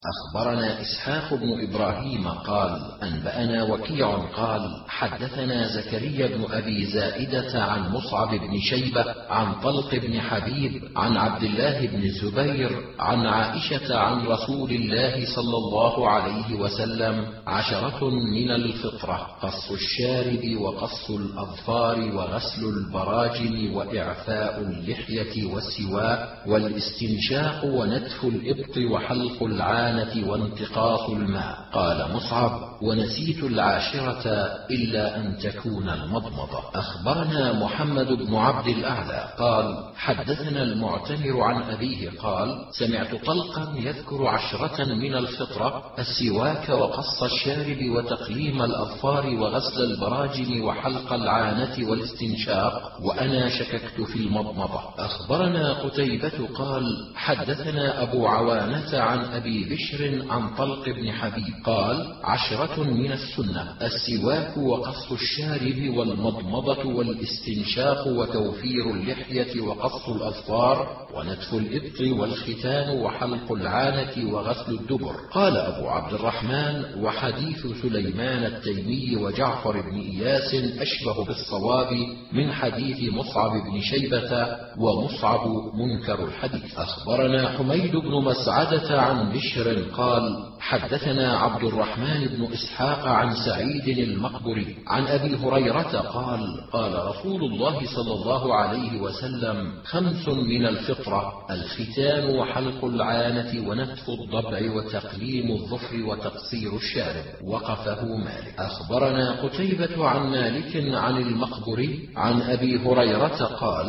أخبرنا إسحاق بن إبراهيم قال أنبأنا وكيع قال حدثنا زكريا بن أبي زائدة عن مصعب بن شيبة عن طلق بن حبيب عن عبد الله بن الزبير عن عائشة عن رسول الله صلى الله عليه وسلم: 10 من الفطرة: قص الشارب وقص الأظفار وغسل البراجم وإعفاء اللحية والسواك والاستنشاق ونتف الإبط وحلق العانة وانتقاص الماء. قال مصعب: ونسيت 10 إلا أن تكون المضمضة. أخبرنا محمد بن عبد الأعلى قال حدثنا المعتمر عن أبيه قال سمعت طلقا يذكر 10 من الفطرة: السواك وقص الشارب وتقليم الأظفار وغسل البراجم وحلق العانة والاستنشاق، وأنا شككت في المضمضة. أخبرنا قتيبة قال حدثنا أبو عوانة عن أبي بشر عن طلق بن حبيب قال 10 من السنة: السواك وقص الشارب والمضمضة والاستنشاق وتوفير اللحية وقص الأظفار ونتف الإبط والختان وحلق العانة وغسل الدبر. قال أبو عبد الرحمن: وحديث سليمان التيمي وجعفر بن إياس أشبه بالصواب من حديث مصعب بن شيبة، ومصعب منكر الحديث. أخبرنا حميد بن مسعدة عن بشر قال حدثنا عبد الرحمن بن إسحاق عن سعيد المقبري عن أبي هريرة قال قال رسول الله صلى الله عليه وسلم: 5 من الفطرة: الختان وحلق العانة ونتف الضبع وتقليم الظفر وتقصير الشارب. وقفه مالك. أخبرنا قتيبة عن مالك عن المقبري عن أبي هريرة قال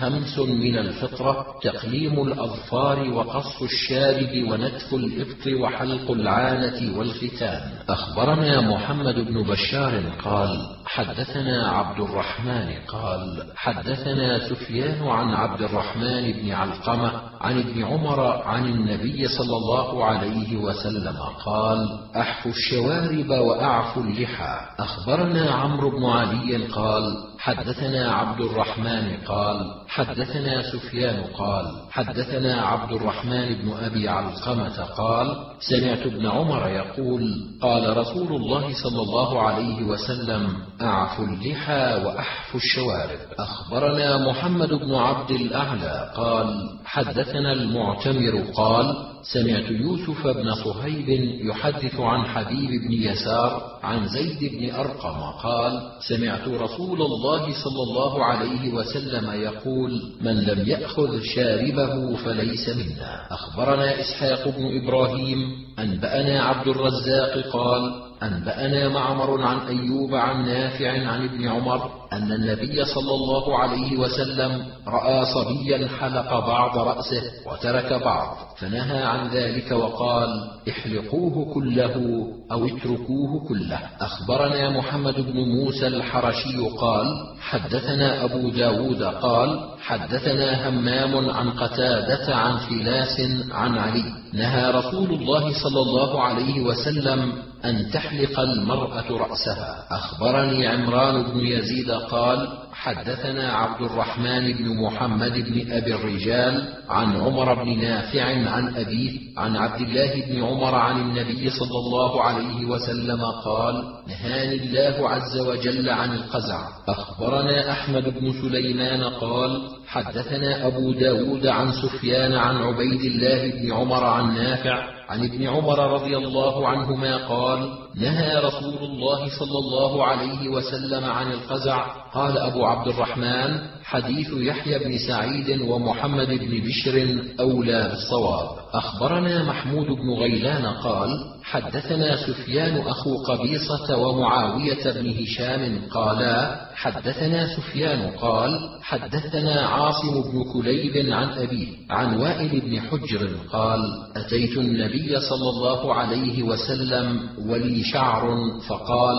5 من الفطرة: تقليم الأظفار وقص الشارب ونتف الإبط وحلق العانة والختان. أخبرنا محمد بن بشار قال حدثنا عبد الرحمن قال حدثنا سفيان عن عبد الرحمن بن علقمة عن ابن عمر عن النبي صلى الله عليه وسلم قال: أحفوا الشوارب وأعفوا اللحى. أخبرنا عمرو بن علي قال حدثنا عبد الرحمن قال حدثنا سفيان قال حدثنا عبد الرحمن بن أبي علقمة قال سمعت ابن عمر يقول: قال رسول الله صلى الله عليه وسلم: أعفوا اللحى وأحفوا الشوارب. أخبرنا محمد بن عبد الأعلى قال حدثنا المعتمر قال سمعت يوسف بن صهيب يحدث عن حبيب بن يسار عن زيد بن أرقم قال سمعت رسول الله صلى الله عليه وسلم يقول: من لم يأخذ شاربه فليس منا. أخبرنا إسحاق بن إبراهيم أنبأنا عبد الرزاق قال أنبأنا معمر عن أيوب عن نافع عن ابن عمر أن النبي صلى الله عليه وسلم رأى صبيا حلق بعض رأسه وترك بعض، فنهى عن ذلك وقال: احلقوه كله أو اتركوه كله. أخبرنا محمد بن موسى الحرشي قال حدثنا أبو داود قال حدثنا همام عن قتادة عن فلاس عن علي: نهى رسول الله صلى الله عليه وسلم أن تحلق المرأة رأسها. أخبرني عمران بن يزيد قال حدثنا عبد الرحمن بن محمد بن أبي الرجال عن عمر بن نافع عن أبيه عن عبد الله بن عمر عن النبي صلى الله عليه وسلم قال: نهاني الله عز وجل عن القزع. أخبرنا أحمد بن سليمان قال حدثنا أبو داود عن سفيان عن عبيد الله بن عمر عن نافع عن ابن عمر رضي الله عنهما قال: نهى رسول الله صلى الله عليه وسلم عن القزع. قال أبو عبد الرحمن: حديث يحيى بن سعيد ومحمد بن بشر أولى بالصواب. أخبرنا محمود بن غيلان قال حدثنا سفيان أخو قبيصة ومعاوية بن هشام قالا حدثنا سفيان قال حدثنا عاصم بن كليب عن أبيه عن وائل بن حجر قال: أتيت النبي صلى الله عليه وسلم ولي شعر فقال: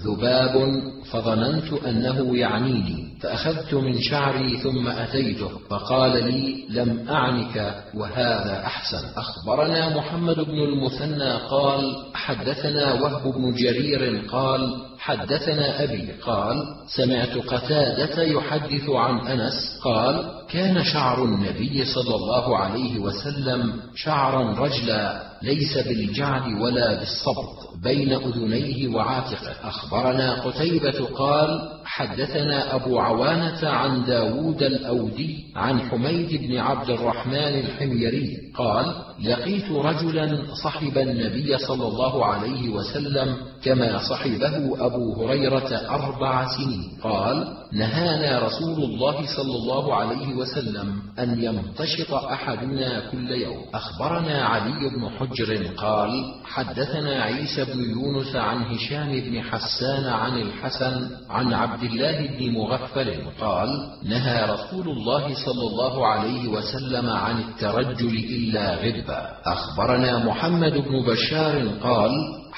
ذباب، فظننت أنه يعنيني، فأخذت من شعري ثم أتيته فقال لي: لم أعنك وهذا أحسن. أخبرنا محمد بن المثنى قال حدثنا وهب بن جرير قال حدثنا أبي قال سمعت قتادة يحدث عن أنس قال كان شعر النبي صلى الله عليه وسلم شعرا رجلا ليس بالجعد ولا بالصبط بين أذنيه وعاتقه. أخبرنا قتيبة قال حدثنا أبو عوانة عن داود الأودي عن حميد بن عبد الرحمن الحميري قال لقيت رجلا صحب النبي صلى الله عليه وسلم كما صحبه أبو هريرة 4 سنين. قال نهانا رسول الله صلى الله عليه وسلم أن يمتشط أحدنا كل يوم. أخبرنا علي بن حجر قال حدثنا عيسى بن يونس عن هشام بن حسان عن الحسن عن عبد الله بن مغفل قال نهى رسول الله صلى الله عليه وسلم عن الترجل إلا غبا. أخبرنا محمد بن بشار قال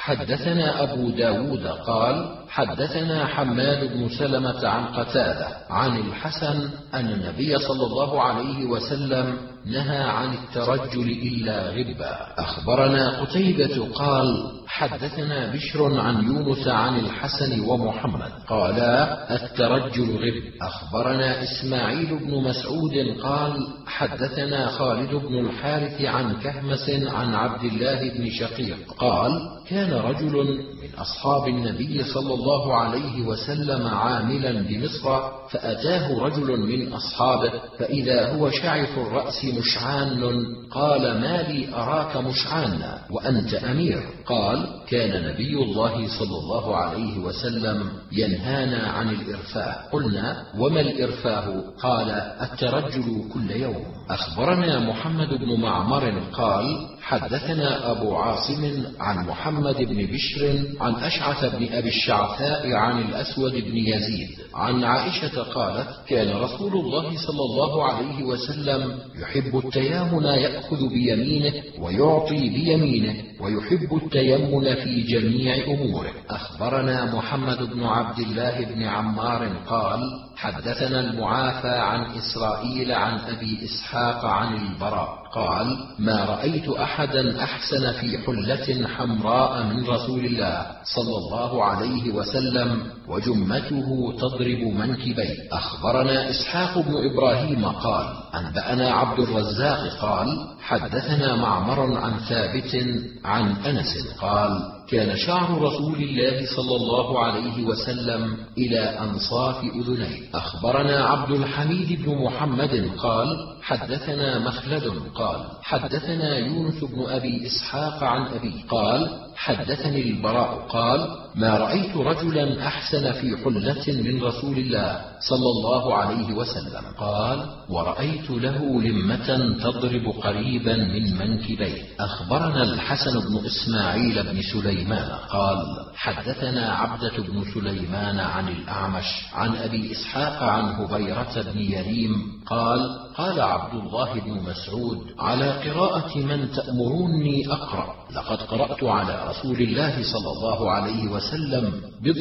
حدثنا أبو داود قال حدثنا حماد بن سلمة عن قتادة عن الحسن أن النبي صلى الله عليه وسلم نهى عن الترجل إلا غبا. أخبرنا قتيبة قال حدثنا بشر عن يونس عن الحسن ومحمد قالا الترجل غب. أخبرنا إسماعيل بن مسعود قال حدثنا خالد بن الحارث عن كهمس عن عبد الله بن شقيق قال كان رجل من أصحاب النبي صلى الله عليه وسلم عاملا بمصر فأتاه رجل من أصحابه فإذا هو شعث الرأس مشعان قال ما لي أراك مشعانا وأنت أمير؟ قال كان نبي الله صلى الله عليه وسلم ينهانا عن الإرفاه. قلنا وما الإرفاه؟ قال الترجل كل يوم. أخبرنا محمد بن معمر قال حدثنا أبو عاصم عن محمد بن بشر عن أشعث بن أبي الشعثاء عن الأسود بن يزيد عن عائشة قالت كان رسول الله صلى الله عليه وسلم يحب التيامن يأخذ بيمينه ويعطي بيمينه ويحب التيمن في جميع أموره. أخبرنا محمد بن عبد الله بن عمار قال حدثنا المعافى عن إسرائيل عن أبي إسحاق عن البراء قال ما رأيت أحدا أحسن في حلة حمراء من رسول الله صلى الله عليه وسلم وجمته تضرب منكبيه. أخبرنا إسحاق بن إبراهيم قال أنبأنا عبد الرزاق قال حدثنا معمر عن ثابت عن أنس قال كان شعر رسول الله صلى الله عليه وسلم إلى أنصاف أذنيه. أخبرنا عبد الحميد بن محمد قال حدثنا مخلد قال حدثنا يونس بن أبي إسحاق عن أبي قال حدثني البراء قال ما رأيت رجلا أحسن في حلة من رسول الله صلى الله عليه وسلم. قال ورأيت له لمة تضرب قريبا من منكبيه. أخبرنا الحسن بن إسماعيل بن سليمان قال حدثنا عبدة بن سليمان عن الأعمش عن أبي إسحاق عن هبيرة بن يريم قال قال عبد الله بن مسعود على قراءة من تأمروني أقرأ لقد قرأت على رسول الله صلى الله عليه وسلم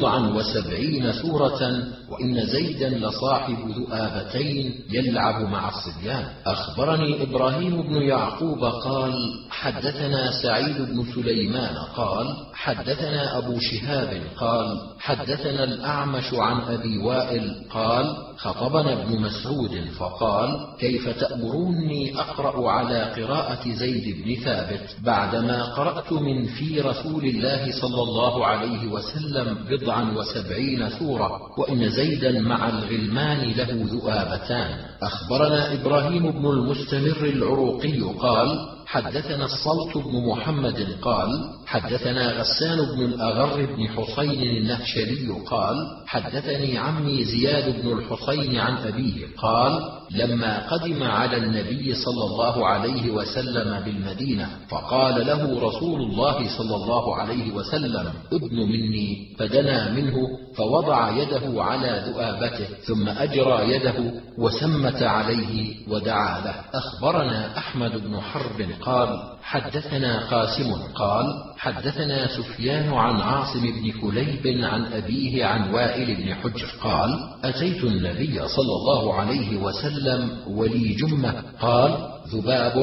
70 سورة وإن زيدا لصاحب ذؤابتين يلعب مع الصبيان. أخبرني إبراهيم بن يعقوب قال حدثنا سعيد بن سليمان قال حدثنا أبو شهاب قال حدثنا الأعمش عن أبي وائل قال خطبنا ابن مسعود فقال كيف تأمروني أقرأ على قراءة زيد بن ثابت بعدما قرأت من في رسول الله صلى الله عليه وسلم 70 سورة وإن زيدا مع الغلمان له ذؤابتان. أخبرنا إبراهيم بن المستمر العروقي قال حدثنا الصلت بن محمد قال حدثنا غسان بن الأغر بن حسين النهشلي قال حدثني عمي زياد بن الحسين عن أبيه قال لما قدم على النبي صلى الله عليه وسلم بالمدينة فقال له رسول الله صلى الله عليه وسلم ابن مني فدنا منه فوضع يده على ذؤابته ثم أجرى يده وسمت عليه ودعا له. أخبرنا أحمد بن حرب قال حدثنا قاسم قال حدثنا سفيان عن عاصم بن كليب عن أبيه عن وائل بن حجر قال أتيت النبي صلى الله عليه وسلم ولي جمة قال ذباب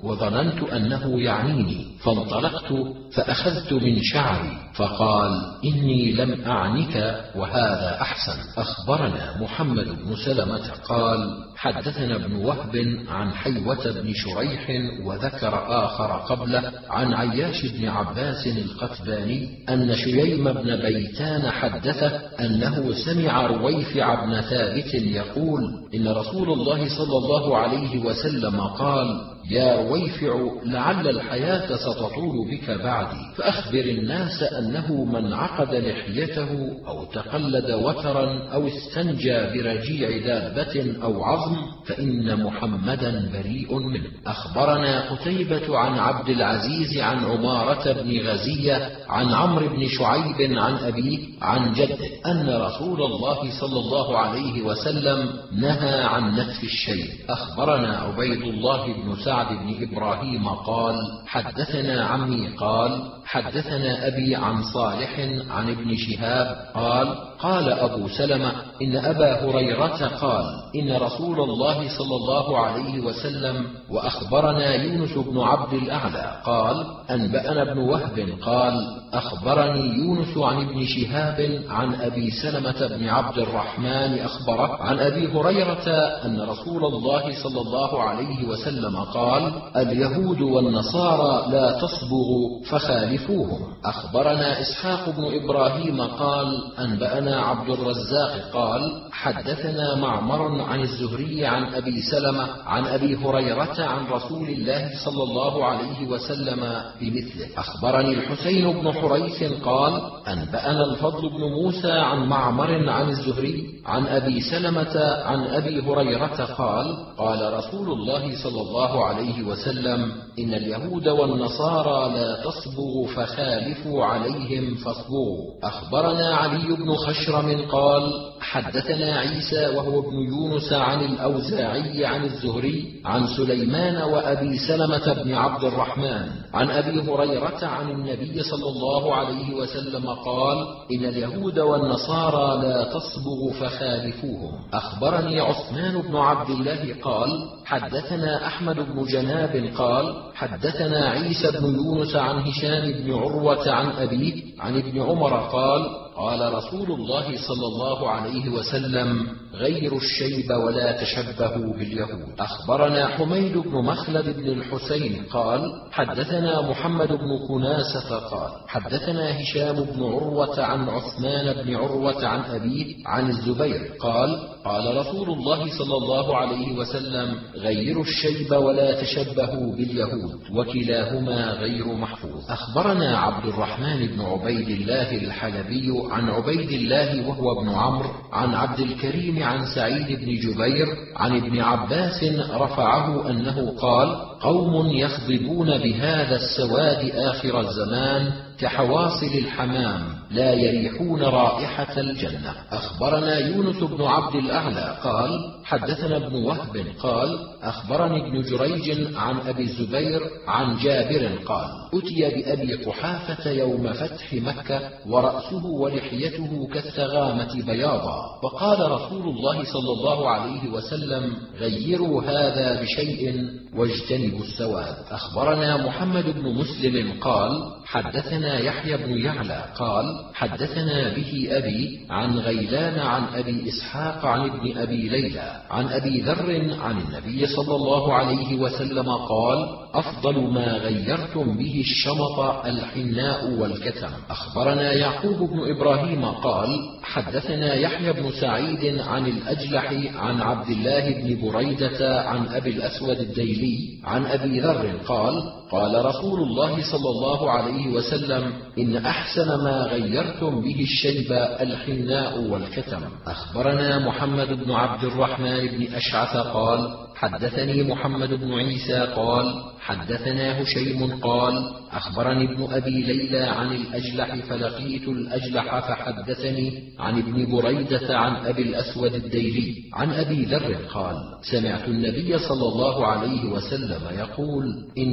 وظننت أنه يعنيني، فانطلقت فأخذت من شعري فقال: إني لم أعنك وهذا أحسن. أخبرنا محمد بن سلمة قال: حدثنا ابن وهب عن حيوة بن شريح وذكر آخر قبله عن عياش بن عباس القتباني أن شييم بن بيتان حدثه أنه سمع رويفع بن ثابت يقول: إن رسول الله صلى الله عليه وسلم قال: يا رويفع، لعل الحياة ستطول بك بعدي، فأخبر الناس أنه من عقد لحيته أو تقلد وترا أو استنجى برجيع دابة أو عظم فإن محمدا بريء منه. أخبرنا قتيبة عن عبد العزيز عن عمارة بن غزية عن عمرو بن شعيب عن أبيه عن جده أن رسول الله صلى الله عليه وسلم نهى عن نتف الشيب. أخبرنا عبيد الله بن سعد بن إبراهيم قال: حدثنا عمي قال: حدثنا أبي عن صالح عن ابن شهاب قال: قال أبو سلمة: إن أبا هريرة قال: إن رسول الله صلى الله عليه وسلم. وأخبرنا يونس بن عبد الأعلى قال: أنبأنا ابن وهب قال: أخبرني يونس عن ابن شهاب عن أبي سلمة بن عبد الرحمن أخبره عن أبي هريرة أن رسول الله صلى الله عليه وسلم قال: اليهود والنصارى لا تصبغوا فخالفوهم. أخبرنا إسحاق بن إبراهيم قال: أنبأنا عبد الرزاق قال: حدثنا معمر عن الزهري عن أبي سلمة عن أبي هريرة عن رسول الله صلى الله عليه وسلم بمثله. أخبرني الحسين بن حريث قال: أنبأنا الفضل بن موسى عن معمر عن الزهري عن أبي سلمة عن أبي هريرة قال: قال رسول الله صلى الله عليه وسلم: إن اليهود والنصارى لا تصبغوا فخالفوا عليهم فاصبغوا. أخبرنا علي بن خشرم قال: حدثنا عيسى وهو ابن يونس عن الأوزاعي عن الزهري عن سليمان وأبي سلمة بن عبد الرحمن عن أبي هريرة عن النبي صلى الله عليه وسلم قال: إن اليهود والنصارى لا تصبغوا فخالفوهم. أخبرني عثمان بن عبد الله قال: حدثنا أحمد بن جناب قال: حدثنا عيسى بن يونس عن هشام بن عروة عن أبيه عن ابن عمر قال: قال رسول الله صلى الله عليه وسلم: غيروا الشيب ولا تشبهوا باليهود. أخبرنا حميد بن مخلد بن الحسين قال: حدثنا محمد بن كناسة قال: حدثنا هشام بن عروة عن عثمان بن عروة عن أبيه عن الزبير قال: قال رسول الله صلى الله عليه وسلم: غيروا الشيب ولا تشبهوا باليهود، وكلاهما غير محفوظ. أخبرنا عبد الرحمن بن عبيد الله الحلبي عن عبيد الله وهو ابن عمرو عن عبد الكريم عن سعيد بن جبير عن ابن عباس رفعه أنه قال: قوم يخضبون بهذا السواد آخر الزمان كحواصل الحمام لا يريحون رائحة الجنة. أخبرنا يونس بن عبد الأعلى قال: حدثنا ابن وهب قال: أخبرني ابن جريج عن أبي الزبير عن جابر قال: أتي بأبي قحافة يوم فتح مكة ورأسه ولحيته كالثغامة بياضا، وقال رسول الله صلى الله عليه وسلم: غيروا هذا بشيء واجتنبوا السواد. أخبرنا محمد بن مسلم قال: حدثنا يحيى بن يعلى قال: حدثنا به أبي عن غيلان عن أبي إسحاق عن ابن أبي ليلى عن أبي ذر عن النبي صلى الله عليه وسلم قال: أفضل ما غيرتم به الشمط الحناء والكتم. أخبرنا يعقوب بن إبراهيم قال: حدثنا يحيى بن سعيد عن الأجلح عن عبد الله بن بريدة عن أبي الأسود الديلي عن أبي ذر قال: قال رسول الله صلى الله عليه وسلم: إن أحسن ما غيرتم به الشيب الحناء والكتم. أخبرنا محمد بن عبد الرحمن بن أشعث قال: حدثني محمد بن عيسى قال: حدثنا هشيم قال: أخبرني ابن أبي ليلى عن الأجلح فلقيت الأجلح فحدثني عن ابن بريدة عن أبي الأسود الديلي عن أبي ذر قال: سمعت النبي صلى الله عليه وسلم يقول: إن من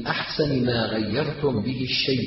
من أحسن ما غيرتم به الشيب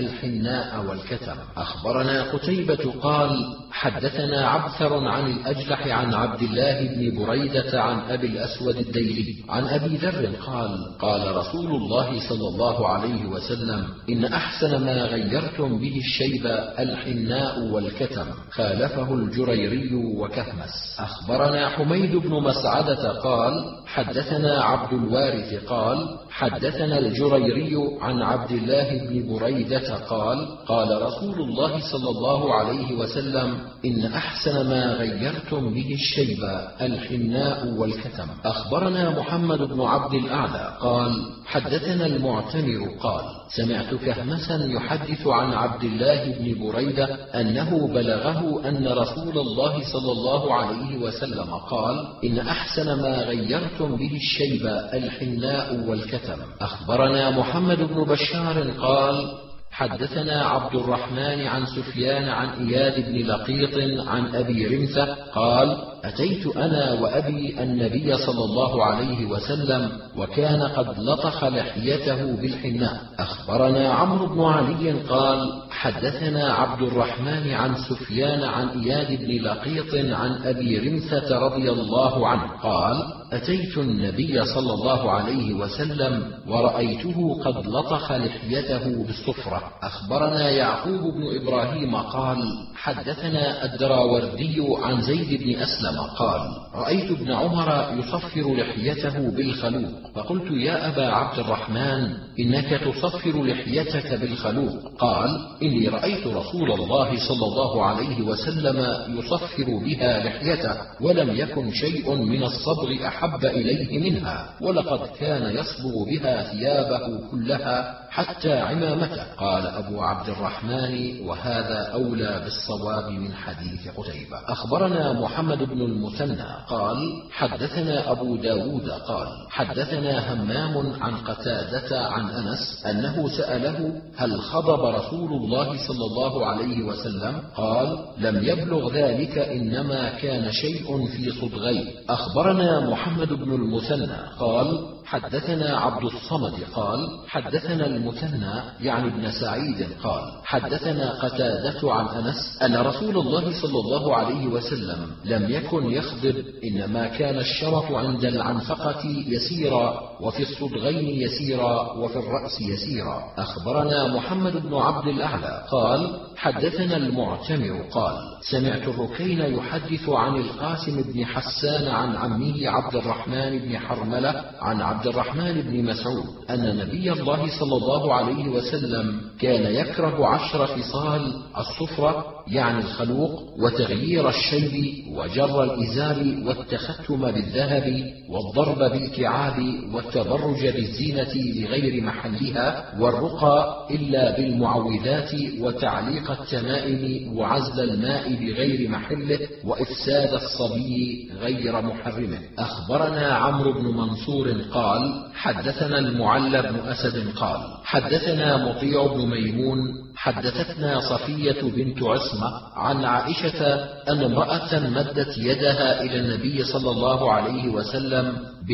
الحناء والكتم. أخبرنا قتيبة قال حدثنا عبثر عن الأجلح عن عبد الله بن بريدة عن أبي الأسود الديلي عن أبي ذر قال قال رسول الله صلى الله عليه وسلم إن أحسن ما غيرتم به الشيب الحناء والكتم. خالفه الجريري وكهمس. أخبرنا حميد بن مسعدة قال حدثنا عبد الوارث قال حدثنا الجريري عن عبد الله بن بريدة قال قال رسول الله صلى الله عليه وسلم إن أحسن ما غيرتم به الشيب الحناء والكتم. أخبرنا محمد بن عبد الأعلى قال حدثنا المعتمر قال سمعت كهمسا يحدث عن عبد الله بن بريدة أنه بلغه أن رسول الله صلى الله عليه وسلم قال إن أحسن ما غيرتم به الشيب الحناء والكتم. أخبرنا محمد بن بشار قال حدثنا عبد الرحمن عن سفيان عن إياد بن لقيط عن أبي رمثة قال أتيت أنا وأبي النبي صلى الله عليه وسلم وكان قد لطخ لحيته بالحناء. أخبرنا عمرو بن علي قال حدثنا عبد الرحمن عن سفيان عن إياد بن لقيط عن أبي رمثة رضي الله عنه قال أتيت النبي صلى الله عليه وسلم ورأيته قد لطخ لحيته بالصفرة. أخبرنا يعقوب بن إبراهيم قال حدثنا الدراوردي عن زيد بن أسلم قال رأيت ابن عمر يصفر لحيته بالخلوق فقلت يا أبا عبد الرحمن إنك تصفر لحيتك بالخلوق. قال إني رأيت رسول الله صلى الله عليه وسلم يصفر بها لحيته ولم يكن شيء من الصبغ أحب إليه منها ولقد كان يصبغ بها ثيابه كلها حتى عمامته. قال أبو عبد الرحمن وهذا أولى بالصواب من حديث قتيبة. أخبرنا محمد بن المثنى قال حدثنا أبو داود قال حدثنا همام عن قتادة عن أنس أنه سأله هل خضب رسول الله صلى الله عليه وسلم؟ قال لم يبلغ ذلك إنما كان شيء في صدغيه. أخبرنا محمد بن المثنى قال حدثنا عبد الصمد قال حدثنا المثنى يعني ابن سعيد قال حدثنا قتادة عن أنس أن رسول الله صلى الله عليه وسلم لم يكن يخضب إنما كان الشرف عند العنفقة يسيرا وفي الصدغين يسيرا وفي الرأس يسيرا. أخبرنا محمد بن عبد الأعلى قال حدثنا المعتمر قال سمعت الركين يحدث عن القاسم بن حسان عن عمه عبد الرحمن بن حرملة عن عبد الرحمن بن مسعود أن نبي الله صلى الله عليه وسلم كان يكره 10 خصال الصفرة يعني الخلوق وتغيير الشيب وجر الإزار والتختم بالذهب والضرب بالكعاب والتبرج بالزينة لغير محلها والرقى إلا بالمعوذات وتعليق التمائم وعزل الماء بغير محله وإفساد الصبي غير محرمه. أخبرنا عمرو بن منصور قال حدثنا المعلى بن أسد قال حدثنا مطيع بن ميمون حدثتنا صفية بنت عصمة عن عائشة أن امرأة مدت يدها إلى النبي صلى الله عليه وسلم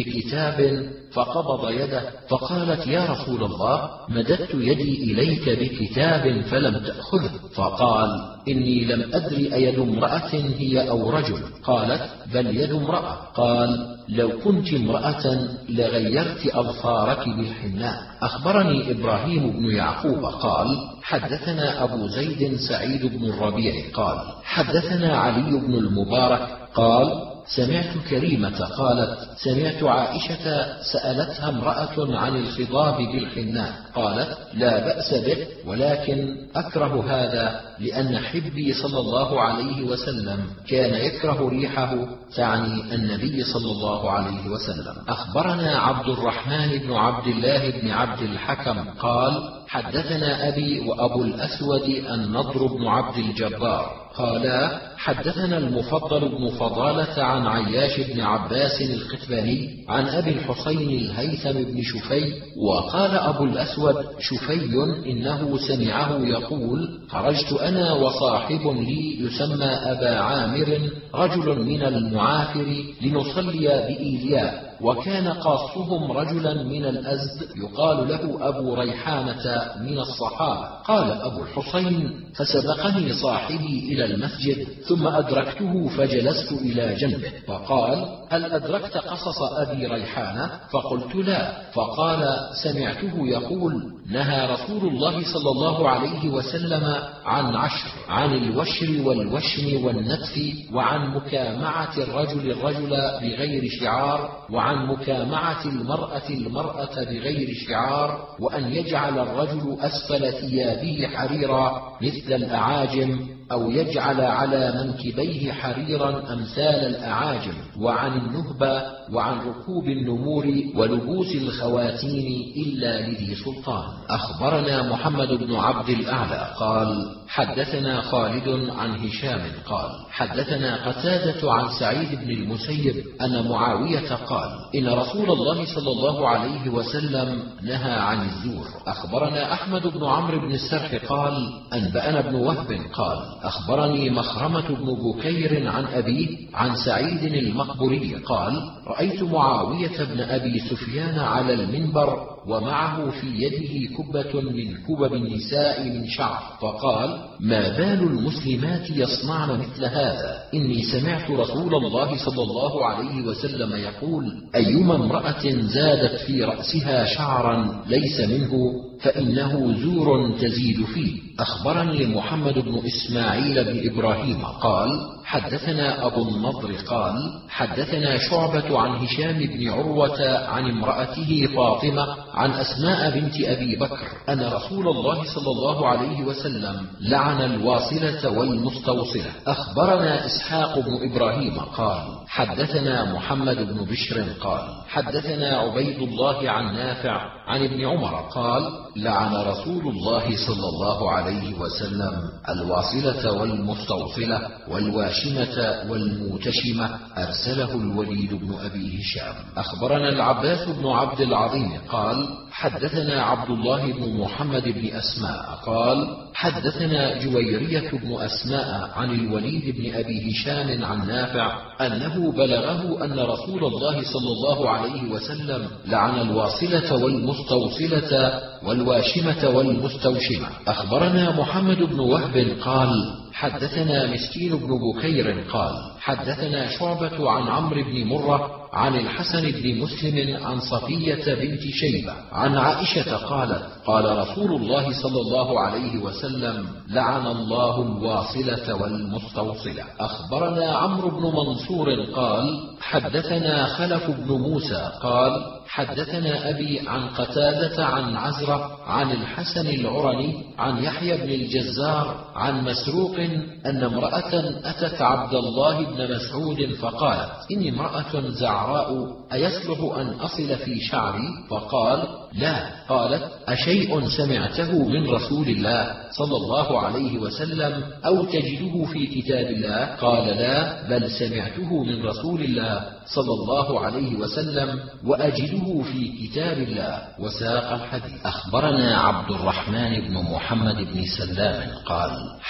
بكتاب فقبض يده فقالت يا رسول الله مددت يدي إليك بكتاب فلم تأخذه. فقال إني لم أدر أيد امرأة هي أو رجل؟ قالت بل يد امرأة. قال لو كنت امرأة لغيرت أظفارك بالحناء. أخبرني إبراهيم بن يعقوب قال حدثنا أبو زيد سعيد بن الربيع قال حدثنا علي بن المبارك قال سمعت كريمة قالت سمعت عائشة سألتها امرأة عن الخضاب بالحناء قالت لا بأس به ولكن أكره هذا لأن حبي صلى الله عليه وسلم كان يكره ريحه تعني النبي صلى الله عليه وسلم. أخبرنا عبد الرحمن بن عبد الله بن عبد الحكم قال حدثنا أبي وأبو الأسود النضر بن عبد الجبار قالا حدثنا المفضل بن فضالة عن عياش بن عباس القتباني عن أبي الحسين الهيثم بن شفي. وقال أبو الأسود شفي إنه سمعه يقول خرجت أنا وصاحب لي يسمى أبا عامر رجل من المعافر لنصلي بإيلياء وكان قاصهم رجلا من الأزد يقال له أبو ريحانة من الصحابة. قال أبو الحسين: فسبقني صاحبي إلى المسجد ثم أدركته فجلست إلى جنبه، فقال: هل أدركت قصص أبي ريحانة؟ فقلت: لا. فقال: سمعته يقول: نهى رسول الله صلى الله عليه وسلم عن 10: عن الوشر والوشم والنتف، وعن مكامعة الرجل بغير شعار، وعن مكامعة المرأة بغير شعار، وأن يجعل الرجل أسفل ثيابه حريرا مثل الأعاجم، أو يجعل على منكبيه حريرا أمثال الأعاجم، وعن النهبة، وعن ركوب النمور ولبوس الخواتيم إلا لذي سلطان. أخبرنا محمد بن عبد الأعلى قال: حدثنا خالد عن هشام قال: حدثنا قتادة عن سعيد بن المسيب أن معاوية قال: إن رسول الله صلى الله عليه وسلم نهى عن الزور. أخبرنا أحمد بن عمرو بن السرح قال: أنبأنا ابن وهب قال: أخبرني مخرمة بن بكير عن أبيه عن سعيد المقبري قال: رأيت معاوية بن أبي سفيان على المنبر ومعه في يده كبة من كبب النساء من شعر، فقال: ما بال المسلمات يصنعن مثل هذا؟ إني سمعت رسول الله صلى الله عليه وسلم يقول: أيما امرأة زادت في رأسها شعرا ليس منه فإنه زور تزيد فيه. أخبرني محمد بن إسماعيل بن إبراهيم قال: حدثنا أبو النضر قال: حدثنا شعبة عن هشام بن عروة عن امرأته فاطمة عن أسماء بنت أبي بكر أن رسول الله صلى الله عليه وسلم لعن الواصلة والمستوصلة. أخبرنا إسحاق بن إبراهيم قال: حدثنا محمد بن بشر قال: حدثنا عبيد الله عن نافع عن ابن عمر قال: لعن رسول الله صلى الله عليه وسلم الواصلة والمستوصلة والواشمة والموتشمة. أرسله الوليد بن أبي هشام. أخبرنا العباس بن عبد العظيم قال: حدثنا عبد الله بن محمد بن أسماء قال: حدثنا جويرية بن أسماء عن الوليد بن أبي هشام عن نافع أنه بلغه أن رسول الله صلى الله عليه وسلم لعن الواصلة والمستوصلة والواشمة والمستوشمة. أخبرنا محمد بن وهب قال: حدثنا مسكين بن بكير قال: حدثنا شعبة عن عمرو بن مرة عن الحسن بن مسلم عن صفية بنت شيبة عن عائشة قالت: قال رسول الله صلى الله عليه وسلم: لعن الله الواصلة والمستوصلة. أخبرنا عمرو بن منصور قال: حدثنا خلف بن موسى قال: حدثنا أبي عن قتادة عن عزرة عن الحسن العرني عن يحيى بن الجزار عن مسروق أن امرأة أتت عبد الله بن مسعود فقالت: إني امرأة زعراء أيصلح أن أصل في شعري؟ فقال: لا. قالت: أشيء سمعته من رسول الله صلى الله عليه وسلم أو تجده في كتاب الله؟ قال: لا، بل سمعته من رسول الله صلى الله عليه وسلم وأجده في كتاب الله. وساق الحديث. أخبرنا عبد الرحمن بن محمد بن سلام قال: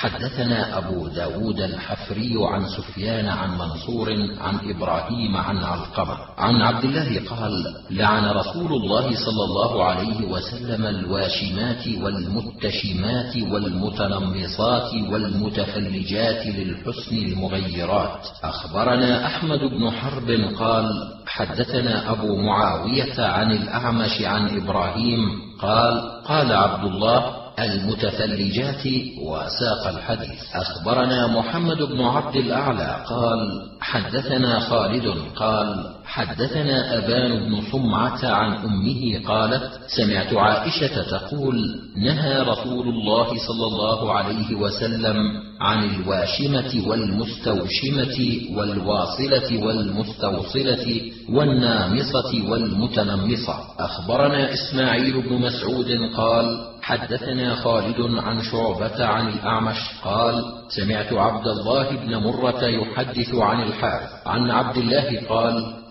حدثنا أبو داود الحفري عن سفيان عن منصور عن إبراهيم عن علقمة عن عبد الله قال: لعن رسول الله صلى الله عليه وسلم الواشمات والمتشمات والمتنمصات والمتفلجات للحسن المغيرات. أخبرنا أحمد بن حرب قال: حدثنا أبو معاوية عن الأعمش عن إبراهيم قال: قال عبد الله: المتفلجات. وساق الحديث. أخبرنا محمد بن عبد الأعلى قال: حدثنا خالد قال: حدثنا أبان بن صمعة عن أمه قالت: سمعت عائشة تقول: نهى رسول الله صلى الله عليه وسلم عن الواشمة والمستوشمة والواصلة والمستوصلة والنامصة والمتنمصة. أخبرنا إسماعيل بن مسعود قال: حدثنا خالد عن شعبة عن الأعمش قال: سمعت عبد الله بن مرة يحدث عن الحارث عن عبد الله قال: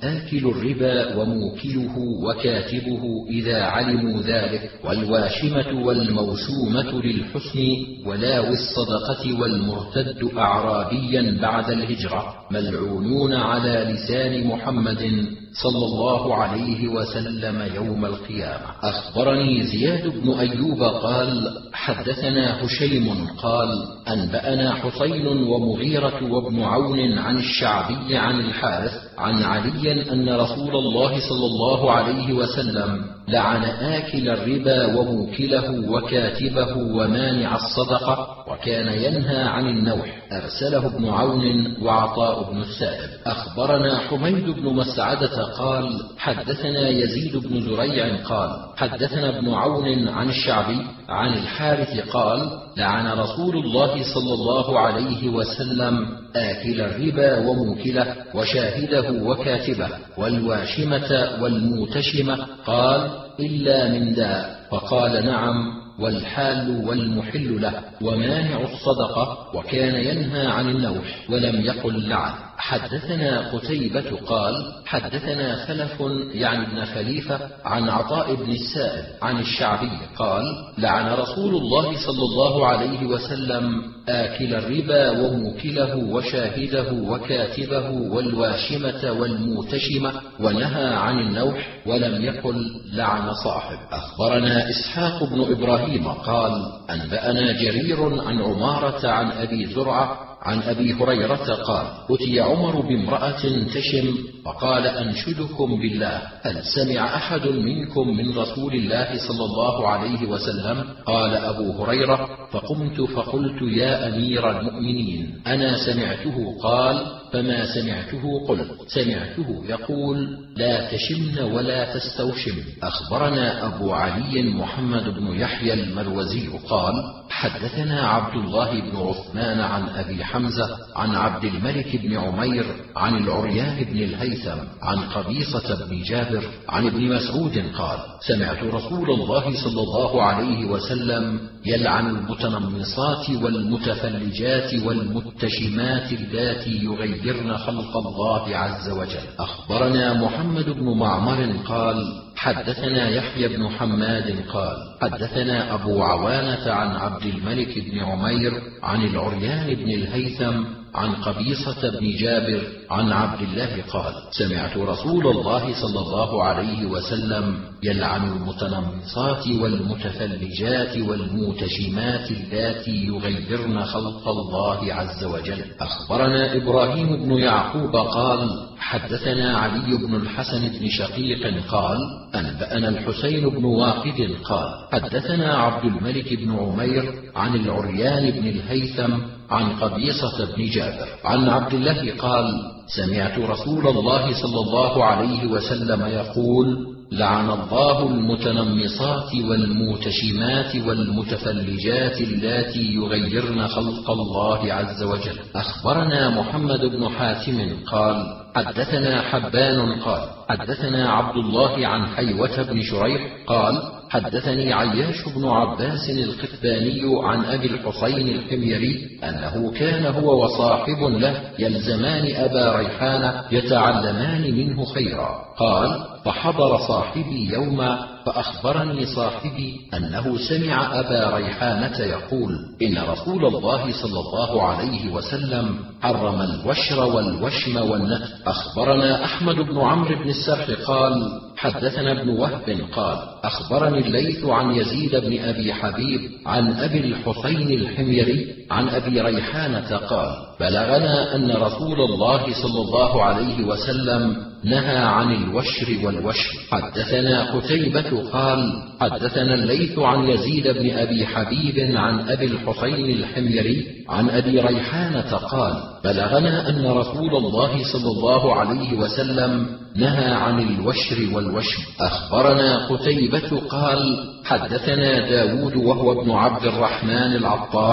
آكل الربا وموكله وكاتبه إذا علموا ذلك، والواشمة والموشومة للحسن، ولاوي الصدقة والمرتد أعرابيا بعد الهجرة، ملعونون على لسان محمد صلى الله عليه وسلم يوم القيامة. أخبرني زياد بن أيوب قال حدثنا هشيم قال أنبأنا حسين ومغيرة وابن عون عن الشعبي عن الحارث عن علي أن رسول الله صلى الله عليه وسلم لعن آكل الربا وموكله وكاتبه ومانع الصدقة، وكان ينهى عن النوح. أرسله ابن عون وعطاء بن السائب. أخبرنا حميد بن مسعدة قال حدثنا يزيد بن زريع قال حدثنا ابن عون عن الشعبي عن الحارث قال لعن رسول الله صلى الله عليه وسلم آكل الربا وموكله وشاهده وكاتبه والواشمة والموتشمة، قال إلا من داء، فقال نعم، والحال والمحل له، ومانع الصدقة، وكان ينهى عن النوح، ولم يقل لعن. حدثنا قتيبة قال حدثنا خلف يعني ابن خليفة عن عطاء بن السائب عن الشعبي قال لعن رسول الله صلى الله عليه وسلم آكل الربا وموكله وشاهده وكاتبه والواشمة والموتشمة، ونهى عن النوح، ولم يقل لعن صاحب. أخبرنا إسحاق بن إبراهيم قال أنبأنا جرير عن عمارة عن أبي زرعة عن أبي هريرة قال أتي عمر بامرأة تشم فقال أنشدكم بالله هل سمع أحد منكم من رسول الله صلى الله عليه وسلم؟ قال أبو هريرة فقمت فقلت يا أمير المؤمنين أنا سمعته. قال فما سمعته؟ قلت سمعته يقول لا تشمن ولا تستوشم. أخبرنا أبو علي محمد بن يحيى المروزي قال حدثنا عبد الله بن عثمان عن أبي حمزة عن عبد الملك بن عمير عن العريان بن الهيثم عن قبيصة بن جابر عن ابن مسعود قال سمعت رسول الله صلى الله عليه وسلم يلعن المتنمصات والمتفلجات والمتشمات اللاتي يغيرن خلق الله عز وجل. أخبرنا محمد بن معمر قال حدثنا يحيى بن حماد قال حدثنا أبو عوانة عن عبد الملك بن عمير عن العريان بن الهيثم عن قبيصة بن جابر عن عبد الله قال سمعت رسول الله صلى الله عليه وسلم يلعن المتنمصات والمتفلجات والمتشمات اللاتي يغيرن خلق الله عز وجل. أخبرنا إبراهيم بن يعقوب قال حدثنا علي بن الحسن بن شقيق قال أنبأنا الحسين بن واقد قال حدثنا عبد الملك بن عمير عن العريان بن الهيثم عن قبيصة بن جابر عن عبد الله قال سمعت رسول الله صلى الله عليه وسلم يقول لعن الله المتنمصات والمتشمات والمتفلجات اللاتي يغيرن خلق الله عز وجل. أخبرنا محمد بن حاتم قال حدثنا حبان قال حدثنا عبد الله عن حيوة بن شريح قال حدثني عياش بن عباس القتباني عن أبي الحسين الحميري أنه كان هو وصاحب له يلزمان أبا ريحانة يتعلمان منه خيرا. قال فحضر صاحبي يوما فأخبرني صاحبي أنه سمع أبا ريحانة يقول إن رسول الله صلى الله عليه وسلم حرم الوشر والوشم والنتف. أخبرنا أحمد بن عمرو بن السرح قال حدثنا ابن وهب قال أخبرني الليث عن يزيد بن أبي حبيب عن أبي الحسين الحميري عن أبي ريحانة قال بلغنا أن رسول الله صلى الله عليه وسلم نهى عن الوشر والوشم. حدثنا قتيبة قال حدثنا الليث عن يزيد بن أبي حبيب عن أبي الحسين الحميري عن أبي ريحانة قال بلغنا أن رسول الله صلى الله عليه وسلم نهى عن الوشر والوشم. أخبرنا قتيبة قال حدثنا داود وهو ابن عبد الرحمن العطار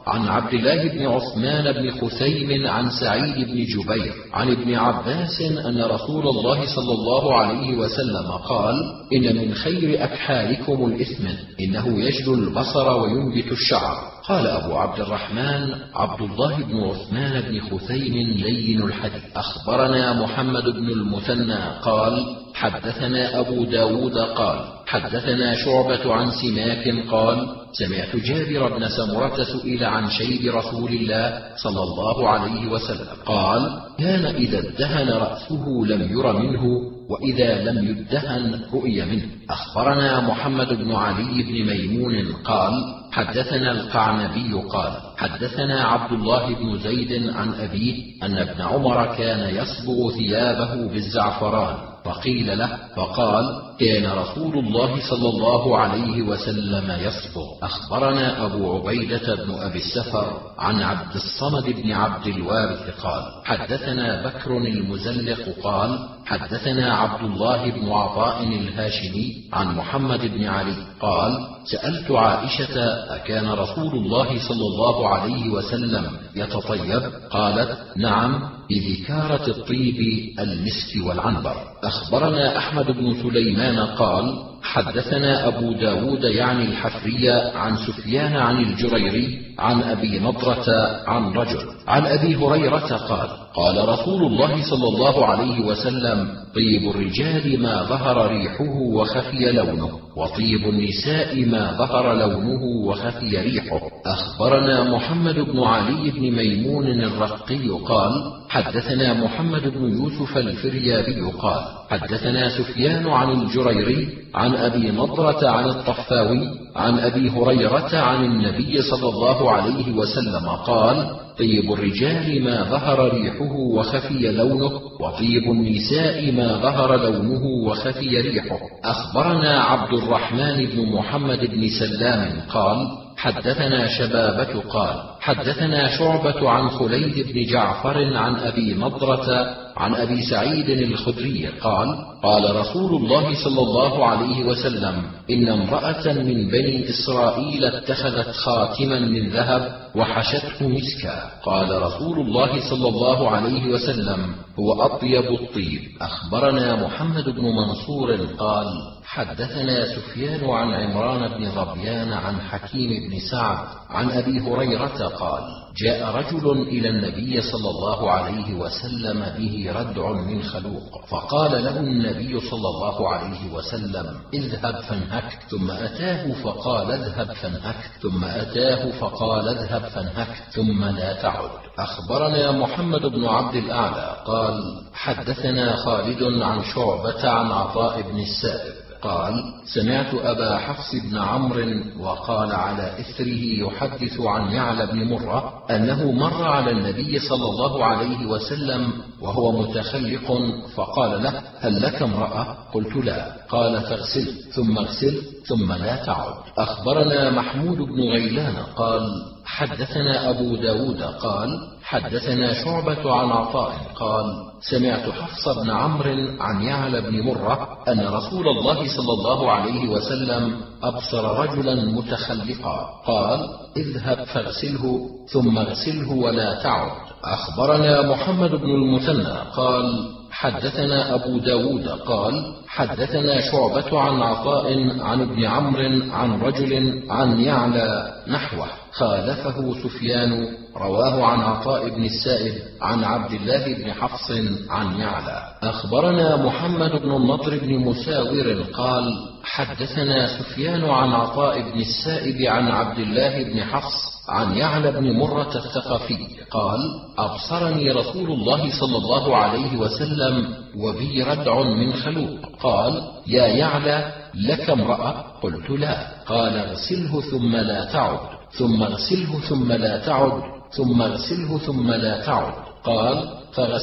عن عبد الله بن عثمان بن خثيم عن سعيد بن جبير عن ابن عباس أن رسول الله صلى الله عليه وسلم قال: إن من خير أكحالكم الإثمن، إنه يجلو البصر وينبت الشعر. قال أبو عبد الرحمن عبد الله بن عثمان بن خثيم لين الحديث. أخبرنا محمد بن المثنى قال: حدثنا أبو داود قال: حدثنا شعبة عن سماك قال: سمعت جابر بن سمرة سئل عن شيب رسول الله صلى الله عليه وسلم قال: كان إذا ادهن رأسه لم ير منه، وإذا لم يدهن رؤي منه. أخبرنا محمد بن علي بن ميمون قال: حدثنا القعنبي قال: حدثنا عبد الله بن زيد عن أبيه أن ابن عمر كان يصبغ ثيابه بالزعفران، فقيل له فقال: كان رسول الله صلى الله عليه وسلم يصبغ. أخبرنا أبو عبيدة بن أبي السفر عن عبد الصمد بن عبد الوارث قال: حدثنا بكر المزلق قال: حدثنا عبد الله بن عطاء الهاشمي عن محمد بن علي قال: سألت عائشة: أكان رسول الله صلى الله عليه وسلم يتطيب؟ قالت: نعم، بذكارة الطيب المسك والعنبر. أخبرنا أحمد بن سليمان قال: حدثنا أبو داود يعني الحفري عن سفيان عن الجريري عن أبي نضرة عن رجل عن أبي هريرة قال: قال رسول الله صلى الله عليه وسلم: طيب الرجال ما ظهر ريحه وخفي لونه، وطيب النساء ما ظهر لونه وخفي ريحه. أخبرنا محمد بن علي بن ميمون الرقي قال: حدثنا محمد بن يوسف الفريابي قال: حدثنا سفيان عن الجريري عن أبي نضرة عن الطفاوي عن أبي هريرة عن النبي صلى الله عليه وسلم قال: طيب الرجال ما ظهر ريحه وخفي لونه، وطيب النساء ما ظهر لونه وخفي ريحه. أخبرنا عبد الرحمن بن محمد بن سلام قال: حدثنا شبابة قال: حدثنا شعبة عن خليد بن جعفر عن أبي نضرة عن أبي سعيد الخدري قال: قال رسول الله صلى الله عليه وسلم: إن امرأة من بني إسرائيل اتخذت خاتما من ذهب وحشته مسكا. قال رسول الله صلى الله عليه وسلم: هو أطيب الطيب. أخبرنا محمد بن منصور قال: حدثنا سفيان عن عمران بن ظبيان عن حكيم بن سعد عن أبي هريرة قال: جاء رجل إلى النبي صلى الله عليه وسلم به ردع من خلوق، فقال له النبي صلى الله عليه وسلم: اذهب فانهك، ثم أتاه فقال: اذهب فانهك، ثم أتاه فقال: اذهب فانهك، ثم لا تعد. أخبرنا محمد بن عبد الأعلى قال: حدثنا خالد عن شعبة عن عطاء بن السائب قال: سمعت أبا حفص بن عمرو وقال على إثره يحدث عن يعلى بن مرة أنه مر على النبي صلى الله عليه وسلم وهو متخلق، فقال له: هل لك امرأة؟ قلت: لا. قال: فاغسل ثم اغسل ثم لا تعد. أخبرنا محمود بن غيلان قال: حدثنا أبو داود قال: حدثنا شعبة عن عطاء قال: سمعت حفص بن عمرو عن يعلى بن مرة أن رسول الله صلى الله عليه وسلم أبصر رجلا متخلقا، قال: اذهب فاغسله ثم اغسله ولا تعد. أخبرنا محمد بن المثنى قال: حدثنا أبو داود قال: حدثنا شعبة عن عطاء عن ابن عمرو عن رجل عن يعلى نحوه، خالفه سفيان رواه عن عطاء بن السائب عن عبد الله بن حفص عن يعلى. أخبرنا محمد بن النضر بن مساور قال: حدثنا سفيان عن عطاء بن السائب عن عبد الله بن حفص عن يعلى بن مرة الثقفي قال: أبصرني رسول الله صلى الله عليه وسلم وبي ردع من خلوق، قال: يا يعلى، لك امرأة؟ قلت: لا. قال: اغسله ثم لا تعد، ثم اغسله ثم لا تعد، ثم اغسله ثم لا تعد. قال: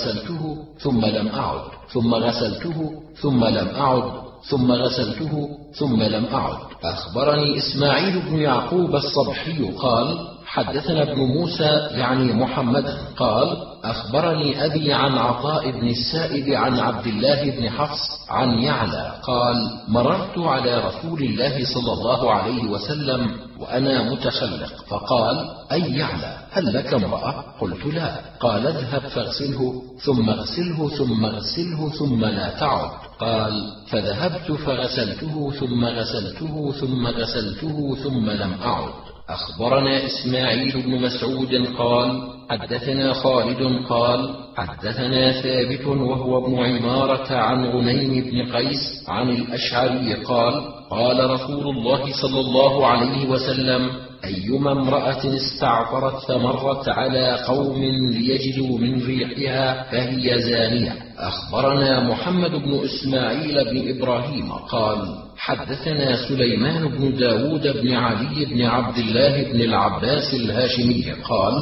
فغسلته ثم لم أعد، ثم غسلته ثم لم أعد، ثم غسلته ثم لم أعد. أخبرني إسماعيل بن يعقوب الصبحي قال حدثنا ابن موسى يعني محمدا قال أخبرني أبي عن عطاء بن السائب عن عبد الله بن حفص عن يعلى قال مررت على رسول الله صلى الله عليه وسلم وأنا متخلق فقال أي يعلى هل لك امرأة؟ قلت لا. قال اذهب فاغسله ثم اغسله ثم اغسله ثم لا تعد. قال فذهبت فغسلته ثم غسلته ثم غسلته ثم لم أعد. أخبرنا إسماعيل بن مسعود قال حدثنا خالد قال حدثنا ثابت وهو ابن عمارة عن غنيم بن قيس عن الأشعري قال قال رسول الله صلى الله عليه وسلم أيما امرأة استعطرت فمرت على قوم ليجدوا من ريحها فهي زانية. أخبرنا محمد بن إسماعيل بن إبراهيم قال حدثنا سليمان بن داود بن علي بن عبد الله بن العباس الهاشمي قال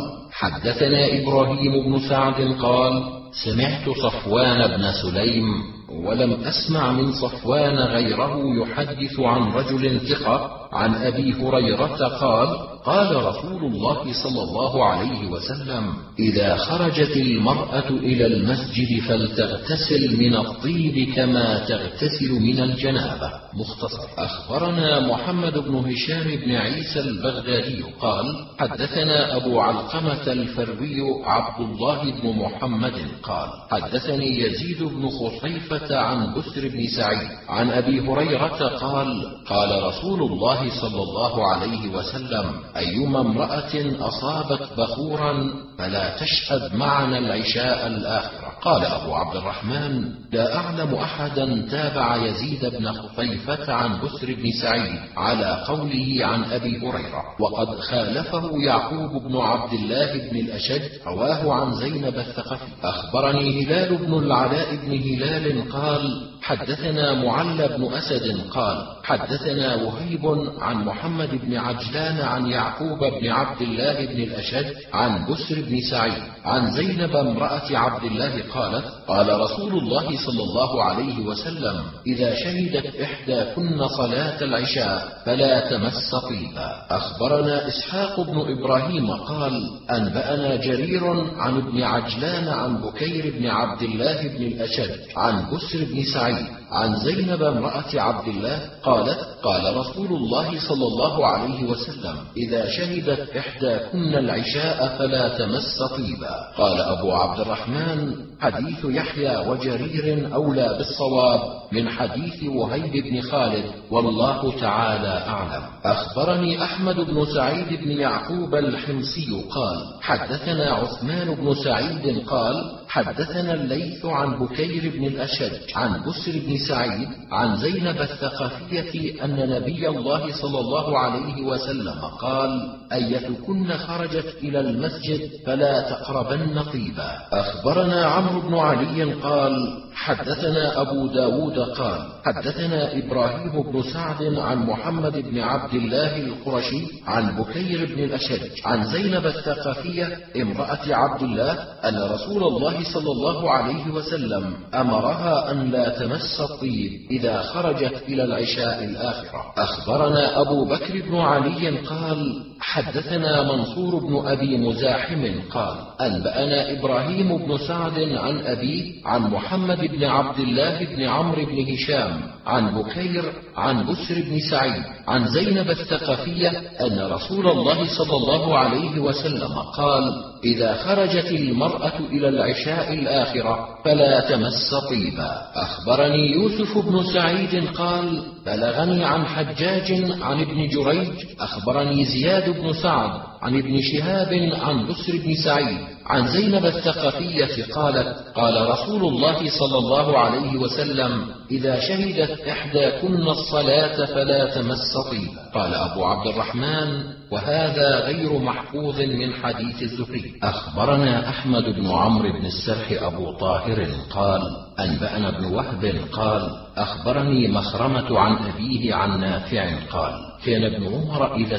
حدثنا إبراهيم بن سعد قال سمعت صفوان بن سليم ولم أسمع من صفوان غيره يحدث عن رجل ثقة عن أبي هريرة قال قال رسول الله صلى الله عليه وسلم إذا خرجت المرأة إلى المسجد فلتغتسل من الطيب كما تغتسل من الجنابة. مختصر. أخبرنا محمد بن هشام بن عيسى البغدادي قال حدثنا أبو علقمة الفروي عبد الله بن محمد قال حدثني يزيد بن خصيفة عن بسر بن سعيد عن أبي هريرة قال قال رسول الله صلى الله عليه وسلم أيما امرأة أصابت بخورا فلا تشهد معنا العشاء الآخرة. قال أبو عبد الرحمن لا أعلم أحدا تابع يزيد بن خصيفة عن بسر بن سعيد على قوله عن أبي هريرة وقد خالفه يعقوب بن عبد الله بن الأشج رواه عن زينب الثقفي. أخبرني هلال بن العلاء بن هلال قال حدثنا معل بن أسد قال حدثنا وهيب عن محمد بن عجلان عن يعقوب بن عبد الله بن الأشج عن بسر بن سعيد عن زينب امرأة عبد الله قالت قال رسول الله صلى الله عليه وسلم إذا شهدت إحداكن صلاة العشاء فلا تمس طيبا. أخبرنا إسحاق بن إبراهيم قال أنبأنا جرير عن ابن عجلان عن بكير بن عبد الله بن الأشج عن بسر بن سعيد عن زينب امرأة عبد الله قالت قال رسول الله صلى الله عليه وسلم إذا شهدت إحداكن العشاء فلا تمس طيبا. قال أبو عبد الرحمن حديث يحيى وجرير أولى بالصواب من حديث وهيب بن خالد والله تعالى أعلم. أخبرني أحمد بن سعيد بن يعقوب الحمصي قال حدثنا عثمان بن سعيد قال حدثنا الليث عن بكير بن الأشج عن بسر بن سعيد عن زينب الثقفية أن نبي الله صلى الله عليه وسلم قال أيتكن خرجت إلى المسجد فلا تقربن طيبا. أخبرنا عمرو بن علي قال حدثنا أبو داود قال حدثنا إبراهيم بن سعد عن محمد بن عبد الله القرشي عن بكير بن الأشج عن زينب الثقفية امرأة عبد الله أن رسول الله صلى الله عليه وسلم أمرها أن لا تمس الطيب إذا خرجت إلى العشاء الآخرة. أخبرنا أبو بكر بن علي قال حدثنا منصور بن أبي مزاحم قال أنبأنا إبراهيم بن سعد عن أبيه عن محمد بن عبد الله بن عمرو بن هشام عن بكير عن بسر بن سعيد عن زينب الثقفية أن رسول الله صلى الله عليه وسلم قال إذا خرجت المرأة إلى العشاء الآخرة فلا تمس طيبا. أخبرني يوسف بن سعيد قال بلغني عن حجاج عن ابن جريج أخبرني زياد بن سعد عن ابن شهاب عن بسر بن سعيد عن زينب الثقفية قالت قال رسول الله صلى الله عليه وسلم إذا شهدت إحداكن الصلاة فلا تمس طيبا. قال أبو عبد الرحمن وهذا غير محفوظ من حديث الزهري. أخبرنا أحمد بن عمرو بن السرح أبو طاهر قال أنبأنا ابن وهب قال أخبرني مخرمة عن أبيه عن نافع قال كان ابن عمر إذا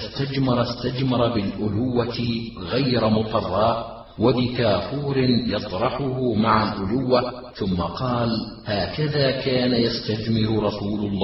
استجمر بالألوة غير مطراء وبكافور يطرحه مع الألوة ثم قال هكذا كان يستجمر رسول الله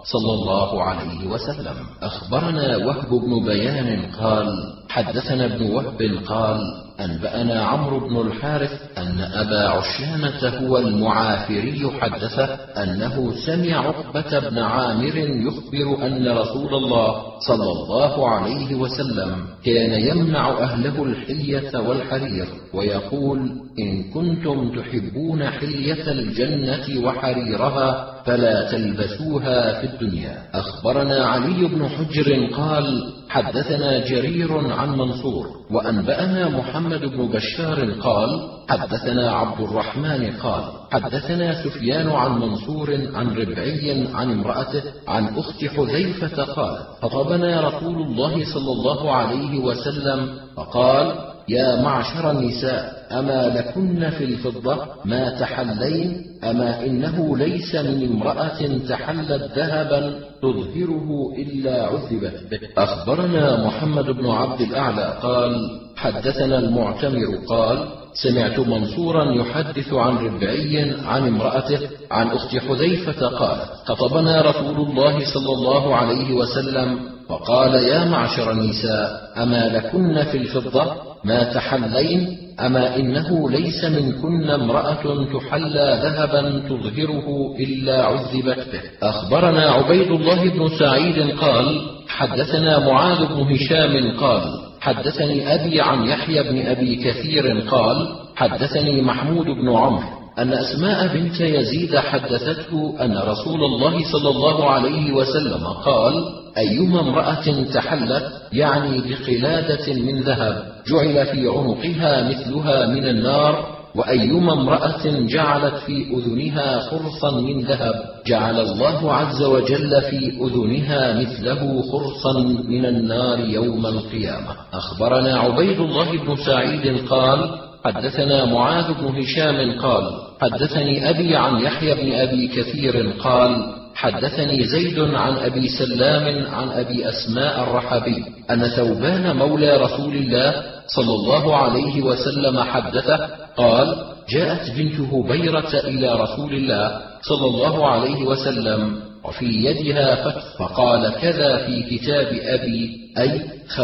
صلى الله عليه وسلم. أخبرنا وهب بن بيان قال حدثنا ابن وهب قال أنبأنا عمرو بن الحارث أن أبا عشامة هو المعافري حدثه أنه سمع عقبة بن عامر يخبر أن رسول الله صلى الله عليه وسلم كان يمنع أهله الحلية والحرير ويقول إن كنتم تحبون حلية الجنة وحريرها فلا تلبسوها في الدنيا. أخبرنا علي بن حجر قال حدثنا جرير عن منصور وأنبأنا محمد بن بشار قال حدثنا عبد الرحمن قال حدثنا سفيان عن منصور عن ربعي عن امرأته عن أخت حذيفة قال خطبنا رسول الله صلى الله عليه وسلم فقال يا معشر النساء أما لكن في الفضة ما تحلين أما إنه ليس من امرأة تحلت ذهبا تظهره إلا عذبت به. أخبرنا محمد بن عبد الأعلى قال حدثنا المعتمر قال سمعت منصورا يحدث عن ربعي عن امرأته عن أخت حذيفة قالت خطبنا رسول الله صلى الله عليه وسلم فقال يا معشر النساء أما لكن في الفضة ما تحلين أما إنه ليس منكن امرأة تحلى ذهبا تظهره إلا عذبت به. أخبرنا عبيد الله بن سعيد قال حدثنا معاذ بن هشام قال حدثني أبي عن يحيى بن أبي كثير قال حدثني محمود بن عمرو أن أسماء بنت يزيد حدثته أن رسول الله صلى الله عليه وسلم قال أيما امرأة تحلت يعني بقلادة من ذهب جعل في عنقها مثلها من النار وأيما امرأة جعلت في أذنها خرصا من ذهب جعل الله عز وجل في أذنها مثله خرصا من النار يوم القيامة. أخبرنا عبيد الله بن سعيد قال حدثنا معاذ بن هشام قال حدثني أبي عن يحيى بن أبي كثير قال حدثني زيد عن أبي سلام عن أبي أسماء الرحبي أن ثوبان مولى رسول الله صلى الله عليه وسلم حدثه قال جاءت بنت هبيرة إلى رسول الله صلى الله عليه وسلم وفي يدها فتح فقال كذا في كتاب أبي أي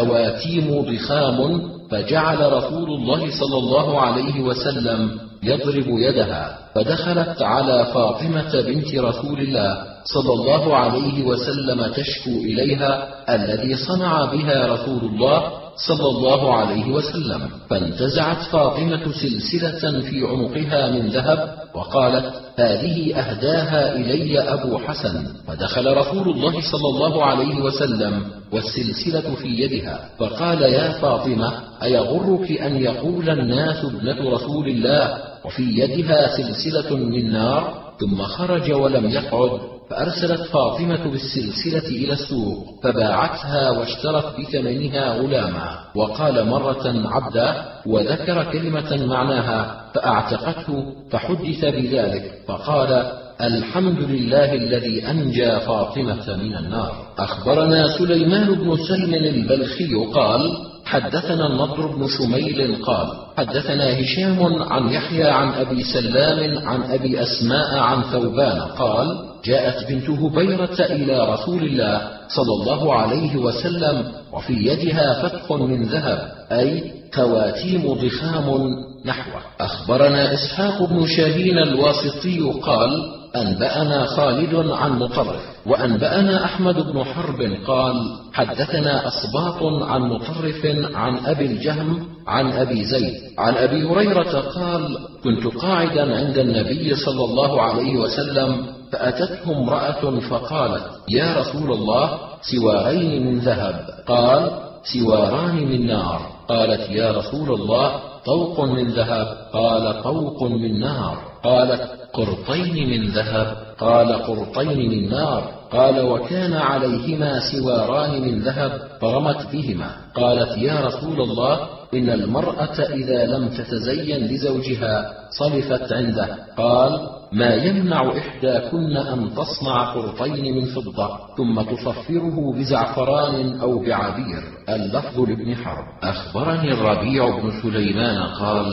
خواتيم ضخام فجعل رسول الله صلى الله عليه وسلم يضرب يدها فدخلت على فاطمة بنت رسول الله صلى الله عليه وسلم تشكو إليها الذي صنع بها رسول الله صلى الله عليه وسلم فانتزعت فاطمة سلسلة في عنقها من ذهب وقالت هذه أهداها إلي أبو حسن فدخل رسول الله صلى الله عليه وسلم والسلسلة في يدها فقال يا فاطمة أيغرك أن يقول الناس ابنة رسول الله وفي يدها سلسلة من نار ثم خرج ولم يقعد فأرسلت فاطمة بالسلسلة إلى السوق فباعتها واشترت بثمنها غلاما وقال مرة عبدا وذكر كلمة معناها فأعتقته فحدث بذلك فقال الحمد لله الذي أنجى فاطمة من النار. أخبرنا سليمان بن سلم البلخي قال حدثنا النضر بن شميل قال حدثنا هشام عن يحيى عن أبي سلام عن أبي أسماء عن ثوبان قال جاءت بنت هبيرة إلى رسول الله صلى الله عليه وسلم وفي يدها فتح من ذهب أي خواتيم ضخام نحوه. أخبرنا إسحاق بن شاهين الواسطي قال أنبأنا خالد عن مطرف وأنبأنا أحمد بن حرب قال حدثنا أصباط عن مطرف عن أبي الجهم عن أبي زيد عن أبي هريرة قال كنت قاعدا عند النبي صلى الله عليه وسلم فأتته امرأة فقالت يا رسول الله سوارين من ذهب قال سواران من نار قالت يا رسول الله طوق من ذهب قال طوق من نار قالت قرطين من ذهب قال قرطين من نار قال وكان عليهما سواران من ذهب فرمت بهما قالت يا رسول الله إن المرأة إذا لم تتزين لزوجها صلفت عنده قال ما يمنع إحداكن أن تصنع قرطين من فضة ثم تصفره بزعفران أو بعبير. اللفظ لابن حرب. أخبرني الربيع بن سليمان قال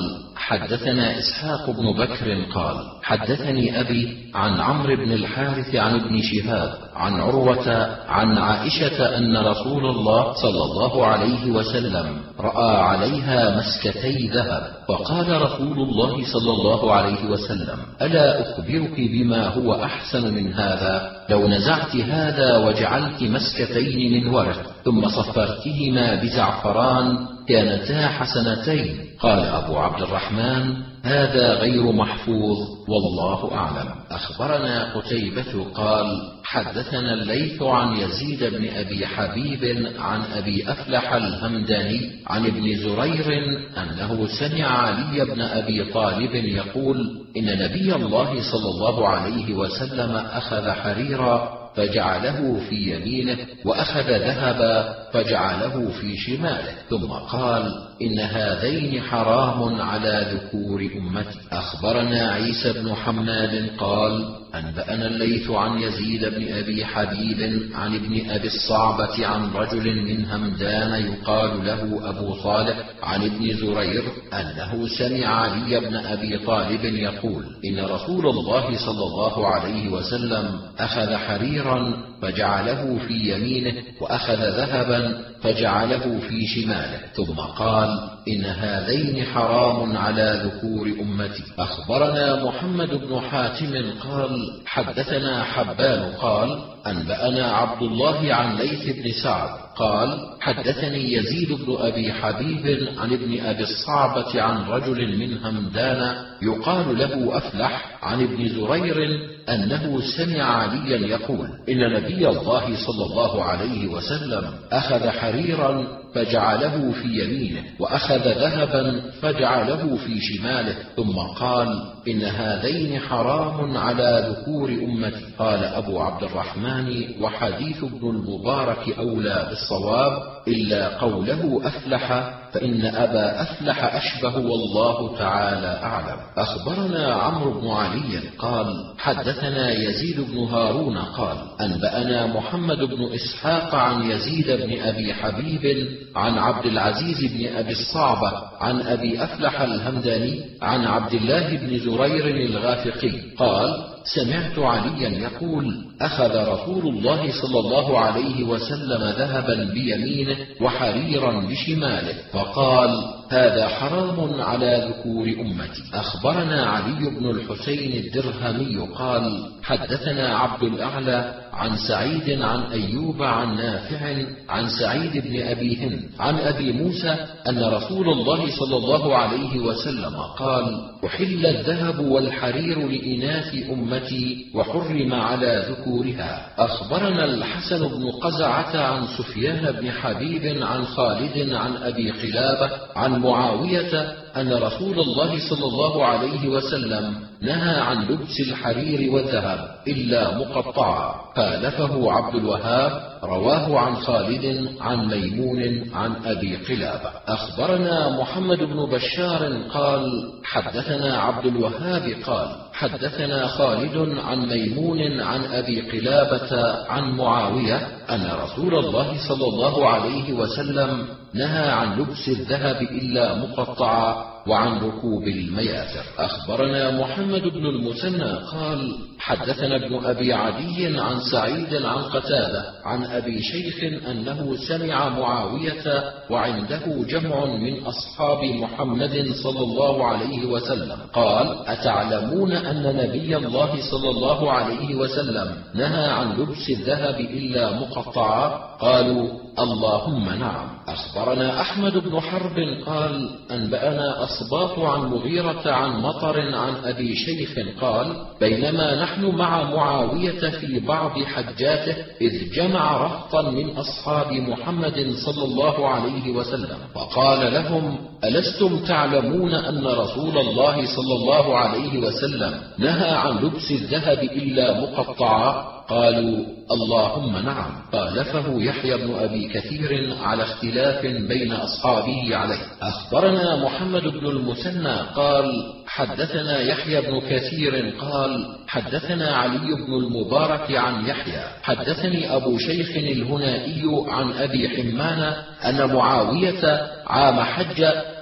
حدثنا إسحاق بن بكر قال حدثني أبي عن عمرو بن الحارث عن ابن شهاب عن عروة عن عائشة أن رسول الله صلى الله عليه وسلم رأى عليها مسكتي ذهب، فقال رسول الله صلى الله عليه وسلم: ألا أخبرك بما هو أحسن من هذا؟ لو نزعت هذا وجعلت مسكتين من ورق ثم صفرتهما بزعفران كانتا حسنتين. قال أبو عبد الرحمن: هذا غير محفوظ والله أعلم. أخبرنا قتيبة قال حدثنا الليث عن يزيد بن أبي حبيب عن أبي أفلح الهمداني عن ابن زرير أنه سمع علي بن أبي طالب يقول: إن نبي الله صلى الله عليه وسلم أخذ حريرا فجعله في يمينه، وأخذ ذهبا فجعله في شماله، ثم قال: إن هذين حرام على ذكور أمتي. أخبرنا عيسى بن حماد قال أنبأنا الليث عن يزيد بن أبي حبيب عن ابن أبي الصعبة عن رجل من همدان يقال له أبو صالح عن ابن زرير أنه سمع علي بن أبي طالب يقول: إن رسول الله صلى الله عليه وسلم أخذ حريرا فجعله في يمينه، وأخذ ذهبا فجعله في شماله، ثم قال: إن هذين حرام على ذكور أمتي. أخبرنا محمد بن حاتم قال حدثنا حبان قال أنبأنا عبد الله عن ليث بن سعد قال حدثني يزيد بن أبي حبيب عن ابن أبي الصعبة عن رجل من همدان يقال له أفلح عن ابن زرير أنه سمع عليا يقول: إن نبي الله صلى الله عليه وسلم أخذ حريرا فجعله في يمينه، وأخذ ذهبا فجعله في شماله، ثم قال: إن هذين حرام على ذكور أمتي. قال أبو عبد الرحمن: وحديث ابن المبارك أولى بالصواب إلا قوله أفلح، فإن أبا أفلح أشبه والله تعالى أعلم. أخبرنا عمرو بن علي قال حدثنا يزيد بن هارون قال أنبأنا محمد بن إسحاق عن يزيد بن أبي حبيب عن عبد العزيز بن أبي الصعبة عن أبي أفلح الهمداني عن عبد الله بن زرير الغافقي قال: سمعت عليا يقول: أخذ رسول الله صلى الله عليه وسلم ذهبا بيمينه وحريرا بشماله، فقال: هذا حرام على ذكور أمتي. أخبرنا علي بن الحسين الدرهمي قال حدثنا عبد الأعلى عن سعيد عن أيوب عن نافع عن سعيد بن أبي هند عن أبي موسى أن رسول الله صلى الله عليه وسلم قال: أحل الذهب والحرير لإناث أمتي وحرم على ذكورها. أخبرنا الحسن بن قزعة عن سفيان بن حبيب عن خالد عن أبي قلابة عن معاوية أن رسول الله صلى الله عليه وسلم نهى عن لبس الحرير والذهب إلا مقطعا. خالفه عبد الوهاب، رواه عن خالد عن ميمون عن أبي قلابة. أخبرنا محمد بن بشار قال حدثنا عبد الوهاب قال حدثنا خالد عن ميمون عن أبي قلابة عن معاوية أن رسول الله صلى الله عليه وسلم نهى عن لبس الذهب إلا مقطعا وعن ركوب المياسر. أخبرنا محمد بن المثنى قال حدثنا ابن أبي عدي عن سعيد عن قتادة عن أبي شيخ أنه سمع معاوية وعنده جمع من أصحاب محمد صلى الله عليه وسلم قال: أتعلمون أن نبي الله صلى الله عليه وسلم نهى عن لبس الذهب إلا مقطعا؟ قالوا: اللهم نعم. أخبرنا أحمد بن حرب قال أنبأنا أصباط عن مغيرة عن مطر عن أبي شيخ قال: بينما نحن مع معاوية في بعض حجاته إذ جمع رهطا من أصحاب محمد صلى الله عليه وسلم فقال لهم: ألستم تعلمون أن رسول الله صلى الله عليه وسلم نهى عن لبس الذهب إلا مقطعا؟ قالوا: اللهم نعم. خالفه يحيى بن أبي كثير على اختلاف بين أصحابه عليه. أخبرنا محمد بن المثنى قال حدثنا يحيى بن كثير قال حدثنا علي بن المبارك عن يحيى حدثني أبو شيخ الهنائي عن أبي حمان أن معاوية عام حج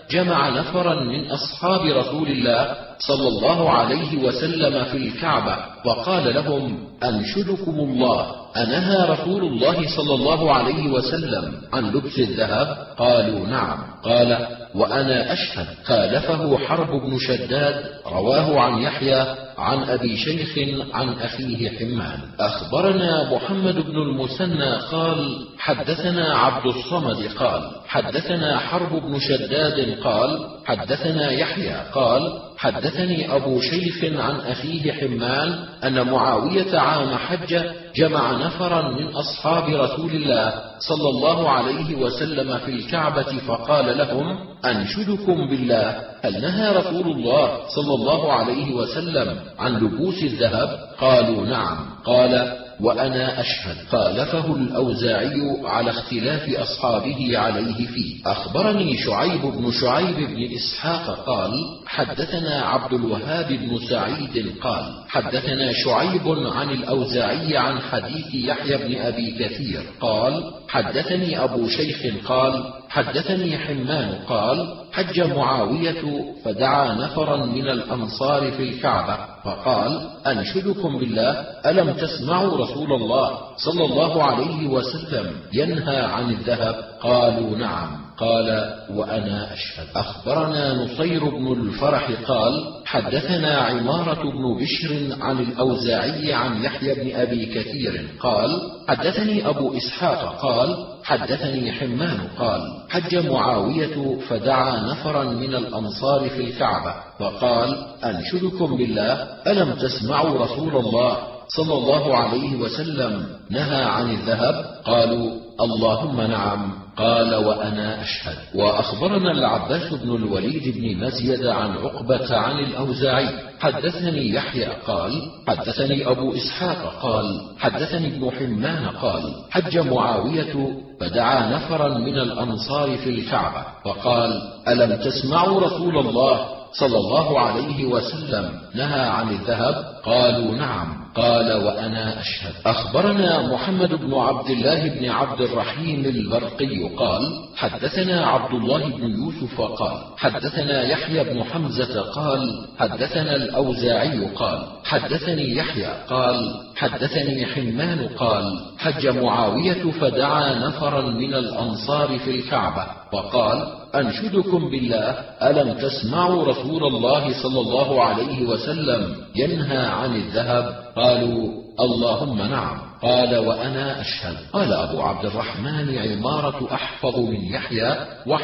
جمع نفرا من أصحاب رسول الله صلى الله عليه وسلم في الكعبة وقال لهم: أنشدكم الله، أنهى رسول الله صلى الله عليه وسلم عن لبس الذهب؟ قالوا: نعم. قال: وأنا أشهد. خالفه حرب بن شداد، رواه عن يحيى عن أبي شيخ عن أخيه حمان. أخبرنا محمد بن المثنى قال: حدثنا عبد الصمد قال: حدثنا حرب بن شداد قال: حدثنا يحيى قال: حدثني أبو شيخ عن أخيه حمان أن معاوية عام حجة جمع نفرا من أصحاب رسول الله صلى الله عليه وسلم في الكعبة فقال لهم: أنشدكم بالله، هل نهى رسول الله صلى الله عليه وسلم عن لبوس الذهب؟ قالوا: نعم. قال: وأنا أشهد. خالفه الأوزاعي على اختلاف أصحابه عليه فيه. أخبرني شعيب بن شعيب بن إسحاق قال: حدثنا عبد الوهاب بن سعيد قال: حدثنا شعيب عن الأوزاعي عن حديث يحيى بن أبي كثير قال: حدثني أبو شيخ قال: حدثني حمان قال: حج معاوية فدعا نفرا من الأنصار في الكعبة فقال: أنشدكم بالله، ألم تسمعوا رسول الله صلى الله عليه وسلم ينهى عن الذهب؟ قالوا: نعم. قال: وأنا أشهد. أخبرنا نصير بن الفرح قال: حدثنا عمارة بن بشر عن الأوزاعي عن يحيى بن أبي كثير قال: حدثني أبو إسحاق قال: حدثني حمان قال: حج معاوية فدعا نفرا من الأنصار في الكعبة فقال: أنشدكم بالله، ألم تسمعوا رسول الله صلى الله عليه وسلم نهى عن الذهب؟ قالوا: اللهم نعم. قال: وأنا أشهد. وأخبرنا العباس بن الوليد بن مزيد عن عقبة عن الأوزاعي: حدثني يحيى قال: حدثني أبو إسحاق قال: حدثني ابن حمان قال: حج معاوية فدعا نفرا من الأنصار في الكعبة فقال: ألم تسمعوا رسول الله صلى الله عليه وسلم نهى عن الذهب؟ قالوا: نعم. قال: وأنا أشهد. أخبرنا محمد بن عبد الله بن عبد الرحيم البرقي قال: حدثنا عبد الله بن يوسف قال: حدثنا يحيى بن حمزة قال: حدثنا الأوزاعي قال: حدثني يحيى قال: حدثني حمان قال: حج معاوية فدعا نفرا من الأنصار في الكعبة فقال: أنشدكم بالله، ألم تسمعوا رسول الله صلى الله عليه وسلم ينهى عن الذهب؟ قالوا: اللهم نعم. قال: وأنا أشهد. قال أبو عبد الرحمن: عمارة أحفظ من يحيى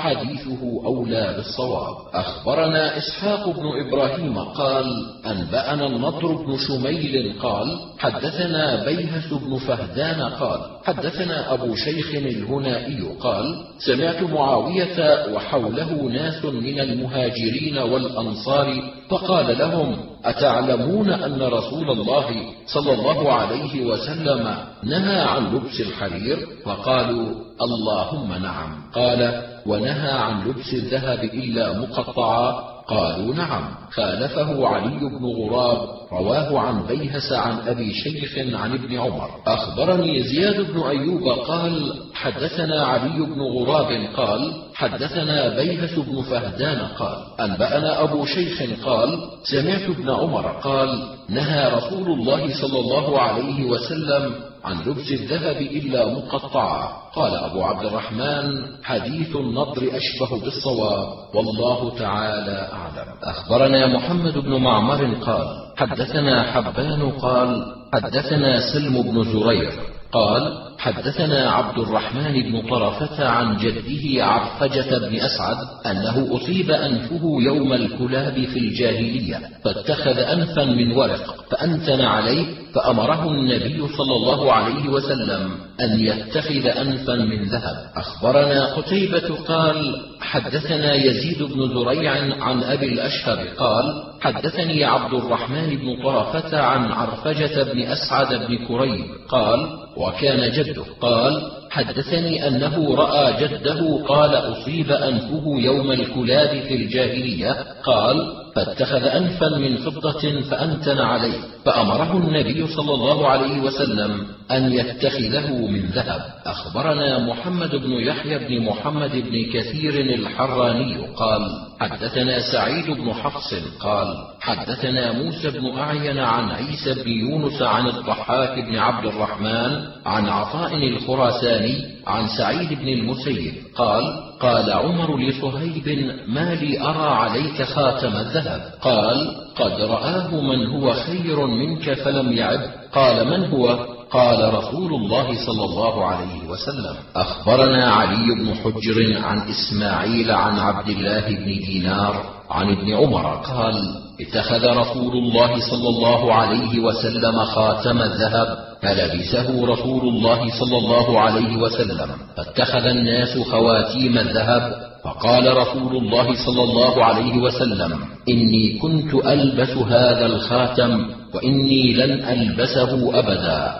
وحديثه أولى بالصواب. أخبرنا إسحاق بن إبراهيم قال: أنبأنا النضر بن شميل قال: حدثنا بيهس بن فهدان قال: حدثنا أبو شيخ الهنائي قال: سمعت معاوية وحوله ناس من المهاجرين والأنصار فقال لهم: أتعلمون أن رسول الله صلى الله عليه وسلم نهى عن لبس الحرير؟ فقالوا: اللهم نعم. قال: ونهى عن لبس الذهب إلا مقطعا؟ قالوا: نعم. خالفه علي بن غراب، رواه عن بيهس عن أبي شيخ عن ابن عمر. أخبرني زياد بن أيوب قال: حدثنا علي بن غراب قال: حدثنا بيهس بن فهدان قال: أنبأنا أبو شيخ قال: سمعت ابن عمر قال: نهى رسول الله صلى الله عليه وسلم عن لبس الذهب إلا مقطعا. قال أبو عبد الرحمن: حديث النضر أشبه بالصواب، والله تعالى أعلم. أخبرنا محمد بن معمر قال: حدثنا حبان قال: حدثنا سلم بن زرير قال: حدثنا عبد الرحمن بن طرفة عن جده عرفجة بن أسعد أنه أصيب أنفه يوم الكلاب في الجاهلية فاتخذ أنفا من ورق فأنتن عليه فأمره النبي صلى الله عليه وسلم أن يتخذ أنفا من ذهب. أخبرنا قتيبة قال: حدثنا يزيد بن زريع عن أبي الأشهر قال: حدثني عبد الرحمن بن طرفة عن عرفجة بن أسعد بن كريب قال: وكان جده قال: حدثني أنه رأى جده قال أصيب أنفه يوم الكلاب في الجاهلية، قال فاتخذ أنفا من فضة فأنتن عليه، فأمره النبي صلى الله عليه وسلم أن يتخذه من ذهب. أخبرنا محمد بن يحيى بن محمد بن كثير الحراني قال حدثنا سعيد بن حفص قال حدثنا موسى بن أعين عن عيسى بن يونس عن الضحاك بن عبد الرحمن عن عطاء الخراساني عن سعيد بن المسيب قال قال عمر لصهيب ما لي أرى عليك خاتم الذهب؟ قال قد رآه من هو خير منك فلم يعب. قال من هو؟ قال رسول الله صلى الله عليه وسلم. أخبرنا علي بن حجر عن إسماعيل عن عبد الله بن دينار عن ابن عمر قال اتخذ رسول الله صلى الله عليه وسلم خاتم الذهب فلبسه رسول الله صلى الله عليه وسلم، فاتخذ الناس خواتيم الذهب، فقال رسول الله صلى الله عليه وسلم إني كنت ألبس هذا الخاتم وإني لن ألبسه أبدا،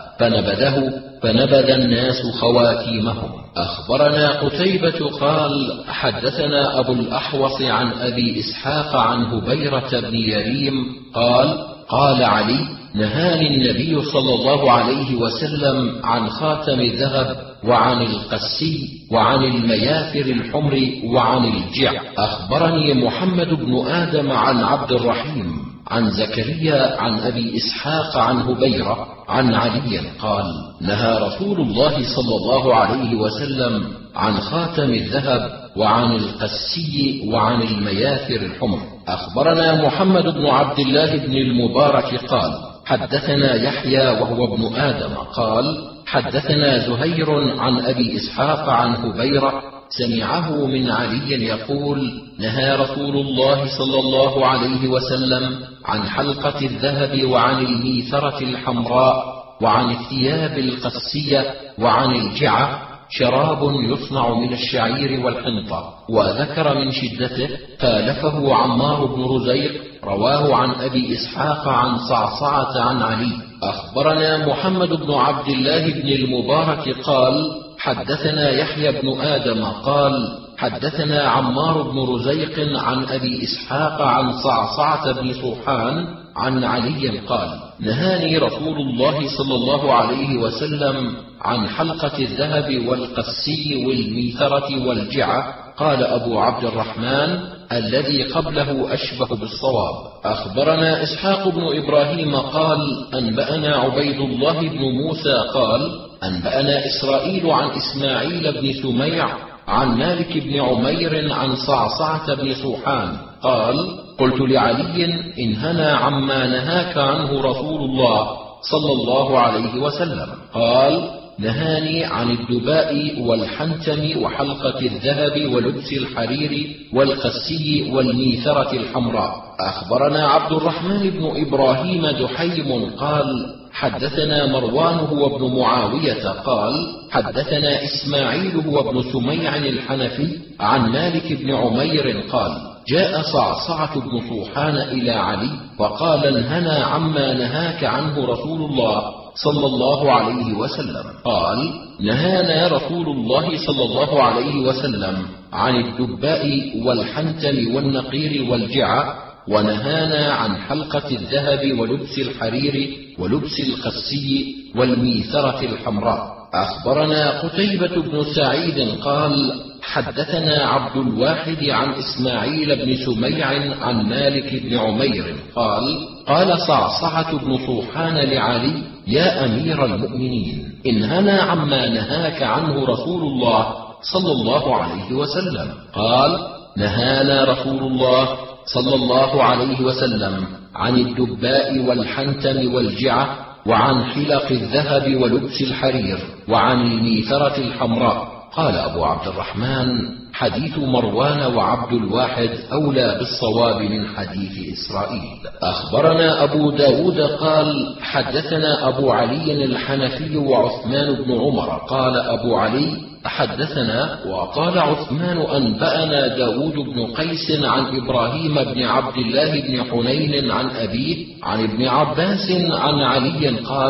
فنبذ الناس خواتيمهم. أخبرنا قتيبة قال حدثنا أبو الأحوص عن أبي إسحاق عن هبيرة بن يريم قال قال علي نهاني النبي صلى الله عليه وسلم عن خاتم الذهب وعن القسي وعن المياثر الحمر وعن الجع. أخبرني محمد بن آدم عن عبد الرحيم عن زكريا عن أبي إسحاق عن هبيرة عن علي قال نهى رسول الله صلى الله عليه وسلم عن خاتم الذهب وعن القسي وعن المياثر الحمر. أخبرنا محمد بن عبد الله بن المبارك قال حدثنا يحيى وهو ابن آدم قال حدثنا زهير عن أبي إسحاق عن هبيرة سمعه من علي يقول نهى رسول الله صلى الله عليه وسلم عن حلقة الذهب وعن الميثرة الحمراء وعن الثياب القسية وعن الجعة، شراب يصنع من الشعير والحنطة. وذكر من شدته خالفه عمار بن رزيق رواه عن أبي إسحاق عن صعصعة عن علي. أخبرنا محمد بن عبد الله بن المبارك قال حدثنا يحيى بن آدم قال حدثنا عمار بن رزيق عن أبي إسحاق عن صعصعة بن صوحان عن علي قال نهاني رسول الله صلى الله عليه وسلم عن حلقة الذهب والقسي والميثرة والجعة. قال أبو عبد الرحمن الذي قبله أشبه بالصواب. أخبرنا إسحاق بن إبراهيم قال أنبأنا عبيد الله بن موسى قال أنبأنا إسرائيل عن إسماعيل بن سميع عن مالك بن عمير عن صعصعة بن صوحان قال قلت لعلي انهنا عما نهاك عنه رسول الله صلى الله عليه وسلم. قال نهاني عن الدباء والحنتم وحلقة الذهب ولبس الحرير والقسي والميثرة الحمراء. أخبرنا عبد الرحمن بن إبراهيم دحيم قال حدثنا مروان هو ابن معاوية قال حدثنا إسماعيل هو ابن سميع الحنفي عن مالك بن عمير قال جاء صعصعة بن صوحان إلى علي وقال انهنا عما نهاك عنه رسول الله صلى الله عليه وسلم. قال نهانا رسول الله صلى الله عليه وسلم عن الدباء والحنتم والنقير والجعة، ونهانا عن حلقة الذهب ولبس الحرير ولبس القسي والميثرة الحمراء. أخبرنا قتيبة بن سعيد قال حدثنا عبد الواحد عن إسماعيل بن سميع عن مالك بن عمير قال قال صعصعة بن صوحان لعلي يا أمير المؤمنين انهنا عما نهاك عنه رسول الله صلى الله عليه وسلم. قال نهانا رسول الله صلى الله عليه وسلم عن الدباء والحنتم والجعة وعن حلق الذهب ولبس الحرير وعن الميثرة الحمراء. قال أبو عبد الرحمن حديث مروان وعبد الواحد أولى بالصواب من حديث إسرائيل. أخبرنا أبو داود قال حدثنا أبو علي الحنفي وعثمان بن عمر. قال أبو علي حدثنا وقال عثمان أنبأنا داود بن قيس عن إبراهيم بن عبد الله بن حنين عن أبيه عن ابن عباس عن علي قال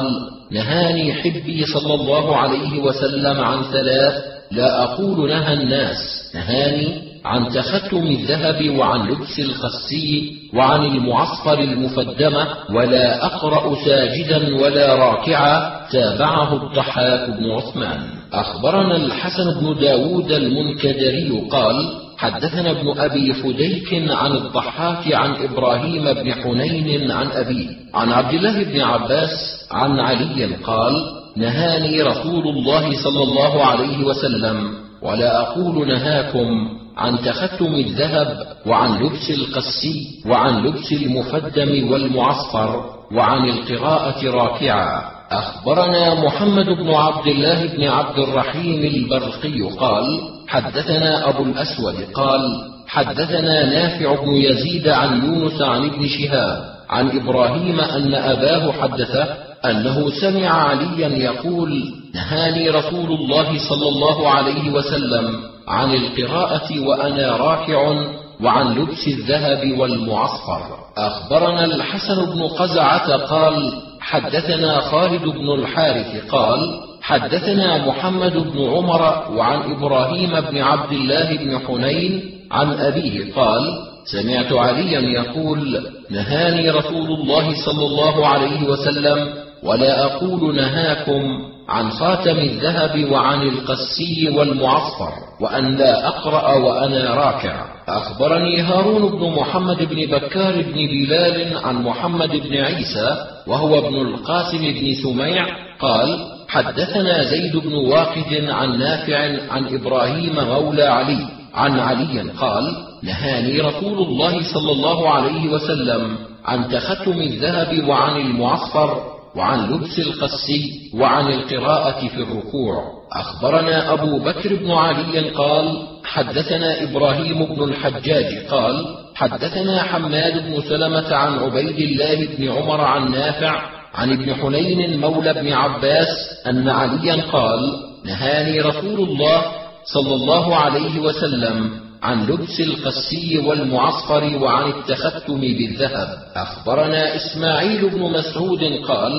نهاني حبي صلى الله عليه وسلم عن ثلاث لا أقول نهى الناس. نهاني عن تختم الذهب وعن لبس الخسي وعن المعصفر المفدمة، ولا أقرأ ساجدا ولا راكعا. تابعه الضحاك بن عثمان. أخبرنا الحسن بن داود المنكدري قال حدثنا ابن أبي فديك عن الضحاك عن إبراهيم بن حنين عن أبيه عن عبد الله بن عباس عن علي قال نهاني رسول الله صلى الله عليه وسلم، ولا أقول نهاكم، عن تختم الذهب وعن لبس القسي وعن لبس المفدم والمعصفر وعن القراءة راكعا. أخبرنا محمد بن عبد الله بن عبد الرحيم البرقي قال حدثنا أبو الأسود قال حدثنا نافع بن يزيد عن يونس عن ابن شهاب عن إبراهيم أن أباه حدثه أنه سمع عليا يقول نهاني رسول الله صلى الله عليه وسلم عن القراءة وأنا راكع وعن لبس الذهب والمعصفر. أخبرنا الحسن بن قزعة قال حدثنا خالد بن الحارث قال حدثنا محمد بن عمر وعن إبراهيم بن عبد الله بن حنين عن أبيه قال سمعت عليا يقول نهاني رسول الله صلى الله عليه وسلم، ولا أقول نهاكم، عن خاتم الذهب وعن القسي والمعصفر، وأن لا أقرأ وأنا راكع. أخبرني هارون بن محمد بن بكار بن بلال عن محمد بن عيسى وهو ابن القاسم بن سميع قال حدثنا زيد بن واقد عن نافع عن إبراهيم مولى علي عن علي قال نهاني رسول الله صلى الله عليه وسلم عن تختم الذهب وعن المعصفر وعن لبس القسي وعن القراءة في الركوع. أخبرنا أبو بكر بن علي قال حدثنا إبراهيم بن الحجاج قال حدثنا حماد بن سلمة عن عبيد الله بن عمر عن نافع عن ابن حنين مولى بن عباس أن عليا قال نهاني رسول الله صلى الله عليه وسلم عن لبس القسي والمعصفر وعن التختم بالذهب. أخبرنا إسماعيل بن مسعود قال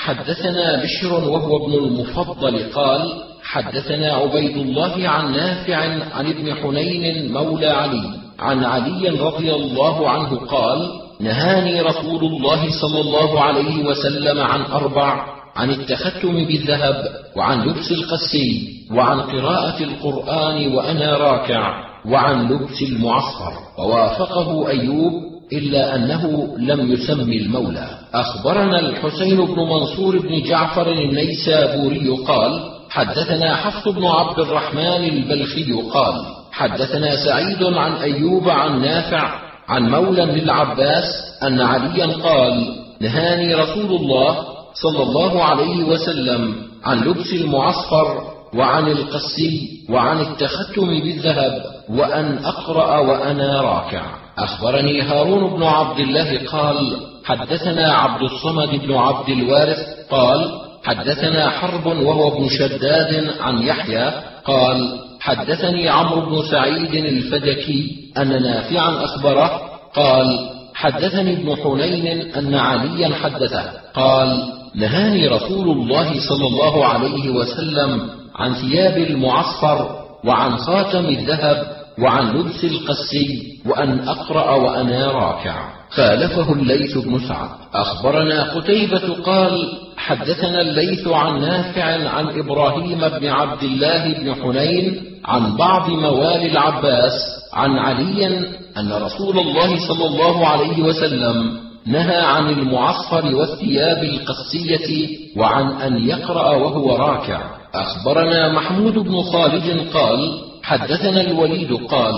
حدثنا بشر وهو ابن المفضل قال حدثنا عبيد الله عن نافع عن ابن حنين مولى علي عن علي رضي الله عنه قال نهاني رسول الله صلى الله عليه وسلم عن أربع: عن التختم بالذهب، وعن لبس القسي، وعن قراءة القرآن وأنا راكع، وعن لبس المعصفر. ووافقه أيوب إلا أنه لم يسمي المولى. أخبرنا الحسين بن منصور بن جعفر النيسابوري قال حدثنا حفص بن عبد الرحمن البلخي قال حدثنا سعيد عن أيوب عن نافع عن مولى للعباس أن عليا قال نهاني رسول الله صلى الله عليه وسلم عن لبس المعصفر وعن القسي وعن التختم بالذهب وأن أقرأ وأنا راكع. أخبرني هارون بن عبد الله قال حدثنا عبد الصمد بن عبد الوارث قال حدثنا حرب وهو ابن شداد عن يحيى قال حدثني عمرو بن سعيد الفدكي أن نافعا أخبره قال حدثني ابن حنين أن عليا حدثه قال نهاني رسول الله صلى الله عليه وسلم عن ثياب المعصفر وعن خاتم الذهب وعن لبس القسي وأن أقرأ وأنا راكع. خالفه الليث بن سعد. أخبرنا قتيبة قال حدثنا الليث عن نافع عن إبراهيم بن عبد الله بن حنين عن بعض موالي العباس عن علي أن رسول الله صلى الله عليه وسلم نهى عن المعصفر والثياب القسية وعن أن يقرأ وهو راكع. أخبرنا محمود بن خالد قال حدثنا الوليد قال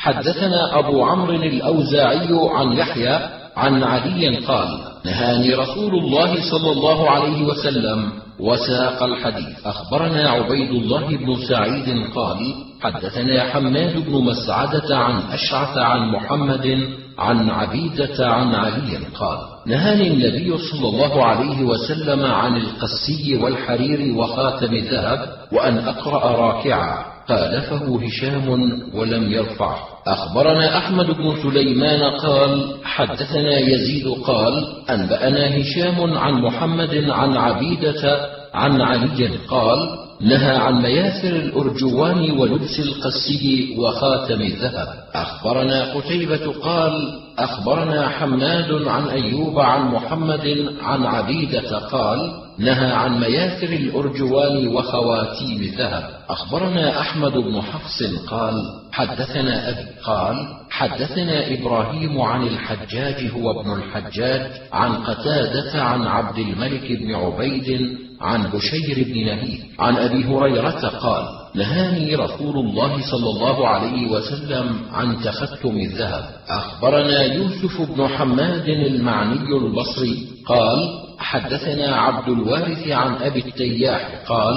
حدثنا أبو عمرو الأوزاعي عن يحيى عن علي قال نهاني رسول الله صلى الله عليه وسلم وساق الحديث. أخبرنا عبيد الله بن سعيد قال حدثنا حماد بن مسعدة عن أشعث عن محمد عن عبيدة عن علي قال نهاني النبي صلى الله عليه وسلم عن القسي والحرير وخاتم الذهب وأن أقرأ راكعا. خالفه هشام ولم يرفعه. أخبرنا أحمد بن سليمان قال حدثنا يزيد قال أنبأنا هشام عن محمد عن عبيدة عن علي قال نهى عن مياثر الأرجوان ولبس القسي وخاتم الذهب. أخبرنا قتيبة قال أخبرنا حماد عن أيوب عن محمد عن عبيدة قال نهى عن مياثر الأرجوان وخواتيم الذهب. أخبرنا أحمد بن حفص قال حدثنا أبي قال حدثنا إبراهيم عن الحجاج هو ابن الحجاج عن قتادة عن عبد الملك بن عبيد عن بشير بن نهيد عن أبي هريرة قال نهاني رسول الله صلى الله عليه وسلم عن تختم الذهب. أخبرنا يوسف بن حماد المعني البصري قال حدثنا عبد الوارث عن أبي التياح قال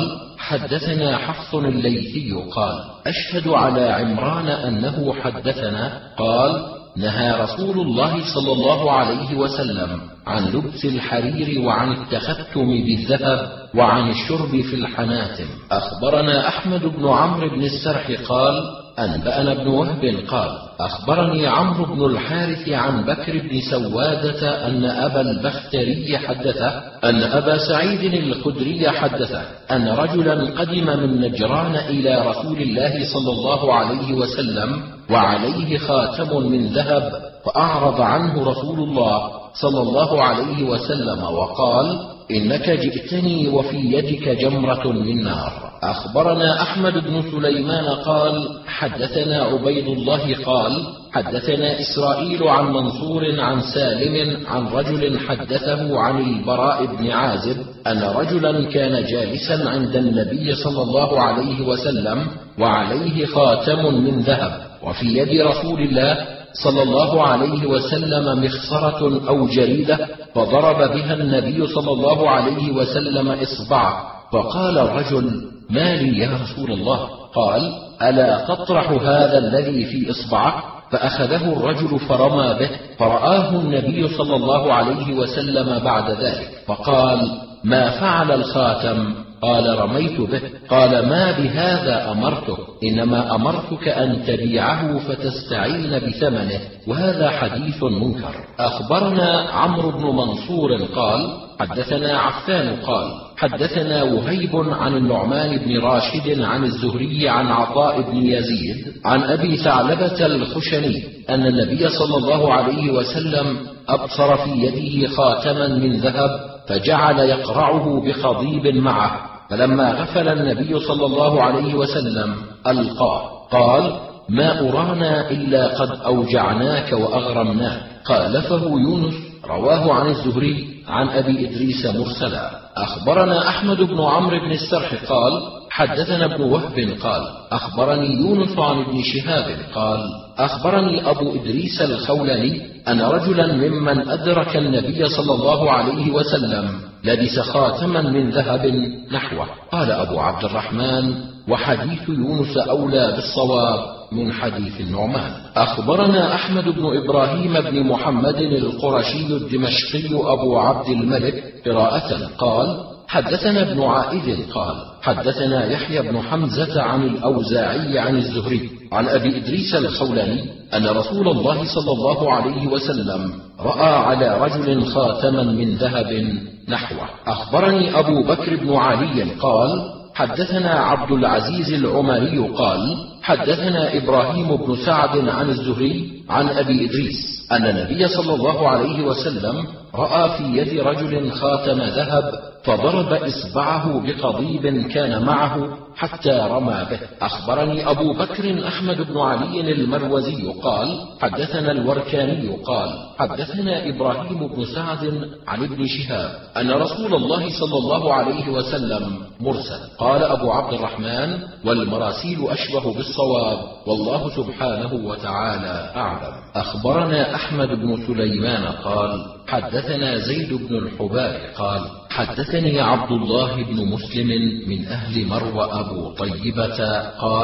حدثنا حفص الليثي قال أشهد على عمران أنه حدثنا قال نهى رسول الله صلى الله عليه وسلم عن لبس الحرير وعن التختم بالذهب وعن الشرب في الحناتم. أخبرنا أحمد بن عمرو بن السرح قال أنبأنا ابن وهب قال أخبرني عمرو بن الحارث عن بكر بن سوادة أن أبا البختري حدثه أن أبا سعيد الخدري حدثه أن رجلا قدم من نجران إلى رسول الله صلى الله عليه وسلم وعليه خاتم من ذهب فأعرض عنه رسول الله صلى الله عليه وسلم وقال إنك جئتني وفي يدك جمرة من نار. أخبرنا أحمد بن سليمان قال حدثنا عبيد الله قال حدثنا إسرائيل عن منصور عن سالم عن رجل حدثه عن البراء بن عازب أن رجلا كان جالسا عند النبي صلى الله عليه وسلم وعليه خاتم من ذهب وفي يد رسول الله صلى الله عليه وسلم مخصرة أو جريدة فضرب بها النبي صلى الله عليه وسلم إصبعه فقال الرجل ما لي يا رسول الله؟ قال ألا تطرح هذا الذي في إصبعك؟ فأخذه الرجل فرمى به فرآه النبي صلى الله عليه وسلم بعد ذلك فقال ما فعل الخاتم؟ قال رميت به. قال ما بهذا أمرتك إنما أمرتك أن تبيعه فتستعين بثمنه وهذا حديث منكر. أخبرنا عمرو بن منصور قال حدثنا عفان قال حدثنا وهيب عن النعمان بن راشد عن الزهري عن عطاء بن يزيد عن أبي ثعلبة الخشني أن النبي صلى الله عليه وسلم أبصر في يده خاتما من ذهب فجعل يقرعه بخضيب معه فلما غفل النبي صلى الله عليه وسلم ألقاه قال ما أرانا إلا قد أوجعناك وأغرمناك. خالفه يونس رواه عن الزهري عن أبي إدريس مرسلا. أخبرنا أحمد بن عمرو بن السرح قال حدثنا ابن وهب قال أخبرني يونس عن ابن شهاب قال أخبرني أبو إدريس الخولاني أن رجلا ممن أدرك النبي صلى الله عليه وسلم لبس خاتما من ذهب نحوه. قال أبو عبد الرحمن وحديث يونس أولى بالصواب من حديث النعمان. أخبرنا أحمد بن إبراهيم بن محمد القرشي الدمشقي أبو عبد الملك قراءة قال حدثنا ابن عائذ قال حدثنا يحيى بن حمزة عن الأوزاعي عن الزهري عن أبي إدريس الخولاني أن رسول الله صلى الله عليه وسلم رأى على رجل خاتما من ذهب نحوه. أخبرني أبو بكر بن علي قال حدثنا عبد العزيز العمري قال حدثنا إبراهيم بن سعد عن الزهري عن أبي إدريس أن النبي صلى الله عليه وسلم رأى في يد رجل خاتم ذهب فضرب إصبعه بقضيب كان معه حتى رمى به. أخبرني أبو بكر أحمد بن علي المروزي قال حدثنا الوركاني قال حدثنا إبراهيم بن سعد عن ابن شهاب أن رسول الله صلى الله عليه وسلم مرسل. قال أبو عبد الرحمن والمراسيل أشبه بالصواب والله سبحانه وتعالى أعلم. أخبرنا أحمد بن سليمان قال حدثنا زيد بن الحباب قال حدثني عبد الله بن مسلم من أهل مروى أبو طيبة قال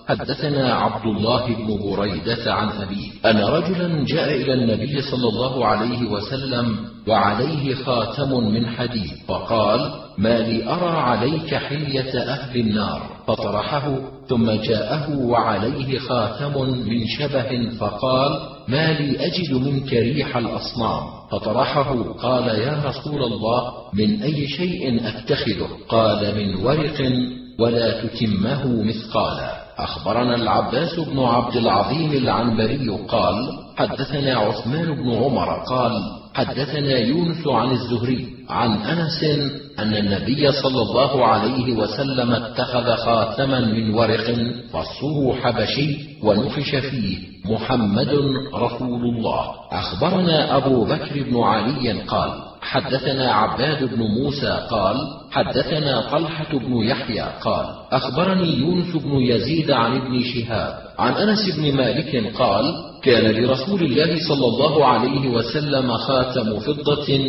حدثنا عبد الله بن بريدة عن أبيه أن رجلا جاء إلى النبي صلى الله عليه وسلم وعليه خاتم من حديد، فقال: ما لي أرى عليك حلية أهل النار، فطرحه، ثم جاءه وعليه خاتم من شبه، فقال: ما لي أجد منك ريح الأصنام، فطرحه. قال: يا رسول الله، من أي شيء أتخذه؟ قال: من ورق، ولا تتمه مثقالا. أخبرنا العباس بن عبد العظيم العنبري قال: حدثنا عثمان بن عمر قال: حدثنا يونس عن الزهري عن أنس أن النبي صلى الله عليه وسلم اتخذ خاتما من ورق فصه حبشي ونقش فيه: محمد رسول الله. أخبرنا أبو بكر بن علي قال: حدثنا عباد بن موسى قال: حدثنا طلحة بن يحيى قال: أخبرني يونس بن يزيد عن ابن شهاب عن أنس بن مالك قال: كان لرسول الله صلى الله عليه وسلم خاتم فضة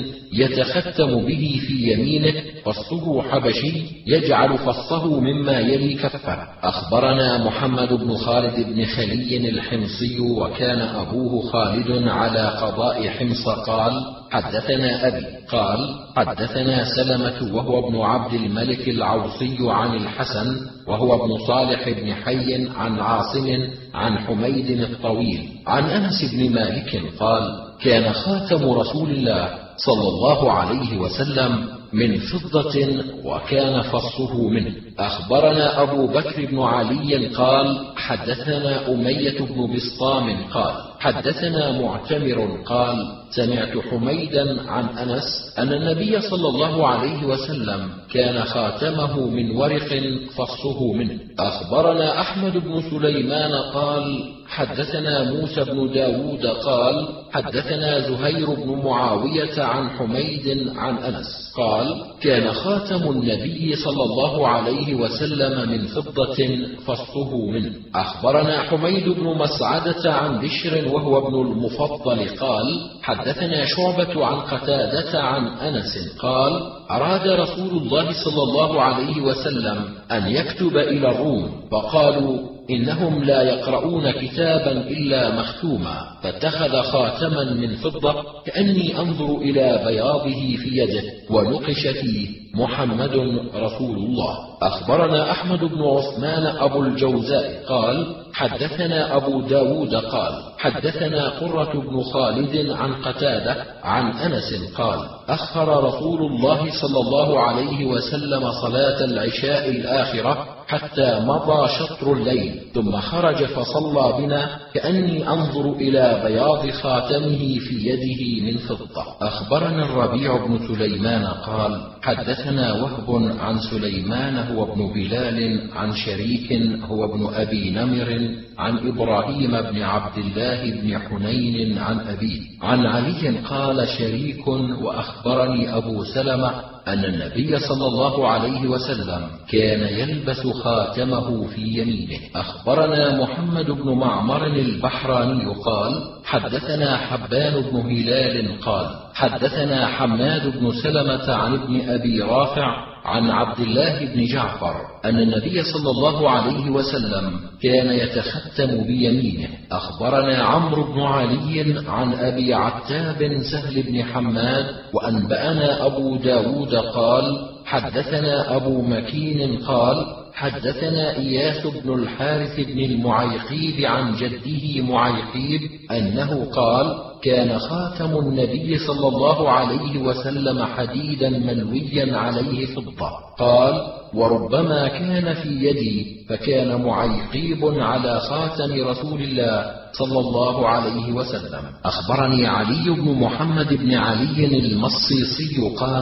يتختم به في يمينه، فصه حبشي يجعل فصه مما يلي كفه. أخبرنا محمد بن خالد بن خلي الحمصي وكان أبوه خالد على قضاء حمص قال: حدثنا أبي قال: حدثنا سلمة وهو ابن عبد الملك العوصي عن الحسن وهو ابن صالح بن حي عن عاصم عن حميد الطويل عن أنس بن مالك قال: كان خاتم رسول الله صلى الله عليه وسلم من فضة وكان فصه منه. أخبرنا أبو بكر بن علي قال: حدثنا أمية بن بسطام قال: حدثنا معتمر قال: سمعت حميدا عن أنس أن النبي صلى الله عليه وسلم كان خاتمه من ورق فصه منه. أخبرنا أحمد بن سليمان قال: حدثنا موسى بن داود قال: حدثنا زهير بن معاوية عن حميد عن أنس قال: كان خاتم النبي صلى الله عليه وسلم من فضة فصه منه. أخبرنا حميد بن مسعدة عن بشر وهو ابن المفضل قال: حدثنا شعبة عن قتادة عن أنس قال: أراد رسول الله صلى الله عليه وسلم أن يكتب إلى الروم، فقالوا: إنهم لا يقرؤون كتابا إلا مختوما، فاتخذ خاتما من فضة كأني أنظر إلى بياضه في يده ونقش فيه: محمد رسول الله. أخبرنا أحمد بن عثمان أبو الجوزاء قال: حدثنا أبو داود قال: حدثنا قرة بن خالد عن قتادة عن أنس قال: أخر رسول الله صلى الله عليه وسلم صلاة العشاء الآخرة حتى مضى شطر الليل، ثم خرج فصلى بنا كأني أنظر إلى بياض خاتمه في يده من فضة. أخبرنا الربيع بن سليمان قال: حدثنا وهب عن سليمان هو ابن بلال عن شريك هو ابن أبي نمر عن إبراهيم بن عبد الله بن حنين عن أبيه عن علي قال: شريك وأخبرني أبو سلمة أن النبي صلى الله عليه وسلم كان يلبس خاتمه في يمينه. أخبرنا محمد بن معمر البحراني قال: حدثنا حبان بن هلال قال: حدثنا حماد بن سلمة عن ابن أبي رافع عن عبد الله بن جعفر أن النبي صلى الله عليه وسلم كان يتختم بيمينه. أخبرنا عمرو بن علي عن أبي عتاب سهل بن حماد وأنبأنا أبو داود قال: حدثنا أبو مكين قال: حدثنا إياس بن الحارث بن المعيقيب عن جده معيقيب أنه قال: كان خاتم النبي صلى الله عليه وسلم حديدا ملويا عليه فضة. قال: وربما كان في يدي، فكان معيقيب على خاتم رسول الله صلى الله عليه وسلم. أخبرني علي بن محمد بن علي المصيصي قال: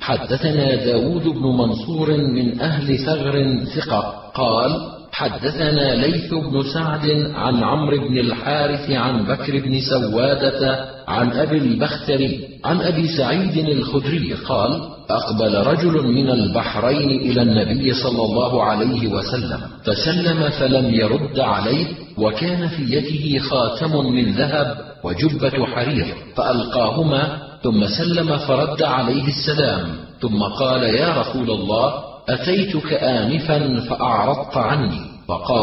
حدثنا داود بن منصور من أهل ثغر ثقة قال: حدثنا ليث بن سعد عن عمرو بن الحارث عن بكر بن سوادة عن أبي البختري عن أبي سعيد الخدري قال: أقبل رجل من البحرين إلى النبي صلى الله عليه وسلم فسلم فلم يرد عليه، وكان في يده خاتم من ذهب وجبة حرير، فألقاهما ثم سلم فرد عليه السلام، ثم قال: يا رسول الله، أتيتك آنفا فأعرضت عني، فقال: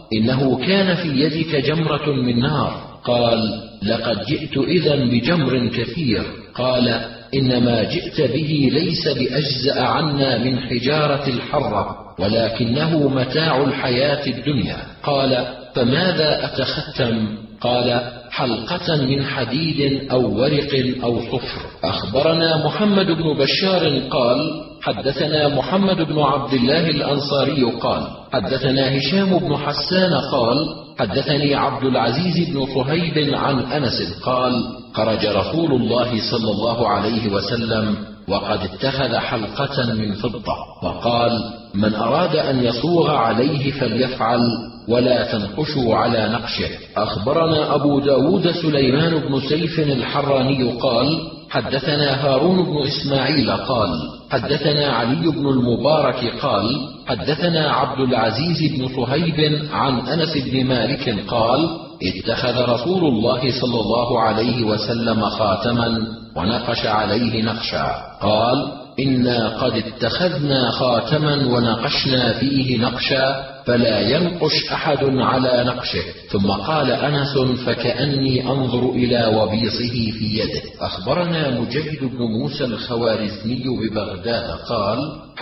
إنه كان في يدك جمرة من نار. قال: لقد جئت إذن بجمر كثير. قال: إنما جئت به ليس بأجزأ عنا من حجارة الحرة، ولكنه متاع الحياة الدنيا. قال: فماذا أتختم؟ قال: حلقة من حديد أو ورق أو صفر. أخبرنا محمد بن بشار قال: حدثنا محمد بن عبد الله الأنصاري قال: حدثنا هشام بن حسان قال: حدثني عبد العزيز بن صهيب عن أنس قال: خرج رسول الله صلى الله عليه وسلم وقد اتخذ حلقة من فضة، وقال: من أراد أن يصوغ عليه فليفعل، ولا تنقشوا على نقشه. أخبرنا أبو داود سليمان بن سيف الحراني قال: حدثنا هارون بن إسماعيل قال: حدثنا علي بن المبارك قال: حدثنا عبد العزيز بن صهيب عن أنس بن مالك قال: اتخذ رسول الله صلى الله عليه وسلم خاتما ونقش عليه نقشا. قال: إنا قد اتخذنا خاتما ونقشنا فيه نقشا، فلا ينقش أحد على نقشه. ثم قال أنس: فكأني أنظر إلى وبيصه في يده. أخبرنا مجاهد بن موسى الخوارزمي ببغداد قال: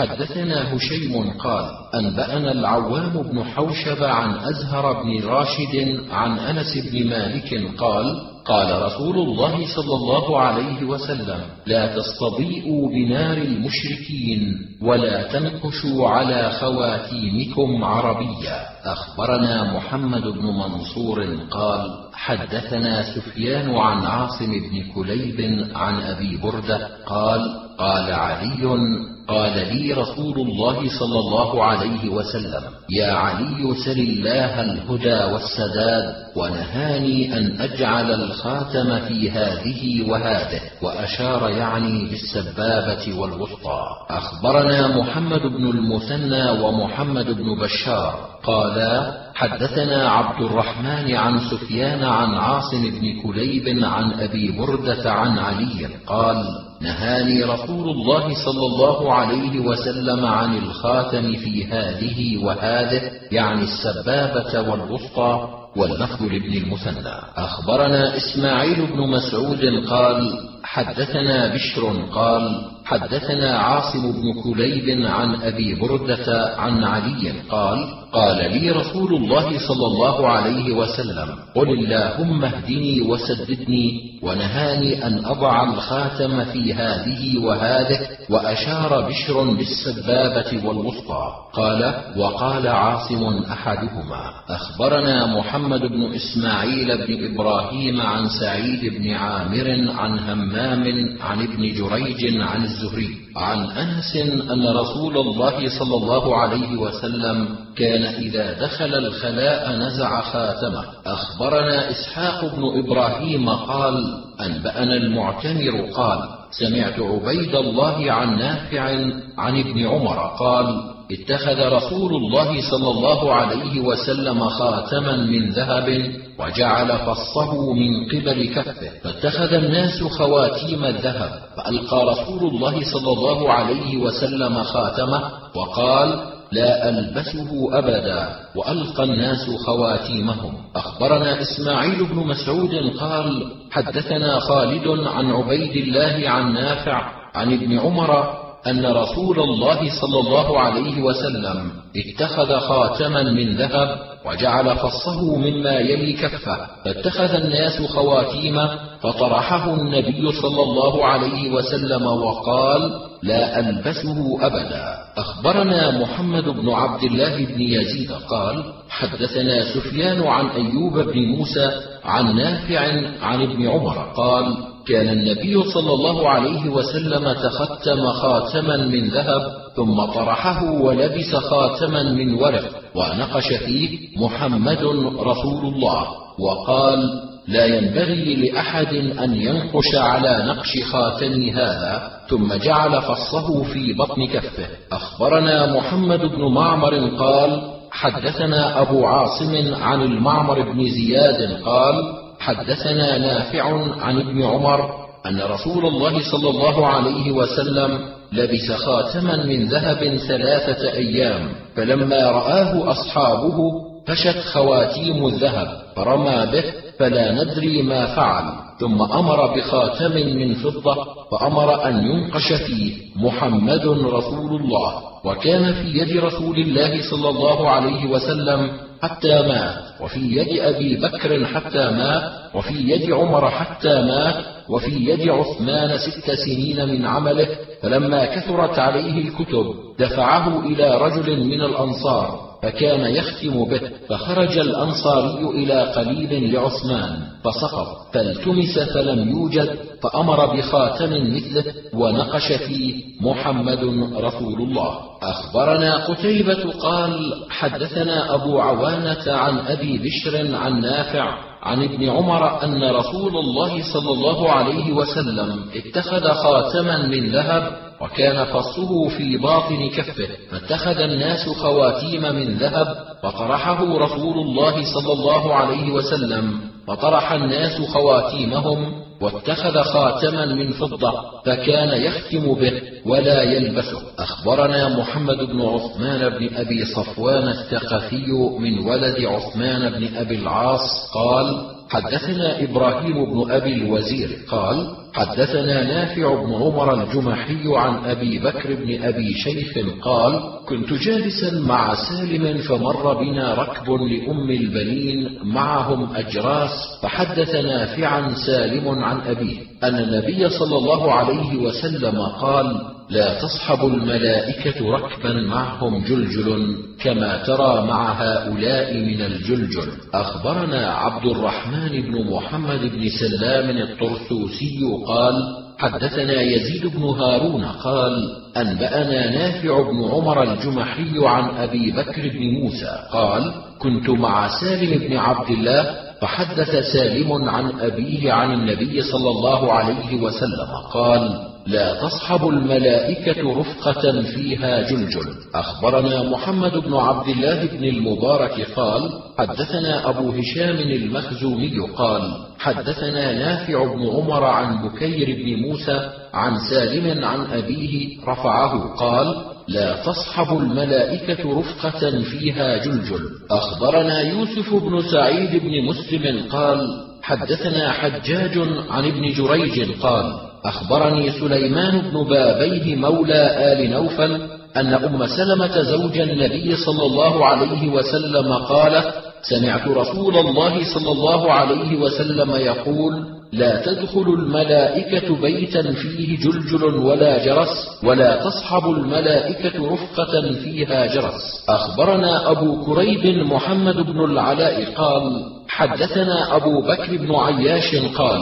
حدثنا هشيم قال: أنبأنا العوام بن حوشب عن أزهر بن راشد عن أنس بن مالك قال: قال رسول الله صلى الله عليه وسلم: لا تستضيئوا بنار المشركين، ولا تنقشوا على خواتيمكم عربيا. أخبرنا محمد بن منصور قال: حدثنا سفيان عن عاصم بن كليب عن أبي بردة قال: قال علي: قال لي رسول الله صلى الله عليه وسلم: يا علي سل الله الهدى والسداد، ونهاني أن أجعل الخاتم في هذه وهذه، وأشار يعني بالسبابة والوسطى. أخبرنا محمد بن المثنى ومحمد بن بشار قالا: حدثنا عبد الرحمن عن سفيان عن عاصم بن كليب عن أبي بردة عن علي قال: نهاني رسول الله صلى الله عليه وسلم عن الخاتم في هذه وهذه، يعني السبابة والوسطى. واللفظ لابن المثنى. أخبرنا إسماعيل بن مسعود قال: حدثنا بشر قال: حدثنا عاصم بن كليب عن أبي بردة عن علي قال: قال لي رسول الله صلى الله عليه وسلم: قل اللهم اهدني وسددني، ونهاني أن أضع الخاتم في هذه وهذه، وأشار بشر بالسبابة والوسطى. قال: وقال عاصم أحدهما. أخبرنا محمد بن إسماعيل بن إبراهيم عن سعيد بن عامر عن همام عن ابن جريج عن الزهري عن أنس أن رسول الله صلى الله عليه وسلم كان إذا دخل الخلاء نزع خاتمه. أخبرنا إسحاق بن إبراهيم قال: أنبأنا المعتمر قال: سمعت عبيد الله عن نافع عن ابن عمر قال: اتخذ رسول الله صلى الله عليه وسلم خاتما من ذهب وجعل فصه من قبل كفه، فاتخذ الناس خواتيم الذهب، فألقى رسول الله صلى الله عليه وسلم خاتمه وقال: لا ألبسه أبدا، وألقى الناس خواتيمهم. أخبرنا إسماعيل بن مسعود قال: حدثنا خالد عن عبيد الله عن نافع عن ابن عمر أن رسول الله صلى الله عليه وسلم اتخذ خاتما من ذهب وجعل فصه مما يلي كفه، فاتخذ الناس خواتيمه، فطرحه النبي صلى الله عليه وسلم وقال: لا ألبسه أبدا. أخبرنا محمد بن عبد الله بن يزيد قال: حدثنا سفيان عن أيوب بن موسى عن نافع عن ابن عمر قال: كان النبي صلى الله عليه وسلم تختم خاتما من ذهب ثم طرحه ولبس خاتما من ورق ونقش فيه: محمد رسول الله، وقال: لا ينبغي لأحد أن ينقش على نقش خاتم هذا، ثم جعل فصه في بطن كفه. أخبرنا محمد بن معمر قال: حدثنا أبو عاصم عن المعمر بن زياد قال: حدثنا نافع عن ابن عمر أن رسول الله صلى الله عليه وسلم لبس خاتما من ذهب 3 أيام، فلما رآه أصحابه فشت خواتيم الذهب فرمى به فلا ندري ما فعل، ثم أمر بخاتم من فضة فأمر أن ينقش فيه محمد رسول الله، وكان في يد رسول الله صلى الله عليه وسلم حتى مات، وفي يد أبي بكر حتى مات، وفي يد عمر حتى مات، وفي يد عثمان 6 سنين من عمله، فلما كثرت عليه الكتب دفعه إلى رجل من الأنصار فكان يختم به، فخرج الأنصاري إلى قليل لعثمان فسقط، فالتمس فلم يوجد، فأمر بخاتم مثله ونقش فيه محمد رسول الله. أخبرنا قتيبة قال حدثنا أبو عوانة عن أبي بشر عن نافع عن ابن عمر أن رسول الله صلى الله عليه وسلم اتخذ خاتما من ذهب وكان فصه في باطن كفه، فاتخذ الناس خواتيم من ذهب فطرحه رسول الله صلى الله عليه وسلم، فطرح الناس خواتيمهم واتخذ خاتما من فضة فكان يختم به ولا يلبسه. أخبرنا محمد بن عثمان بن أبي صفوان الثقفي من ولد عثمان بن أبي العاص قال حدثنا إبراهيم بن أبي الوزير قال حدثنا نافع بن عمر الجمحي عن أبي بكر بن أبي شيخ قال كنت جالسا مع سالم فمر بنا ركب لأم البنين معهم أجراس، فحدث نافعا سالم عن أبيه أن النبي صلى الله عليه وسلم قال لا تصحب الملائكة ركبا معهم جلجل كما ترى مع هؤلاء من الجلجل. أخبرنا عبد الرحمن بن محمد بن سلام الطرسوسي قال حدثنا يزيد بن هارون قال أنبأنا نافع بن عمر الجمحي عن أبي بكر بن موسى قال كنت مع سالم بن عبد الله فحدث سالم عن أبيه عن النبي صلى الله عليه وسلم قال لا تصحب الملائكة رفقة فيها جلجل. أخبرنا محمد بن عبد الله بن المبارك قال حدثنا أبو هشام المخزومي قال حدثنا نافع بن عمر عن بكير بن موسى عن سالم عن أبيه رفعه قال لا تصحب الملائكة رفقة فيها جلجل. أخبرنا يوسف بن سعيد بن مسلم قال حدثنا حجاج عن ابن جريج قال أخبرني سليمان بن بابيه مولى آل نوفل أن أم سلمة زوج النبي صلى الله عليه وسلم قال سمعت رسول الله صلى الله عليه وسلم يقول لا تدخل الملائكة بيتا فيه جلجل ولا جرس ولا تصحب الملائكة رفقة فيها جرس. أخبرنا أبو كريب محمد بن العلاء قال حدثنا أبو بكر بن عياش قال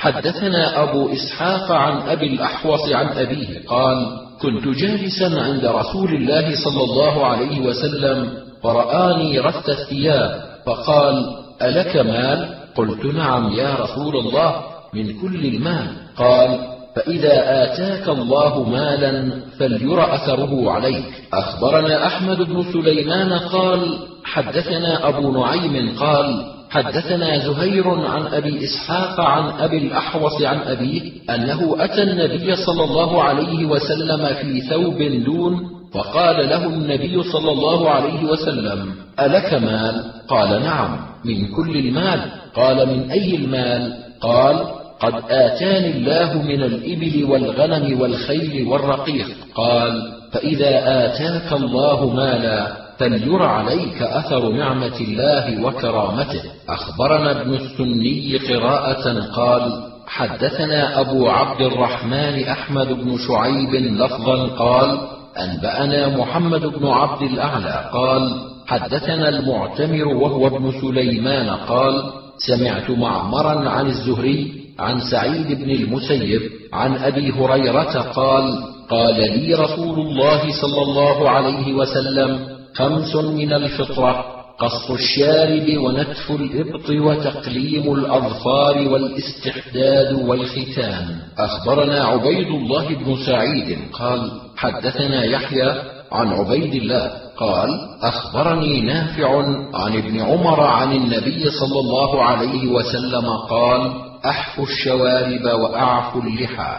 حدثنا أبو إسحاق عن أبي الأحوص عن أبيه قال كنت جالسا عند رسول الله صلى الله عليه وسلم فرآني رث الثياب فقال ألك مال؟ قلت نعم يا رسول الله من كل المال. قال فإذا آتاك الله مالا فلير أثره عليك. أخبرنا أحمد بن سليمان قال حدثنا أبو نعيم قال حدثنا زهير عن أبي إسحاق عن أبي الأحوص عن أبيه أنه أتى النبي صلى الله عليه وسلم في ثوب دون فقال له النبي صلى الله عليه وسلم ألك مال؟ قال نعم من كل المال. قال من أي المال؟ قال قد آتاني الله من الإبل والغنم والخيل والرقيق. قال فإذا آتاك الله مالا فلير عليك أثر نعمة الله وكرامته. أخبرنا ابن السني قراءة قال حدثنا أبو عبد الرحمن أحمد بن شعيب لفظا قال أنبأنا محمد بن عبد الأعلى قال حدثنا المعتمر وهو ابن سليمان قال سمعت معمرا عن الزهري عن سعيد بن المسيب عن أبي هريرة قال قال لي رسول الله صلى الله عليه وسلم 5 من الفطرة قص الشارب ونتف الإبط وتقليم الأظفار والاستحداد والختان. أخبرنا عبيد الله بن سعيد قال حدثنا يحيى عن عبيد الله قال أخبرني نافع عن ابن عمر عن النبي صلى الله عليه وسلم قال أحفوا الشوارب وأعفوا اللحى.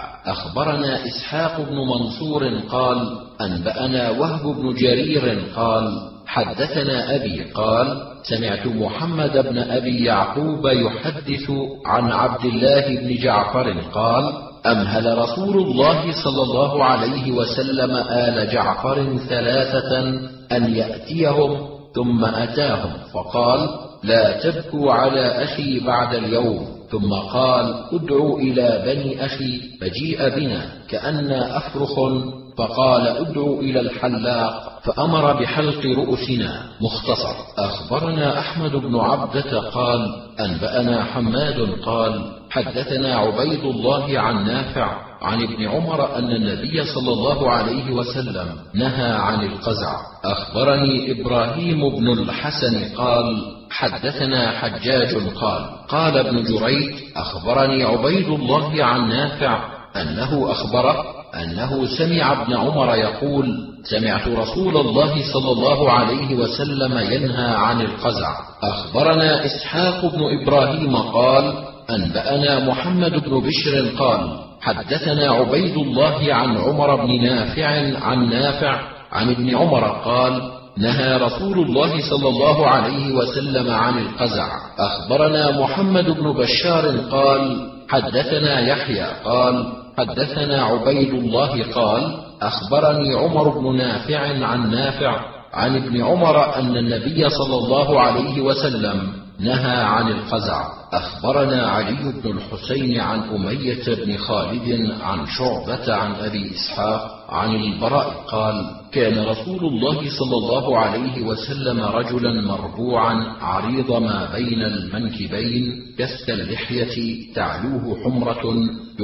أخبرنا إسحاق بن منصور قال أنبأنا وهب بن جرير قال حدثنا أبي قال سمعت محمد بن أبي يعقوب يحدث عن عبد الله بن جعفر قال أمهل رسول الله صلى الله عليه وسلم آل جعفر 3 أن يأتيهم، ثم أتاهم فقال لا تبكوا على أخي بعد اليوم، ثم قال ادعوا إلى بني أخي، فجيء بنا كأننا أفرخ، فقال ادعوا إلى الحلاق، فأمر بحلق رؤوسنا. مختصر. أخبرنا أحمد بن عبدة قال أنبأنا حماد قال حدثنا عبيد الله عن نافع عن ابن عمر أن النبي صلى الله عليه وسلم نهى عن القزع. أخبرني إبراهيم بن الحسن قال حدثنا حجاج قال قال ابن جريج أخبرني عبيد الله عن نافع أنه أخبره أنه سمع ابن عمر يقول سمعت رسول الله صلى الله عليه وسلم ينهى عن القزع. أخبرنا إسحاق بن إبراهيم قال أنبأنا محمد بن بشر قال حدثنا عبيد الله عن عمر بن نافع عن نافع عن ابن عمر قال نهى رسول الله صلى الله عليه وسلم عن القزع. أخبرنا محمد بن بشار قال حدثنا يحيى قال حدثنا عبيد الله قال أخبرني عمر بن نافع عن نافع عن ابن عمر أن النبي صلى الله عليه وسلم نهى عن القزع. أخبرنا علي بن الحسين عن أمية بن خالد عن شعبة عن أبي إسحاق عن البراء قال كان رسول الله صلى الله عليه وسلم رجلا مربوعا عريض ما بين المنكبين كث اللحية تعلوه حمرة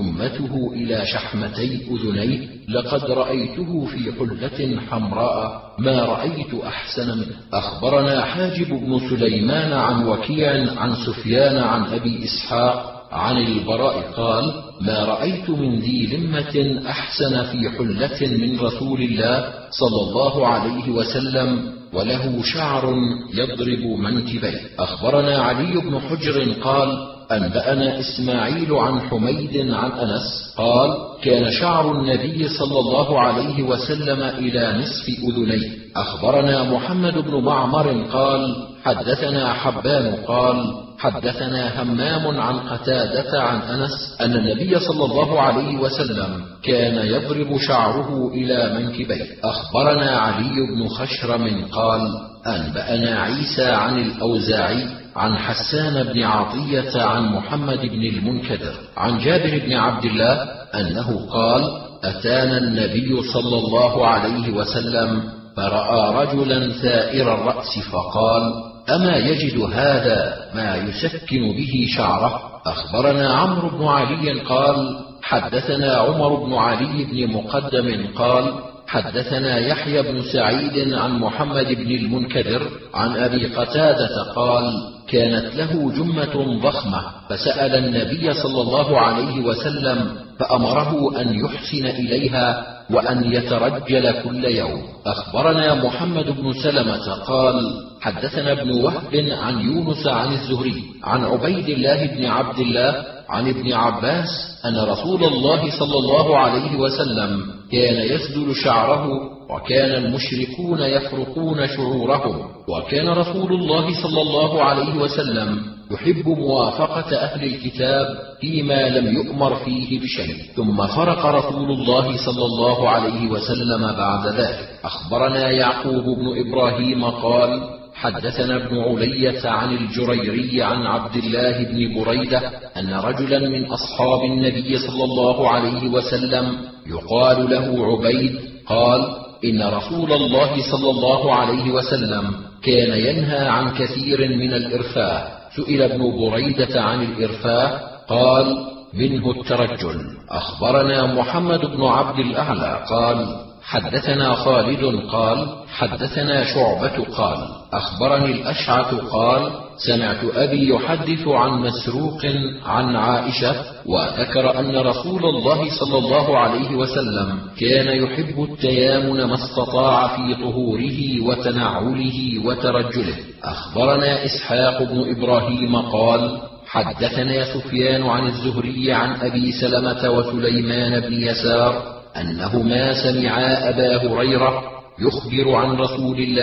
جمته إلى شحمتي أذنيه، لقد رأيته في حلة حمراء ما رأيت أحسن منه. أخبرنا حاجب بن سليمان عن وكيع عن سفيان عن أبي إسحاق عن البراء قال ما رأيت من ذي لمة أحسن في حلة من رسول الله صلى الله عليه وسلم وله شعر يضرب منكبيه. أخبرنا علي بن حجر قال أنبأنا إسماعيل عن حميد عن أنس قال كان شعر النبي صلى الله عليه وسلم إلى نصف أذنيه. أخبرنا محمد بن معمر قال حدثنا حبان قال حدثنا همام عن قتادة عن أنس أن النبي صلى الله عليه وسلم كان يضرب شعره إلى منكبيه. أخبرنا علي بن خشرم قال أنبأنا عيسى عن الأوزاعي عن حسان بن عطية عن محمد بن المنكدر عن جابر بن عبد الله أنه قال أتانا النبي صلى الله عليه وسلم فرأى رجلا ثائر الرأس فقال أما يجد هذا ما يسكن به شعره. أخبرنا عمرو بن علي قال حدثنا عمر بن علي بن مقدم قال حدثنا يحيى بن سعيد عن محمد بن المنكدر عن أبي قتادة قال كانت له جمة ضخمة فسأل النبي صلى الله عليه وسلم فأمره أن يحسن إليها وأن يترجل كل يوم. أخبرنا محمد بن سلمة قال حدثنا ابن وهب عن يونس عن الزهري عن عبيد الله بن عبد الله عن ابن عباس أن رسول الله صلى الله عليه وسلم كان يسدل شعره وكان المشركون يفرقون شعورهم، وكان رسول الله صلى الله عليه وسلم يحب موافقة أهل الكتاب فيما لم يؤمر فيه بشيء. ثم فرق رسول الله صلى الله عليه وسلم بعد ذلك. أخبرنا يعقوب بن إبراهيم قال حدثنا ابن علية عن الجريري عن عبد الله بن بريدة أن رجلا من أصحاب النبي صلى الله عليه وسلم يقال له عبيد قال إن رسول الله صلى الله عليه وسلم كان ينهى عن كثير من الإرفاء. سئل ابن بريدة عن الإرفاء قال منه الترجل. أخبرنا محمد بن عبد الأعلى قال حدثنا خالد قال حدثنا شعبة قال أخبرني الأشعث قال سمعت أبي يحدث عن مسروق عن عائشة وذكر أن رسول الله صلى الله عليه وسلم كان يحب التيامن ما استطاع في طهوره وتنعله وترجله. أخبرنا إسحاق بن إبراهيم قال حدثنا سفيان عن الزهري عن أبي سلمة وسليمان بن يسار أنهما سمعا أبا هريرة يخبر عن رسول الله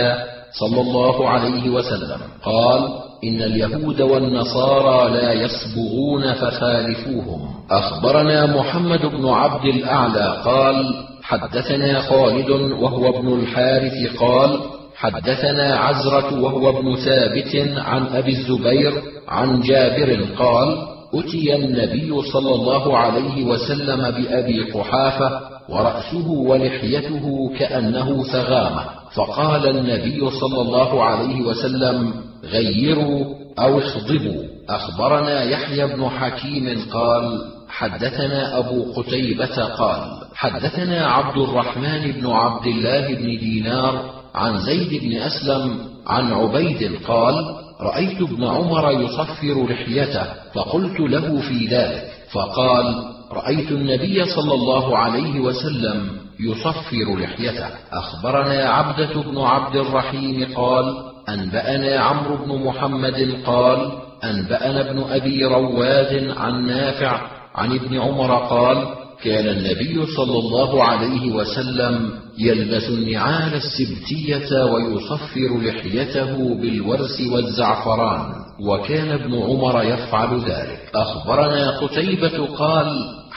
صلى الله عليه وسلم قال: إن اليهود والنصارى لا يصبغون فخالفوهم. أخبرنا محمد بن عبد الأعلى قال: حدثنا خالد وهو ابن الحارث قال: حدثنا عزرة وهو ابن ثابت عن أبي الزبير عن جابر قال: أتي النبي صلى الله عليه وسلم بأبي قحافة ورأسه ولحيته كأنه ثغامة، فقال النبي صلى الله عليه وسلم: غيروا أو اخضبوا. أخبرنا يحيى بن حكيم قال: حدثنا أبو قتيبة قال: حدثنا عبد الرحمن بن عبد الله بن دينار عن زيد بن أسلم عن عبيد قال: رأيت ابن عمر يصفر لحيته، فقلت له في ذلك، فقال: رأيت النبي صلى الله عليه وسلم يصفر لحيته. أخبرنا عبدة بن عبد الرحيم قال: أنبأنا عمرو بن محمد قال: أنبأنا ابن أبي رواد عن نافع عن ابن عمر قال: كان النبي صلى الله عليه وسلم يلبس النعال السبتية ويصفر لحيته بالورس والزعفران، وكان ابن عمر يفعل ذلك. أخبرنا قتيبة قال: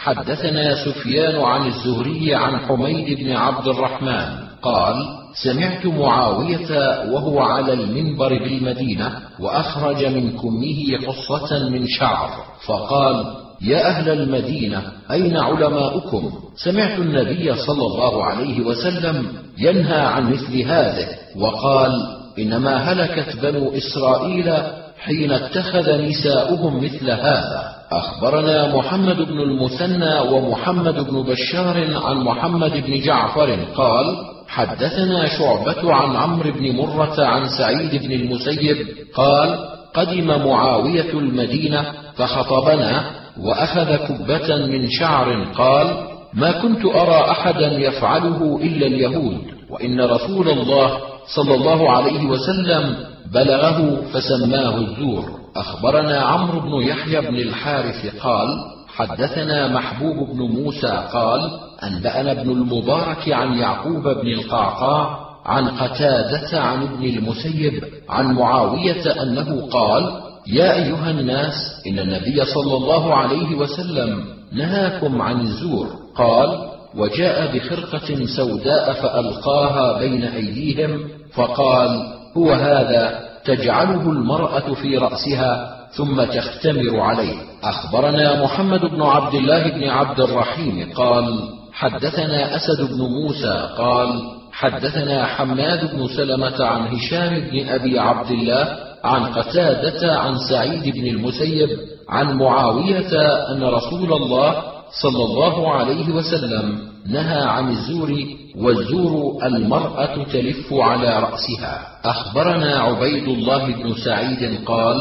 حدثنا سفيان عن الزهري عن حميد بن عبد الرحمن قال: سمعت معاوية وهو على المنبر بالمدينة وأخرج من كمه قصة من شعر، فقال: يا أهل المدينة، أين علماؤكم؟ سمعت النبي صلى الله عليه وسلم ينهى عن مثل هذه، وقال: إنما هلكت بنو إسرائيل حين اتخذ نساؤهم مثل هذا. أخبرنا محمد بن المثنى ومحمد بن بشار عن محمد بن جعفر قال: حدثنا شعبة عن عمرو بن مرة عن سعيد بن المسيب قال: قدم معاوية المدينة فخطبنا وأخذ كبة من شعر، قال: ما كنت أرى أحدا يفعله إلا اليهود، وإن رسول الله صلى الله عليه وسلم بلغه فسماه الزور. أخبرنا عمرو بن يحيى بن الحارث قال: حدثنا محبوب بن موسى قال: أنبأنا ابن المبارك عن يعقوب بن القعقاع عن قتادة عن ابن المسيب عن معاوية أنه قال: يا أيها الناس، إن النبي صلى الله عليه وسلم نهاكم عن الزور. قال: وجاء بخرقة سوداء فألقاها بين أيديهم، فقال: هو هذا تجعله المرأة في رأسها ثم تختمر عليه. أخبرنا محمد بن عبد الله بن عبد الرحيم قال: حدثنا أسد بن موسى قال: حدثنا حماد بن سلمة عن هشام بن أبي عبد الله عن قتادة عن سعيد بن المسيب عن معاوية أن رسول الله صلى الله عليه وسلم نهى عن الزور، والزور المرأة تلف على رأسها. أخبرنا عبيد الله بن سعيد قال: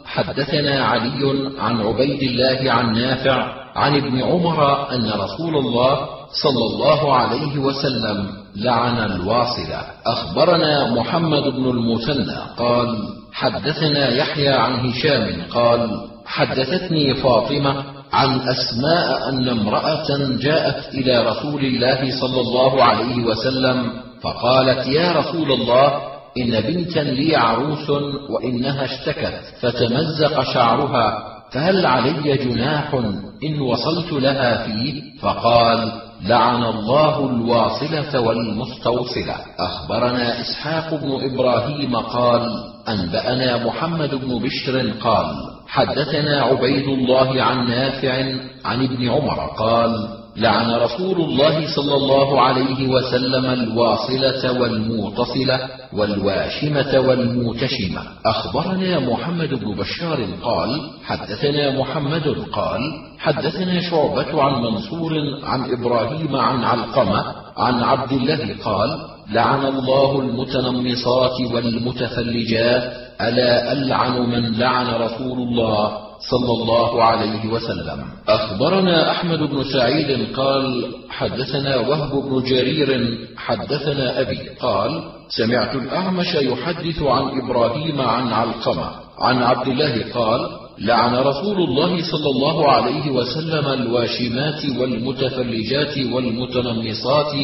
حدثنا علي عن عبيد الله عن نافع عن ابن عمر أن رسول الله صلى الله عليه وسلم لعن الواصلة. أخبرنا محمد بن المثنى قال: حدثنا يحيى عن هشام قال: حدثتني فاطمة عن أسماء أن امرأة جاءت إلى رسول الله صلى الله عليه وسلم فقالت: يا رسول الله، إن بنتا لي عروس وإنها اشتكت فتمزق شعرها، فهل علي جناح إن وصلت لها فيه؟ فقال: لعن الله الواصلة والمستوصلة. أخبرنا إسحاق بن إبراهيم قال: أنبأنا محمد بن بشر قال: حدثنا عبيد الله عن نافع عن ابن عمر قال: لعن رسول الله صلى الله عليه وسلم الواصلة والموتصلة والواشمة والموتشمة. أخبرنا محمد بن بشار قال: حدثنا محمد قال: حدثنا شعبة عن منصور عن إبراهيم عن علقمة عن عبد الله قال: لعن الله المتنمصات والمتفلجات، ألا ألعن من لعن رسول الله صلى الله عليه وسلم. أخبرنا أحمد بن سعيد قال: حدثنا وهب بن جرير حدثنا أبي قال: سمعت الأعمش يحدث عن إبراهيم عن علقمة عن عبد الله قال: لعن رسول الله صلى الله عليه وسلم الواشمات والمتفلجات والمتنمصات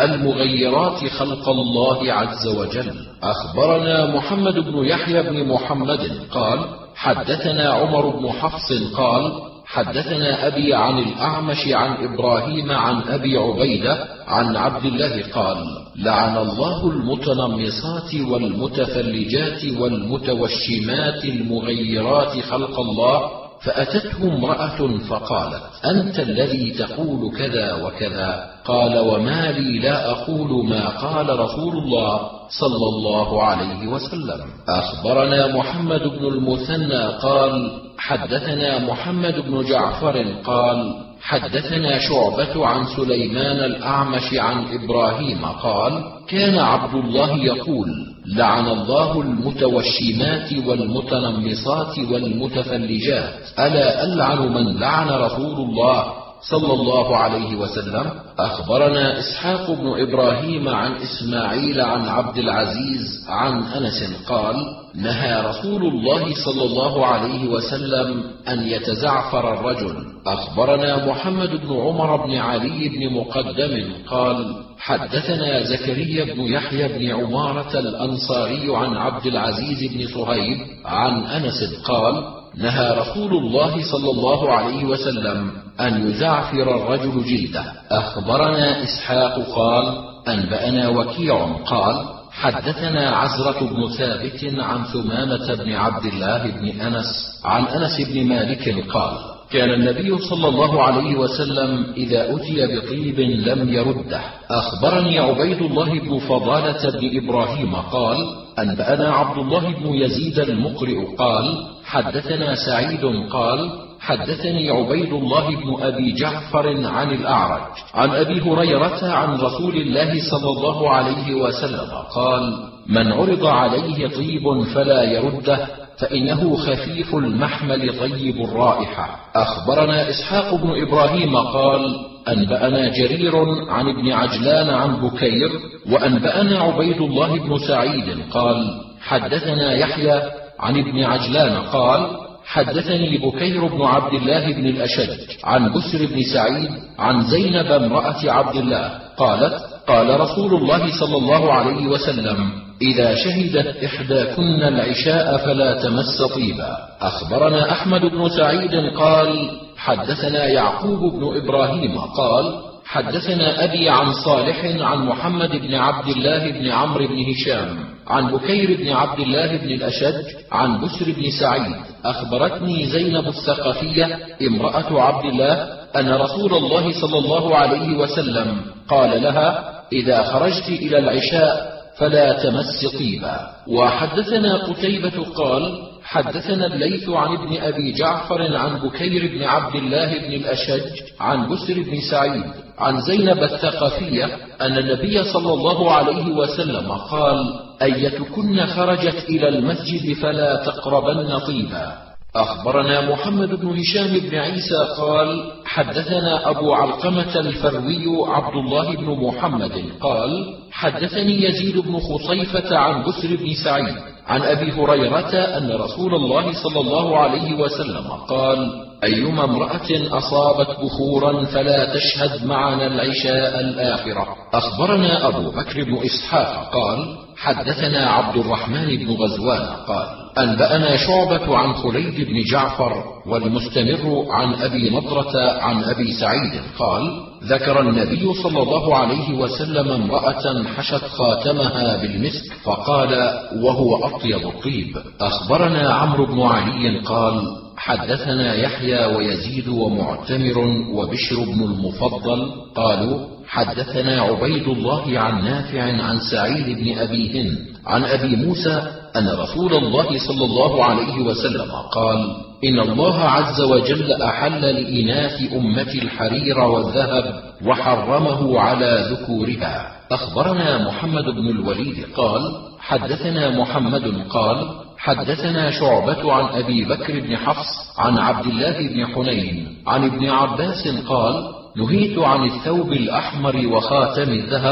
المغيرات خلق الله عز وجل. أخبرنا محمد بن يحيى بن محمد قال حدثنا عمر بن حفص قال حدثنا أبي عن الأعمش عن إبراهيم عن أبي عبيدة عن عبد الله قال لعن الله المتنمصات والمتفلجات والمتوشمات المغيرات خلق الله. فأتته امرأة فقالت أنت الذي تقول كذا وكذا؟ قال وما لي لا أقول ما قال رسول الله صلى الله عليه وسلم. أخبرنا محمد بن المثنى قال حدثنا محمد بن جعفر قال حدثنا شعبة عن سليمان الأعمش عن إبراهيم قال كان عبد الله يقول لعن الله المتوشمات والمتنمصات والمتفلجات. ألا ألعن من لعن رسول الله صلى الله عليه وسلم؟ أخبرنا إسحاق بن إبراهيم عن إسماعيل عن عبد العزيز عن أنس قال نهى رسول الله صلى الله عليه وسلم أن يتزعفر الرجل. أخبرنا محمد بن عمر بن علي بن مقدم قال حدثنا زكريا بن يحيى بن عمارة الأنصاري عن عبد العزيز بن صهيب عن أنس قال نهى رسول الله صلى الله عليه وسلم أن يزعفر الرجل جلده. أخبرنا إسحاق قال أنبأنا وكيع قال حدثنا عزرة بن ثابت عن ثمامة بن عبد الله بن أنس عن أنس بن مالك قال كان النبي صلى الله عليه وسلم إذا أتي بطيب لم يرده. أخبرني عبيد الله بن فضالة بن إبراهيم قال أنبأنا عبد الله بن يزيد المقرئ قال حدثنا سعيد قال حدثني عبيد الله بن أبي جعفر عن الأعرج عن أبي هريرة عن رسول الله صلى الله عليه وسلم قال من عرض عليه طيب فلا يرده فإنه خفيف المحمل طيب الرائحة. أخبرنا إسحاق بن إبراهيم قال أنبأنا جرير عن ابن عجلان عن بكير وأنبأنا عبيد الله بن سعيد قال حدثنا يحيى عن ابن عجلان قال حدثني بكير بن عبد الله بن الأشج عن بسر بن سعيد عن زينب امرأة عبد الله قالت قال رسول الله صلى الله عليه وسلم إذا شهدت إحداكن العشاء فلا تمس طيبا. أخبرنا أحمد بن سعيد قال حدثنا يعقوب بن إبراهيم قال حدثنا أبي عن صالح عن محمد بن عبد الله بن عمرو بن هشام عن بكير بن عبد الله بن الأشج عن بسر بن سعيد أخبرتني زينب الثقفية امرأة عبد الله أن رسول الله صلى الله عليه وسلم قال لها إذا خرجت إلى العشاء فلا تمس طيبا. وحدثنا قتيبة قال حدثنا الليث عن ابن أبي جعفر عن بكير بن عبد الله بن الأشج عن بسر بن سعيد عن زينب الثقفية أن النبي صلى الله عليه وسلم قال أيتكن خرجت إلى المسجد فلا تقربن طيبا. أخبرنا محمد بن هشام بن عيسى قال حدثنا أبو علقمة الفروي عبد الله بن محمد قال حدثني يزيد بن خصيفة عن بسر بن سعيد عن أبي هريرة أن رسول الله صلى الله عليه وسلم قال أيما امرأة أصابت بخورا فلا تشهد معنا العشاء الآخرة. أخبرنا أبو بكر بن إسحاق قال حدثنا عبد الرحمن بن غزوان قال أنبأنا شعبة عن خليد بن جعفر والمستمر عن أبي نضرة عن أبي سعيد قال ذكر النبي صلى الله عليه وسلم امرأة حشت خاتمها بالمسك فقال وهو أطيب الطيب. أخبرنا عمرو بن علي قال حدثنا يحيى ويزيد ومعتمر وبشر بن المفضل قالوا حدثنا عبيد الله عن نافع عن سعيد بن أبي هند عن أبي موسى أن رسول الله صلى الله عليه وسلم قال إن الله عز وجل أحل لإناث أمة الحرير والذهب وحرمه على ذكورها. أخبرنا محمد بن الوليد قال حدثنا محمد قال حدثنا شعبة عن أبي بكر بن حفص عن عبد الله بن حنين عن ابن عباس قال نهيت عن الثوب الأحمر وخاتم الذهب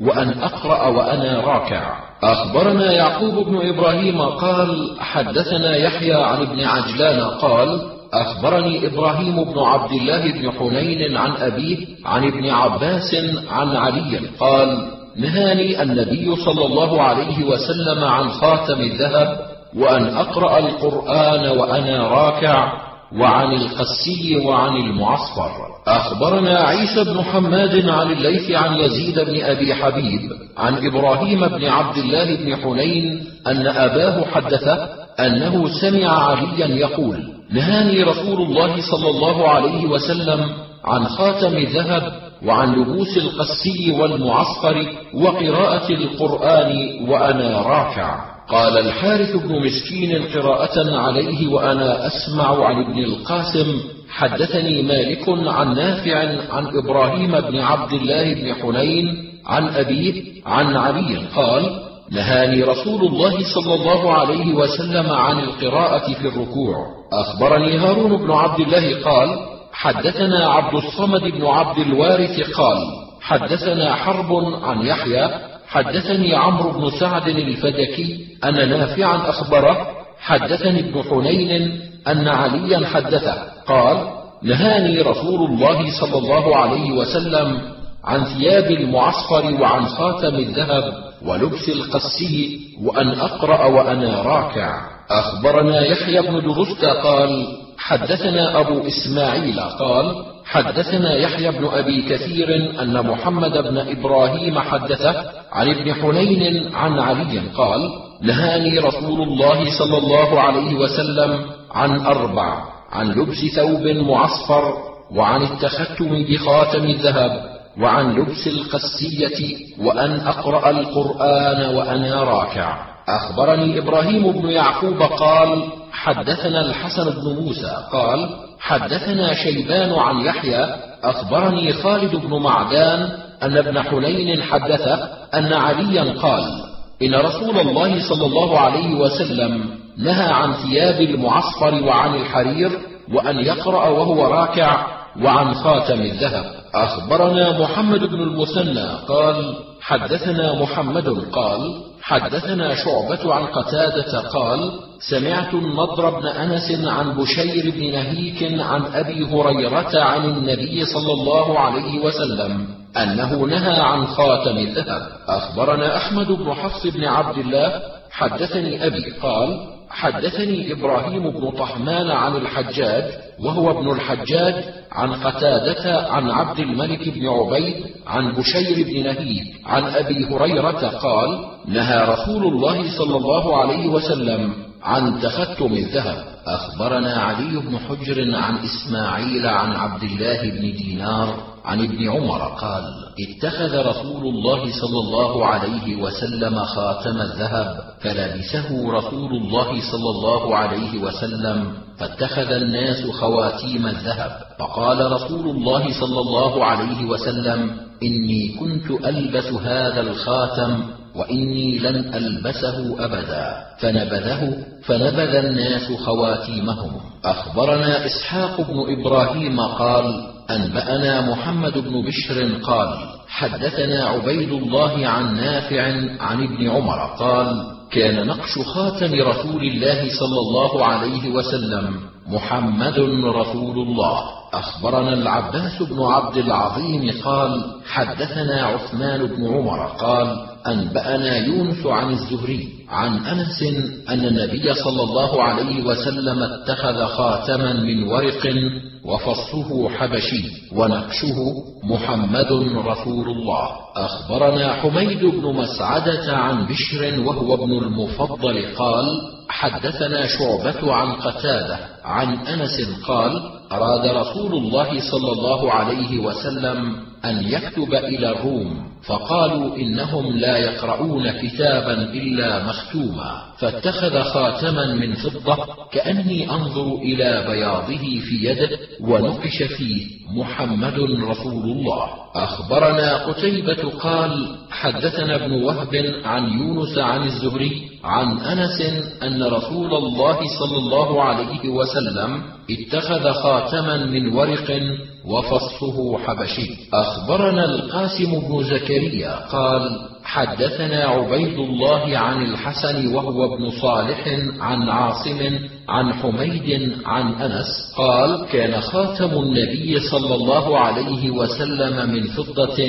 وأن أقرأ وأنا راكع. أخبرنا يعقوب بن إبراهيم قال حدثنا يحيى عن ابن عجلان قال أخبرني إبراهيم بن عبد الله بن حنين عن أبيه عن ابن عباس عن علي قال نهاني النبي صلى الله عليه وسلم عن خاتم الذهب وأن أقرأ القرآن وأنا راكع وعن القسي وعن المعصفر. أخبرنا عيسى بن حماد عن الليث عن يزيد بن أبي حبيب عن إبراهيم بن عبد الله بن حنين أن أباه حدثه أنه سمع عليا يقول نهاني رسول الله صلى الله عليه وسلم عن خاتم الذهب وعن لبوس القسي والمعصفر وقراءة القرآن وأنا راكع. قال الحارث بن مسكين قراءة عليه وأنا أسمع عن ابن القاسم حدثني مالك عن نافع عن إبراهيم بن عبد الله بن حنين عن أبيه عن علي قال نهاني رسول الله صلى الله عليه وسلم عن القراءة في الركوع. أخبرني هارون بن عبد الله قال حدثنا عبد الصمد بن عبد الوارث قال حدثنا حرب عن يحيى حدثني عمرو بن سعد الفدكي أن نافعا أخبره حدثني ابن حنين أن عليا حدثه قال نهاني رسول الله صلى الله عليه وسلم عن ثياب المعصفر وعن خاتم الذهب ولبس القسي وأن أقرأ وأنا راكع. أخبرنا يحيى بن درست قال حدثنا أبو إسماعيل قال حدثنا يحيى بن أبي كثير أن محمد بن إبراهيم حدثه عن ابن حنين عن علي قال نهاني رسول الله صلى الله عليه وسلم عن أربع عن لبس ثوب معصفر وعن التختم بخاتم الذهب وعن لبس القسية وأن أقرأ القرآن وأنا راكع. أخبرني إبراهيم بن يعقوب قال حدثنا الحسن بن موسى قال حدثنا شيبان عن يحيى أخبرني خالد بن معدان أن ابن حنين حدثه أن عليا قال إن رسول الله صلى الله عليه وسلم نهى عن ثياب المعصفر وعن الحرير وأن يقرأ وهو راكع وعن خاتم الذهب. أخبرنا محمد بن المثنى قال حدثنا محمد قال حدثنا شعبة عن قتادة قال سمعت النضر بن أنس عن بشير بن نهيك عن أبي هريرة عن النبي صلى الله عليه وسلم أنه نهى عن خاتم الذهب. أخبرنا أحمد بن حفص بن عبد الله حدثني أبي قال حدثني إبراهيم بن طحمان عن الحجاج وهو ابن الحجاج عن قتادة عن عبد الملك بن عبيد عن بشير بن نهيك عن أبي هريرة قال نهى رسول الله صلى الله عليه وسلم عن تختم الذهب. أخبرنا علي بن حجر عن إسماعيل عن عبد الله بن دينار عن ابن عمر قال اتخذ رسول الله صلى الله عليه وسلم خاتم الذهب فلبسه رسول الله صلى الله عليه وسلم فاتخذ الناس خواتيم الذهب فقال رسول الله صلى الله عليه وسلم إني كنت ألبس هذا الخاتم وإني لن ألبسه أبدا فنبذ الناس خواتيمهم. أخبرنا إسحاق بن إبراهيم قال أنبأنا محمد بن بشر قال حدثنا عبيد الله عن نافع عن ابن عمر قال كان نقش خاتم رسول الله صلى الله عليه وسلم محمد رسول الله. أخبرنا العباس بن عبد العظيم قال حدثنا عثمان بن عمر قال أنبأنا يونس عن الزهري عن أنس أن النبي صلى الله عليه وسلم اتخذ خاتما من ورق وفصه حبشي ونقشه محمد رسول الله. أخبرنا حميد بن مسعدة عن بشر وهو ابن المفضل قال حدثنا شعبة عن قتادة عن أنس قال أراد رسول الله صلى الله عليه وسلم أن يكتب إلى الروم فقالوا إنهم لا يقرؤون كتابا إلا مختوما فاتخذ خاتما من فضة كأني أنظر إلى بياضه في يده ونقش فيه محمد رسول الله. أخبرنا قتيبة قال حدثنا ابن وهب عن يونس عن الزهري عن أنس أن رسول الله صلى الله عليه وسلم اتخذ خاتما من ورق وفصه حبشي. أخبرنا القاسم بن زكريا قال حدثنا عبيد الله عن الحسن وهو ابن صالح عن عاصم عن حميد عن أنس قال كان خاتم النبي صلى الله عليه وسلم من فضة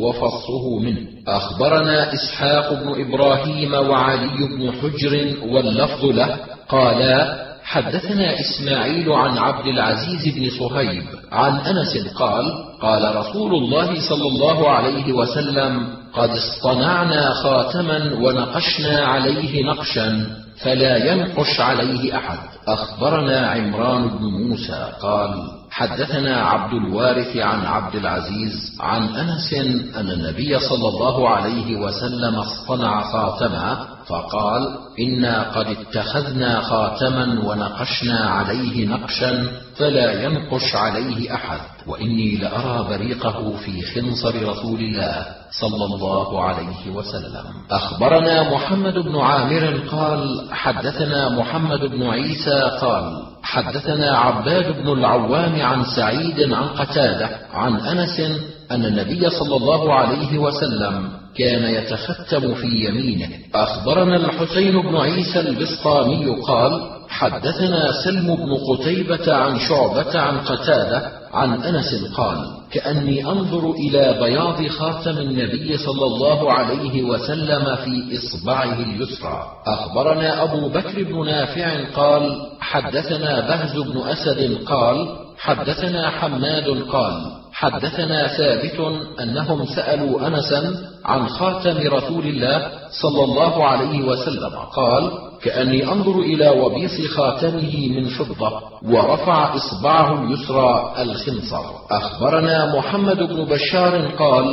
وفصه منه. أخبرنا إسحاق بن إبراهيم وعلي بن حجر واللفظ له قالا حدثنا إسماعيل عن عبد العزيز بن صهيب عن أنس قال قال رسول الله صلى الله عليه وسلم قد اصطنعنا خاتما ونقشنا عليه نقشا فلا ينقش عليه أحد. أخبرنا عمران بن موسى قال حدثنا عبد الوارث عن عبد العزيز عن أنس أن النبي صلى الله عليه وسلم اصطنع خاتما فقال إنا قد اتخذنا خاتما ونقشنا عليه نقشا فلا ينقش عليه أحد وإني لأرى بريقه في خنصر رسول الله صلى الله عليه وسلم. أخبرنا محمد بن عامر قال حدثنا محمد بن عيسى قال حدثنا عباد بن العوام عن سعيد عن قتادة عن أنس أن النبي صلى الله عليه وسلم كان يتختم في يمينه. أخبرنا الحسين بن عيسى البسطامي قال حدثنا سلم بن قتيبة عن شعبة عن قتادة عن أنس قال كأني أنظر إلى بياض خاتم النبي صلى الله عليه وسلم في إصبعه اليسرى. أخبرنا أبو بكر بن نافع قال حدثنا بهز بن أسد قال حدثنا حماد قال حدثنا ثابت أنهم سألوا أنسا عن خاتم رسول الله صلى الله عليه وسلم قال كأني أنظر إلى وبيص خاتمه من فضة ورفع إصبعه اليسرى الخنصر. أخبرنا محمد بن بشار قال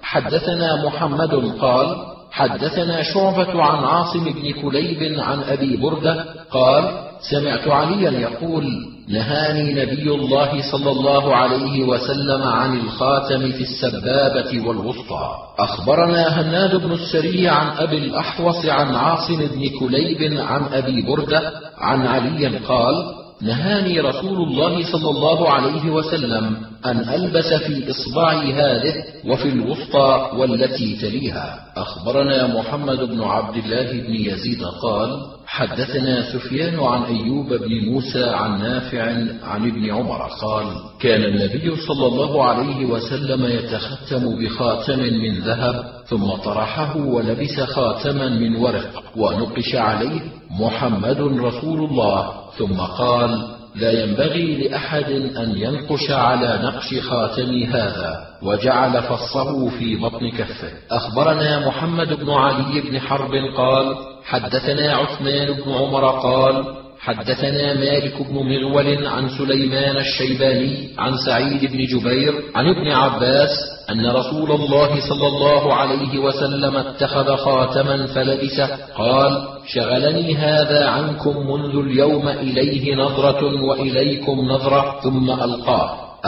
حدثنا محمد قال حدثنا شعبة عن عاصم بن كليب عن أبي بردة قال سمعت عليا يقول نهاني نبي الله صلى الله عليه وسلم عن الخاتم في السبابة والوسطى. أخبرنا هناد بن السري عن أبي الأحوص عن عاصم بن كليب عن أبي بردة عن علي قال نهاني رسول الله صلى الله عليه وسلم أن ألبس في إصبعي هذه وفي الوسطى والتي تليها. أخبرنا محمد بن عبد الله بن يزيد قال حدثنا سفيان عن أيوب بن موسى عن نافع عن ابن عمر قال كان النبي صلى الله عليه وسلم يتختم بخاتم من ذهب ثم طرحه ولبس خاتما من ورق ونقش عليه محمد رسول الله ثم قال لا ينبغي لأحد أن ينقش على نقش خاتمي هذا وجعل فصه في بطن كفه. أخبرنا محمد بن علي بن حرب قال حدثنا عثمان بن عمر قال حدثنا مالك بن مغول عن سليمان الشيباني عن سعيد بن جبير عن ابن عباس أن رسول الله صلى الله عليه وسلم اتخذ خاتما فلبسه قال شغلني هذا عنكم منذ اليوم إليه نظرة وإليكم نظرة ثم ألقاه.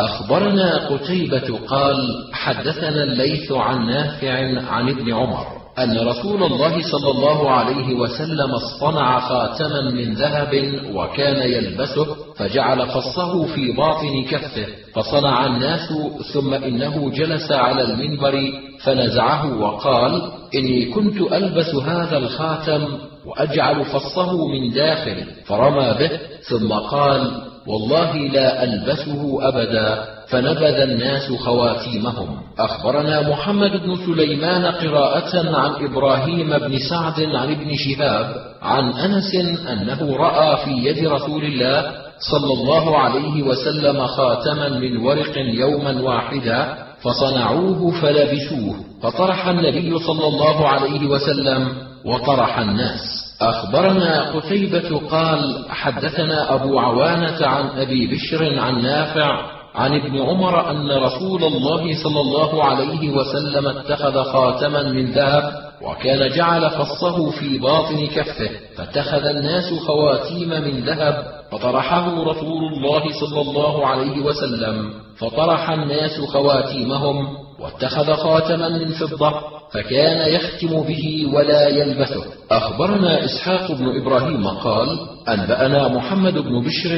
أخبرنا قتيبة قال حدثنا الليث عن نافع عن ابن عمر أن رسول الله صلى الله عليه وسلم اصطنع خاتما من ذهب وكان يلبسه فجعل فصه في باطن كفه فصنع الناس ثم إنه جلس على المنبر فنزعه وقال إني كنت ألبس هذا الخاتم وأجعل فصه من داخل فرمى به ثم قال والله لا ألبسه أبدا فنبذ الناس خواتيمهم. أخبرنا محمد بن سليمان قراءة عن إبراهيم بن سعد عن ابن شهاب عن أنس أنه رأى في يد رسول الله صلى الله عليه وسلم خاتما من ورق يوما واحدا فصنعوه فلبسوه فطرح النبي صلى الله عليه وسلم وطرح الناس. أخبرنا قتيبة قال حدثنا أبو عوانة عن أبي بشر عن نافع عن ابن عمر أن رسول الله صلى الله عليه وسلم اتخذ خاتما من ذهب وكان جعل فصه في باطن كفه فاتخذ الناس خواتيم من ذهب فطرحه رسول الله صلى الله عليه وسلم فطرح الناس خواتيمهم واتخذ خاتما من فضة فكان يختم به ولا يلبثه. أخبرنا إسحاق بن إبراهيم قال أنبأنا محمد بن بشر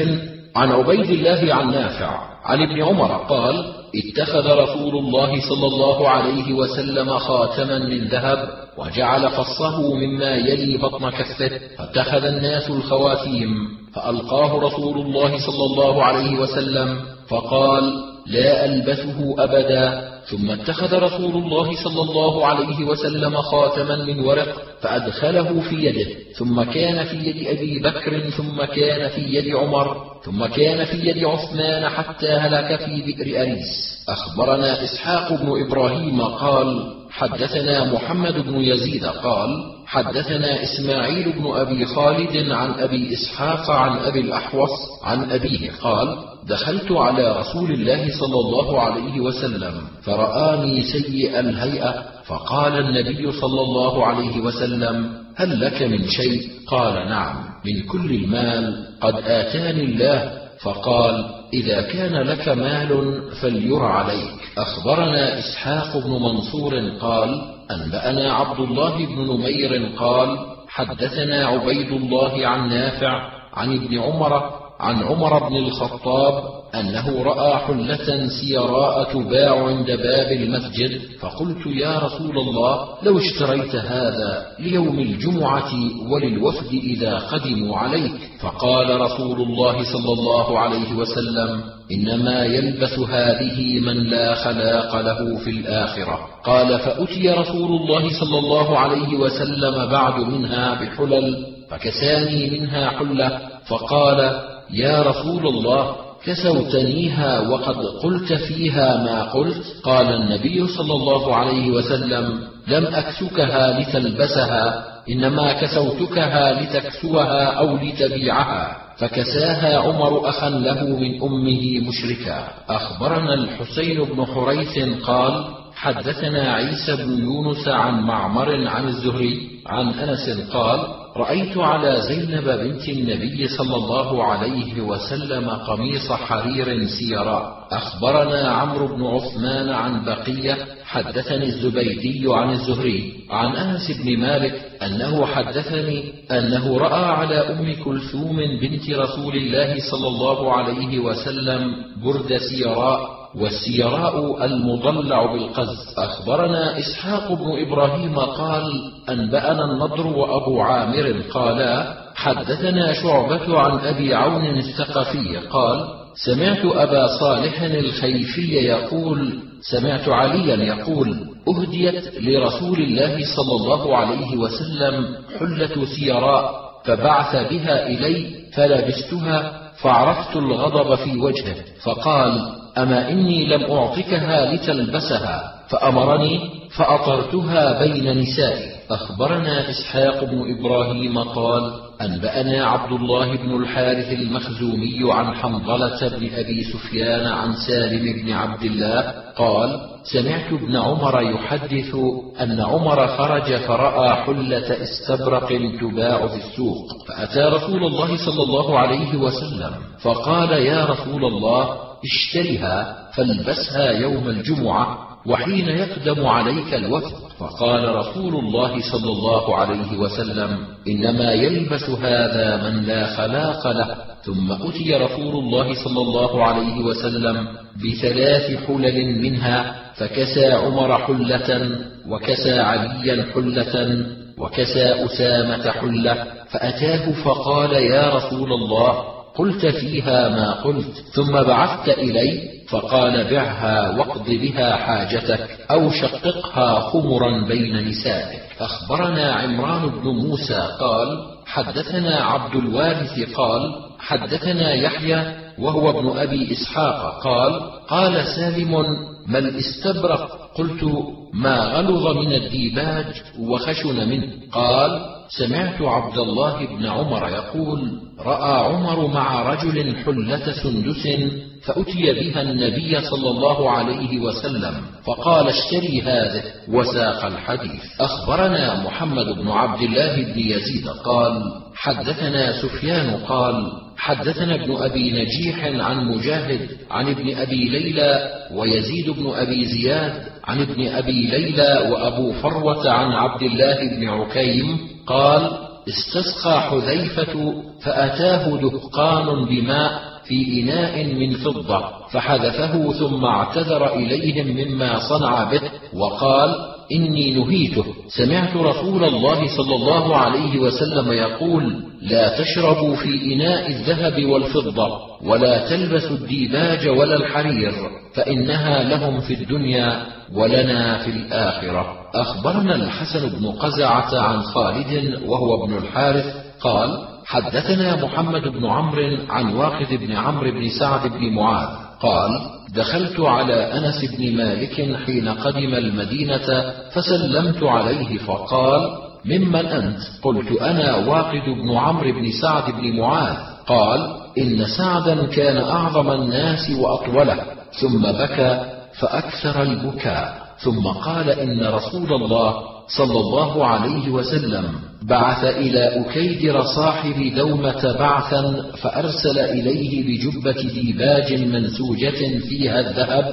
عن عبيد الله عن نافع عن ابن عمر قال: اتخذ رسول الله صلى الله عليه وسلم خاتما من ذهب وجعل فصه مما يلي بطن كفه، فاتخذ الناس الخواتيم، فألقاه رسول الله صلى الله عليه وسلم فقال: لا ألبسه أبدا. ثم اتخذ رسول الله صلى الله عليه وسلم خاتما من ورق فأدخله في يده، ثم كان في يد أبي بكر، ثم كان في يد عمر، ثم كان في يد عثمان، حتى هلك في بئر أريس. أخبرنا إسحاق بن إبراهيم قال: حدثنا محمد بن يزيد قال: حدثنا إسماعيل بن أبي خالد عن أبي إسحاق عن أبي الأحوص عن أبيه قال: دخلت على رسول الله صلى الله عليه وسلم فرآني سيء الهيئة، فقال النبي صلى الله عليه وسلم: هل لك من شيء؟ قال: نعم، من كل المال قد آتاني الله. فقال: إذا كان لك مال فلير عليك. أخبرنا إسحاق بن منصور قال: أنبأنا عبد الله بن نمير قال: حدثنا عبيد الله عن نافع عن ابن عمر عن عمر بن الخطاب أنه رأى حلة سيراء تباع عند باب المسجد، فقلت: يا رسول الله، لو اشتريت هذا ليوم الجمعة وللوفد إذا قدموا عليك. فقال رسول الله صلى الله عليه وسلم: إنما يلبس هذه من لا خلاق له في الآخرة. قال: فأتي رسول الله صلى الله عليه وسلم بعد منها بحلل، فكساني منها حلة، فقال: يا رسول الله، كسوتنيها وقد قلت فيها ما قلت. قال النبي صلى الله عليه وسلم: لم أكسكها لتلبسها، إنما كسوتكها لتكسوها أو لتبيعها. فكساها عمر أخا له من أمه مشركا. أخبرنا الحسين بن حريث قال: حدثنا عيسى بن يونس عن معمر عن الزهري عن أنس قال: رأيت على زينب بنت النبي صلى الله عليه وسلم قميص حرير سيراء. أخبرنا عمرو بن عثمان عن بقية حدثني الزبيدي عن الزهري عن أنس بن مالك أنه حدثني أنه رأى على أم كلثوم بنت رسول الله صلى الله عليه وسلم برد سيراء، والسيراء المضلع بالقز. أخبرنا إسحاق بن إبراهيم قال: أنبأنا النضر وأبو عامر قالا: حدثنا شعبة عن أبي عون الثقفي قال: سمعت أبا صالح الخيفي يقول: سمعت عليا يقول: أهديت لرسول الله صلى الله عليه وسلم حلة سيراء، فبعث بها إلي فلبستها، فعرفت الغضب في وجهه، فقال: أما إني لم أعطكها لتلبسها، فأمرني فأطرتها بين نسائي. أخبرنا إسحاق بن إبراهيم قال: أنبأنا عبد الله بن الحارث المخزومي عن حنظلة بن أبي سفيان عن سالم بن عبد الله قال: سمعت ابن عمر يحدث أن عمر خرج فرأى حلة استبرق تباع في السوق، فأتى رسول الله صلى الله عليه وسلم فقال: يا رسول الله، اشترها فالبسها يوم الجمعة وحين يقدم عليك الوفد. فقال رسول الله صلى الله عليه وسلم: إنما يلبس هذا من لا خلاق له. ثم أتي رسول الله صلى الله عليه وسلم ب3 حلل منها، فكسى عمر حلة، وكسى عليا حلة، وكسى أسامة حلة، فأتاه فقال: يا رسول الله، قلت فيها ما قلت، ثم بعثت إلي، فقال: بعها واقض بها حاجتك، أو شققها خمرا بين نسائك. أخبرنا عمران بن موسى قال: حدثنا عبد الوارث قال: حدثنا يحيى وهو ابن أبي إسحاق قال: قال سالم: ما الاستبرق؟ قلت: ما غلظ من الديباج وخشن منه. قال: سمعت عبد الله بن عمر يقول: رأى عمر مع رجل حلة سندس، فأتي بها النبي صلى الله عليه وسلم، فقال: اشتري هذه، وساق الحديث. أخبرنا محمد بن عبد الله بن يزيد قال: حدثنا سفيان قال: حدثنا ابن أبي نجيح عن مجاهد عن ابن أبي ليلى ويزيد بن أبي زياد عن ابن أبي ليلى وأبو فروة عن عبد الله بن عكيم قال: استسقى حذيفة فأتاه دهقان بماء، في إناء من فضة، فحذفه ثم اعتذر إليهم مما صنع به وقال: إني نهيته، سمعت رسول الله صلى الله عليه وسلم يقول: لا تشربوا في إناء الذهب والفضة، ولا تلبسوا الديباج ولا الحرير، فإنها لهم في الدنيا ولنا في الآخرة. أخبرنا الحسن بن قزعة عن خالد وهو ابن الحارث قال: حدثنا محمد بن عمرو عن واقد بن عمرو بن سعد بن معاذ قال: دخلت على أنس بن مالك حين قدم المدينة فسلمت عليه فقال: ممن أنت؟ قلت: أنا واقد بن عمرو بن سعد بن معاذ. قال: إن سعدا كان أعظم الناس وأطوله، ثم بكى فأكثر البكاء، ثم قال: إن رسول الله صلى الله عليه وسلم بعث إلى أكيدر صاحب دومة بعثا، فأرسل إليه بجبة ديباج منسوجة فيها الذهب،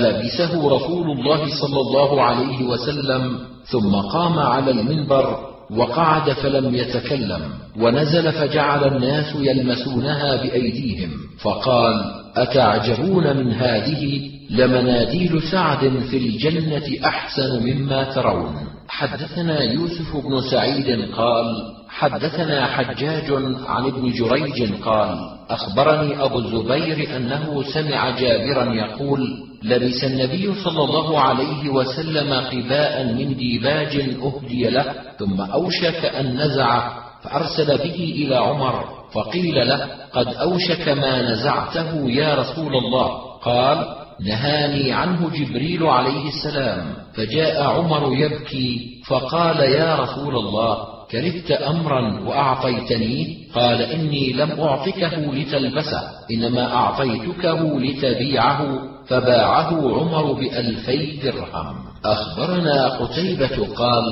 فلبسه رسول الله صلى الله عليه وسلم، ثم قام على المنبر وقعد فلم يتكلم، ونزل فجعل الناس يلمسونها بأيديهم، فقال: أتعجبون من هذه؟ لمناديل سعد في الجنة أحسن مما ترون. حدثنا يوسف بن سعيد قال: حدثنا حجاج عن ابن جريج قال: أخبرني أبو الزبير أنه سمع جابرا يقول: لبس النبي صلى الله عليه وسلم قباء من ديباج أهدي له، ثم أوشك أن نزعه، فأرسل به إلى عمر، فقيل له: قد أوشك ما نزعته يا رسول الله. قال: نهاني عنه جبريل عليه السلام. فجاء عمر يبكي فقال: يا رسول الله، كرهت أمرا وأعطيتنيه؟ قال: إني لم أعطكه لتلبسه، إنما أعطيتكه لتبيعه، فباعه عمر ب2000 درهم. أخبرنا قتيبة قال: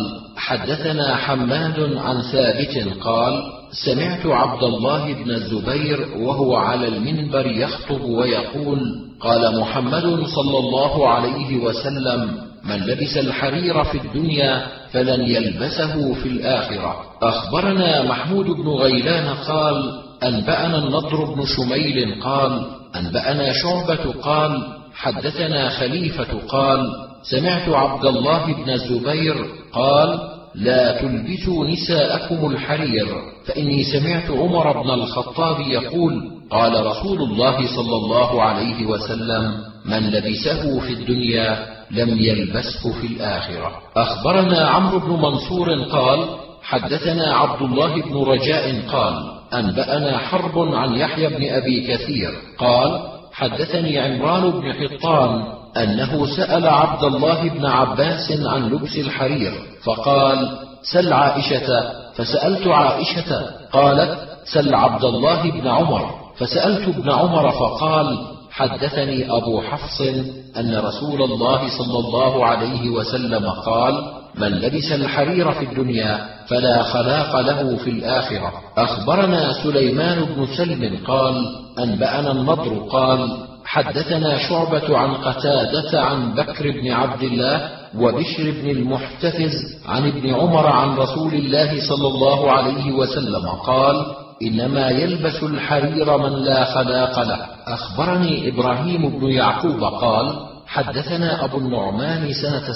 حدثنا حماد عن ثابت قال: سمعت عبد الله بن الزبير وهو على المنبر يخطب ويقول: قال محمد صلى الله عليه وسلم: من لبس الحرير في الدنيا فلن يلبسه في الآخرة. أخبرنا محمود بن غيلان قال: أنبأنا النضر بن شميل قال: أنبأنا شعبة قال: حدثنا خليفة قال: سمعت عبد الله بن الزبير قال: لا تلبسوا نساءكم الحرير، فإني سمعت عمر بن الخطاب يقول: قال رسول الله صلى الله عليه وسلم: من لبسه في الدنيا لم يلبسه في الآخرة. أخبرنا عمرو بن منصور قال: حدثنا عبد الله بن رجاء قال: أنبأنا حرب عن يحيى بن أبي كثير قال: حدثني عمران بن حطان أنه سأل عبد الله بن عباس عن لبس الحرير، فقال: سل عائشة، فسألت عائشة قالت: سل عبد الله بن عمر، فسألت ابن عمر فقال: حدثني أبو حفص أن رسول الله صلى الله عليه وسلم قال: من لبس الحرير في الدنيا فلا خلاق له في الآخرة. أخبرنا سليمان بن سلم قال: أنبأنا النضر قال: حدثنا شعبة عن قتادة عن بكر بن عبد الله وبشر بن المحتفز عن ابن عمر عن رسول الله صلى الله عليه وسلم قال: إنما يلبس الحرير من لا خلاق له. أخبرني إبراهيم بن يعقوب قال: حدثنا أبو النعمان سنة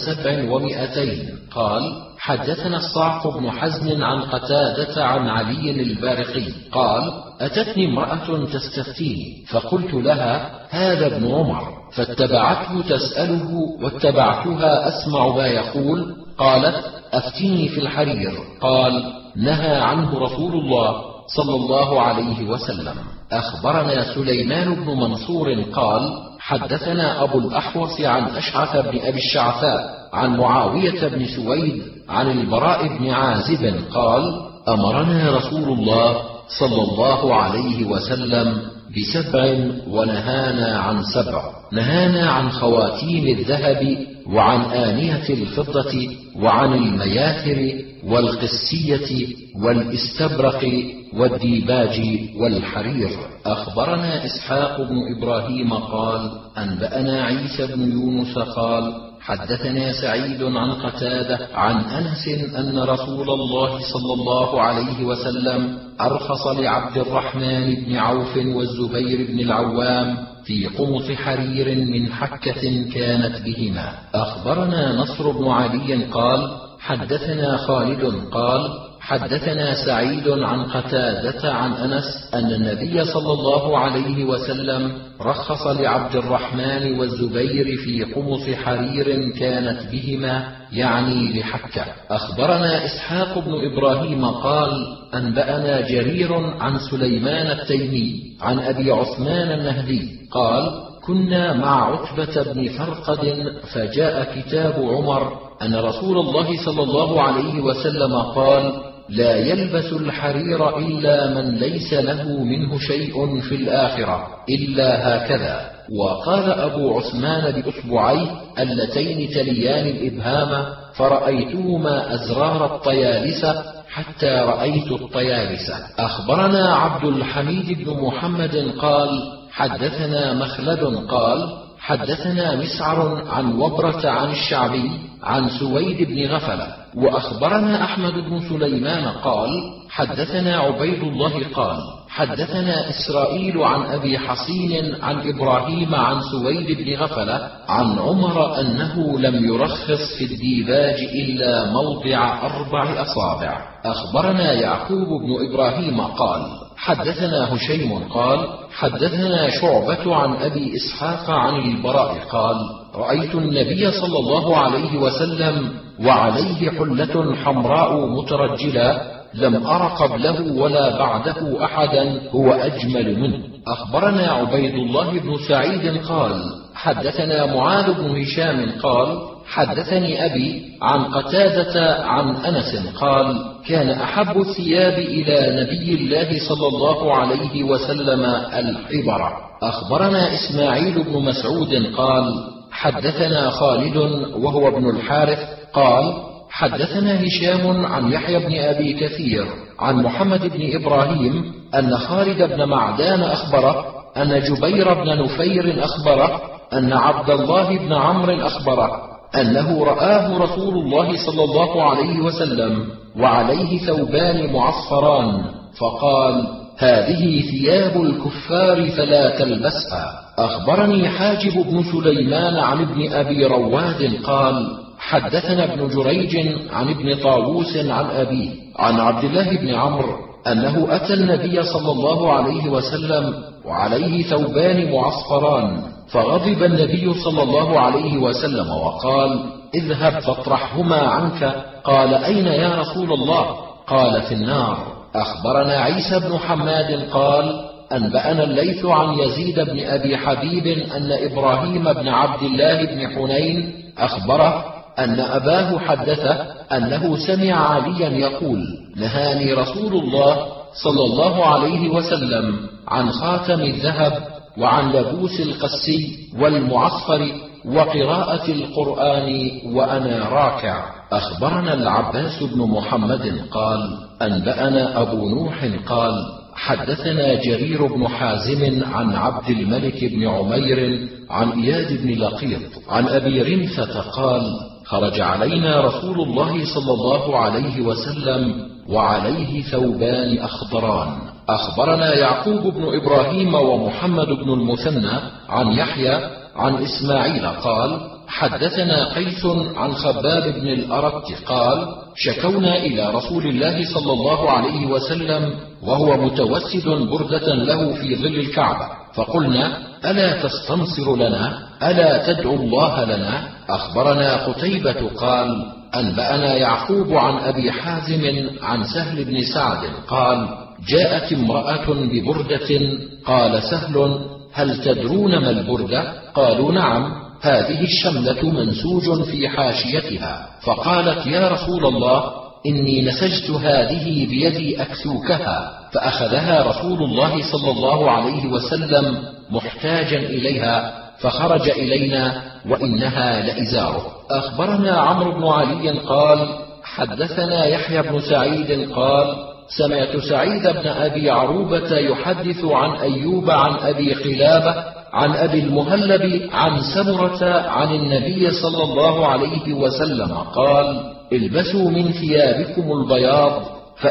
700 قال: حدثنا الصعق بن حزم عن قتادة عن علي البارقي قال: أتتني امرأة تستفتيني، فقلت لها: هذا ابن عمر، فاتبعته تسأله واتبعتها أسمع ما يقول. قالت: أفتني في الحرير. قال: نهى عنه رسول الله صلى الله عليه وسلم. أخبرنا سليمان بن منصور قال: حدثنا أبو الأحوص عن أشعث بن أبي الشعثاء عن معاوية بن سويد عن البراء بن عازب قال: أمرنا رسول الله صلى الله عليه وسلم ب7 ونهانا عن 7. نهانا عن خواتيم الذهب، وعن آنية الفضة، وعن المياثر والقسية والاستبرق والديباج والحرير. أخبرنا إسحاق بن إبراهيم قال: أنبأنا عيسى بن يونس قال: حدثنا سعيد عن قتادة عن أنس أن رسول الله صلى الله عليه وسلم أرخص لعبد الرحمن بن عوف والزبير بن العوام في قمص حرير من حكة كانت بهما. أخبرنا نصر بن علي قال حدثنا خالد قال حدثنا سعيد عن قتادة عن أنس أن النبي صلى الله عليه وسلم رخص لعبد الرحمن والزبير في قمص حرير كانت بهما، يعني لحكة. أخبرنا إسحاق بن إبراهيم قال أنبأنا جرير عن سليمان التيمي عن أبي عثمان النهدي قال كنا مع عتبة بن فرقد فجاء كتاب عمر أن رسول الله صلى الله عليه وسلم قال لا يلبس الحرير إلا من ليس له منه شيء في الآخرة إلا هكذا. وقال أبو عثمان بأصبعيه اللتين تليان الإبهام فرأيتهما أزرار الطيالسة حتى رأيت الطيالسة. أخبرنا عبد الحميد بن محمد قال حدثنا مخلد قال حدثنا مسعر عن وبرة عن الشعبي عن سويد بن غفلة. وأخبرنا أحمد بن سليمان قال حدثنا عبيد الله قال حدثنا إسرائيل عن أبي حصين عن إبراهيم عن سويد بن غفلة عن عمر أنه لم يرخص في الديباج إلا موضع 4 أصابع. أخبرنا يعقوب بن إبراهيم قال حدثنا هشيم قال حدثنا شعبة عن أبي إسحاق عن البراء قال رأيت النبي صلى الله عليه وسلم وعليه حلة حمراء مترجلة لم أر قبله ولا بعده أحدا هو أجمل منه. أخبرنا عبيد الله بن سعيد قال حدثنا معاذ بن هشام قال حدثني أبي عن قتادة عن أنس قال كان أحب الثياب إلى نبي الله صلى الله عليه وسلم الحبرة. أخبرنا إسماعيل بن مسعود قال حدثنا خالد وهو ابن الحارث قال حدثنا هشام عن يحيى بن أبي كثير عن محمد بن إبراهيم أن خالد بن معدان أخبره أن جبير بن نفير أخبره أن عبد الله بن عمرو أخبره أنه رآه رسول الله صلى الله عليه وسلم وعليه ثوبان معصفران فقال هذه ثياب الكفار فلا تلبسها. أخبرني حاجب بن سليمان عن ابن أبي رواد قال حدثنا ابن جريج عن ابن طاووس عن أبيه عن عبد الله بن عمرو أنه أتى النبي صلى الله عليه وسلم وعليه ثوبان معصفران فغضب النبي صلى الله عليه وسلم وقال اذهب فاطرحهما عنك. قال أين يا رسول الله؟ قال في النار. أخبرنا عيسى بن حماد قال أنبأنا الليث عن يزيد بن أبي حبيب أن إبراهيم بن عبد الله بن حنين أخبره أن أباه حدثه أنه سمع عليا يقول نهاني رسول الله صلى الله عليه وسلم عن خاتم الذهب وعن لبوس القسي والمعصفر وقراءة القرآن وأنا راكع. أخبرنا العباس بن محمد قال أنبأنا أبو نوح قال حدثنا جرير بن حازم عن عبد الملك بن عمير عن إياد بن لقيط عن أبي رمثة قال خرج علينا رسول الله صلى الله عليه وسلم وعليه ثوبان أخضران. أخبرنا يعقوب بن إبراهيم ومحمد بن المثنى عن يحيى عن إسماعيل قال حدثنا قيس عن خباب بن الأرت قال شكونا إلى رسول الله صلى الله عليه وسلم وهو متوسد بردة له في ظل الكعبة فقلنا ألا تستنصر لنا ألا تدعو الله لنا. أخبرنا قتيبة قال أنبأنا يعقوب عن أبي حازم عن سهل بن سعد قال جاءت امرأة ببردة قال سهل هل تدرون ما البردة؟ قالوا نعم هذه الشملة منسوج في حاشيتها. فقالت يا رسول الله إني نسجت هذه بيدي أكسوكها. فأخذها رسول الله صلى الله عليه وسلم محتاجا إليها فخرج إلينا وإنها لإزاره. أخبرنا عمرو بن علي قال حدثنا يحيى بن سعيد قال سمعت سعيد بن أبي عروبة يحدث عن أيوب عن أبي قلابة عن أبي المهلب عن سمرة عن النبي صلى الله عليه وسلم قال: البسوا من ثيابكم البياض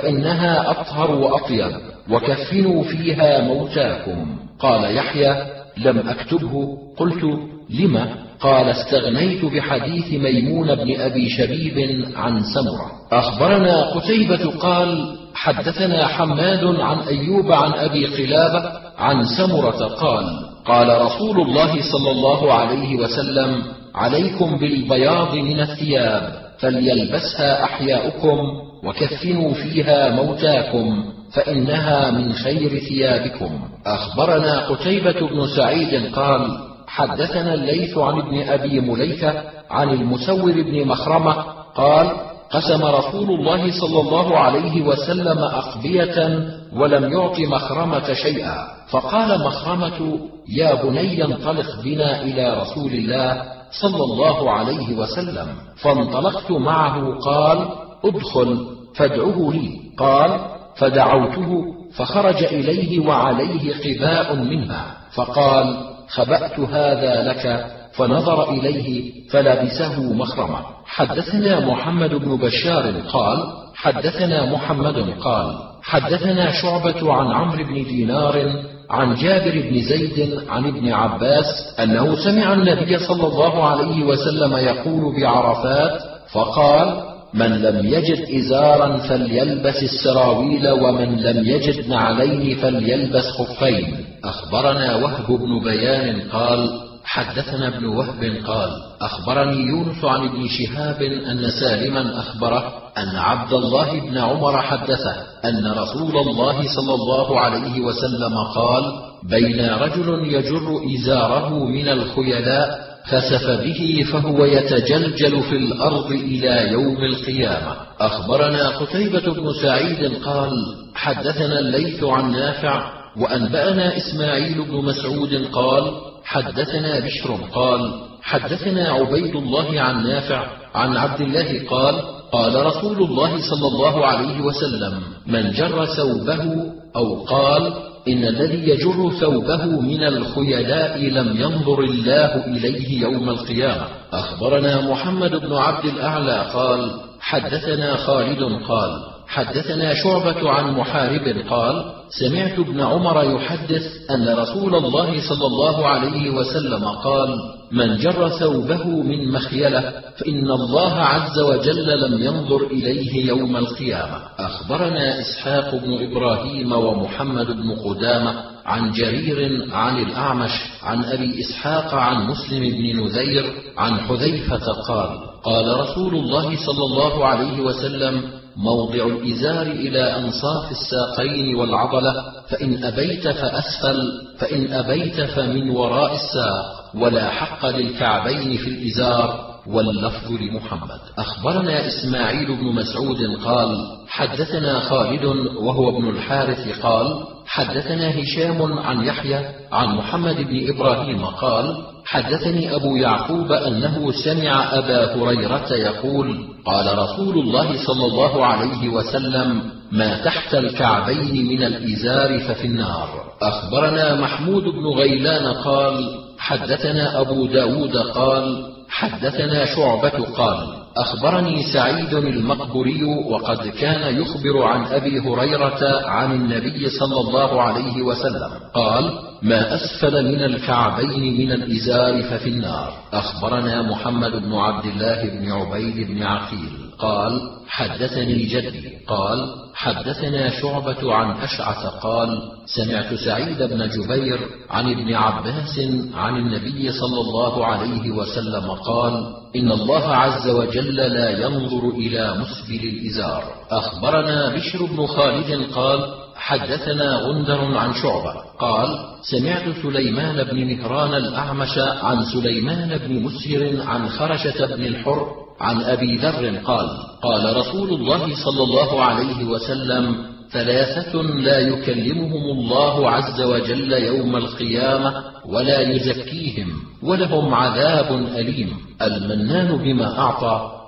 فإنها أطهر وأطيب، وكفنوا فيها موتاكم. قال يحيى: لم أكتبه. قلت: لم؟ قال: استغنيت بحديث ميمون بن أبي شبيب عن سمرة. أخبرنا قتيبة قال: حدثنا حماد عن أيوب عن أبي قلابة عن سمرة قال: قال رسول الله صلى الله عليه وسلم: عليكم بالبياض من الثياب، فليلبسها أحياؤكم، وكفنوا فيها موتاكم، فإنها من خير ثيابكم. أخبرنا قتيبة بن سعيد قال: حدثنا الليث عن ابن أبي مليكة عن المسور بن مخرمة قال: قسم رسول الله صلى الله عليه وسلم أقبية ولم يعط مخرمة شيئا، فقال مخرمة: يا بني انطلق بنا إلى رسول الله صلى الله عليه وسلم. فانطلقت معه. قال: ادخل فادعه لي. قال: فدعوته، فخرج إليه وعليه قباء منها، فقال: خبأت هذا لك. فنظر إليه فلبسه مخرمة. حدثنا محمد بن بشار قال: حدثنا محمد قال: حدثنا شعبة عن عمرو بن دينار عن جابر بن زيد عن ابن عباس أنه سمع النبي صلى الله عليه وسلم يقول بعرفات فقال: من لم يجد إزارا فليلبس السراويل، ومن لم يجد نعلين فليلبس خفين. أخبرنا وهب بن بيان قال: حدثنا ابن وهب قال: أخبرني يونس عن ابن شهاب أن سالما أخبره أن عبد الله بن عمر حدثه أن رسول الله صلى الله عليه وسلم قال: بين رجل يجر إزاره من الخيلاء خسف به فهو يتجلجل في الأرض إلى يوم القيامة. أخبرنا قتيبة بن سعيد قال: حدثنا الليث عن نافع وأنبأنا إسماعيل بن مسعود قال: حدثنا بشر قال: حدثنا عبيد الله عن نافع عن عبد الله قال: قال رسول الله صلى الله عليه وسلم: من جر ثوبه، أو قال: إن الذي يجر ثوبه من الخيلاء لم ينظر الله إليه يوم القيامة. أخبرنا محمد بن عبد الأعلى قال: حدثنا خالد قال: حدثنا شعبة عن محارب قال: سمعت ابن عمر يحدث أن رسول الله صلى الله عليه وسلم قال: من جر ثوبه من مخيلة فإن الله عز وجل لم ينظر إليه يوم القيامة. أخبرنا إسحاق بن إبراهيم ومحمد بن قدامة عن جرير عن الأعمش عن أبي إسحاق عن مسلم بن نذير عن حذيفة قال: قال رسول الله صلى الله عليه وسلم: موضع الإزار إلى أنصاف الساقين والعضلة، فإن أبيت فأسفل، فإن أبيت فمن وراء الساق، ولا حق للكعبين في الإزار. واللفظ لمحمد. أخبرنا إسماعيل بن مسعود قال: حدثنا خالد وهو ابن الحارث قال: حدثنا هشام عن يحيى عن محمد بن إبراهيم قال: حدثني أبو يعقوب أنه سمع أبا هريرة يقول: قال رسول الله صلى الله عليه وسلم: ما تحت الكعبين من الإزار ففي النار. أخبرنا محمود بن غيلان قال: حدثنا أبو داود قال: حدثنا شعبة قال: أخبرني سعيد المقبري وقد كان يخبر عن أبي هريرة عن النبي صلى الله عليه وسلم قال: ما أسفل من الكعبين من الإزار ففي النار. أخبرنا محمد بن عبد الله بن عبيد بن عقيل قال: حدثني جدي قال: حدثنا شعبة عن أشعث قال: سمعت سعيد بن جبير عن ابن عباس عن النبي صلى الله عليه وسلم قال: إن الله عز وجل لا ينظر إلى مسبل الإزار. أخبرنا بشر بن خالد قال: حدثنا غندر عن شعبة قال: سمعت سليمان بن مهران الأعمش عن سليمان بن مسهر عن خرشة بن الحر عن أبي ذر قال: قال رسول الله صلى الله عليه وسلم: ثلاثة لا يكلمهم الله عز وجل يوم القيامة ولا يزكيهم ولهم عذاب أليم: المنان بما أعطى،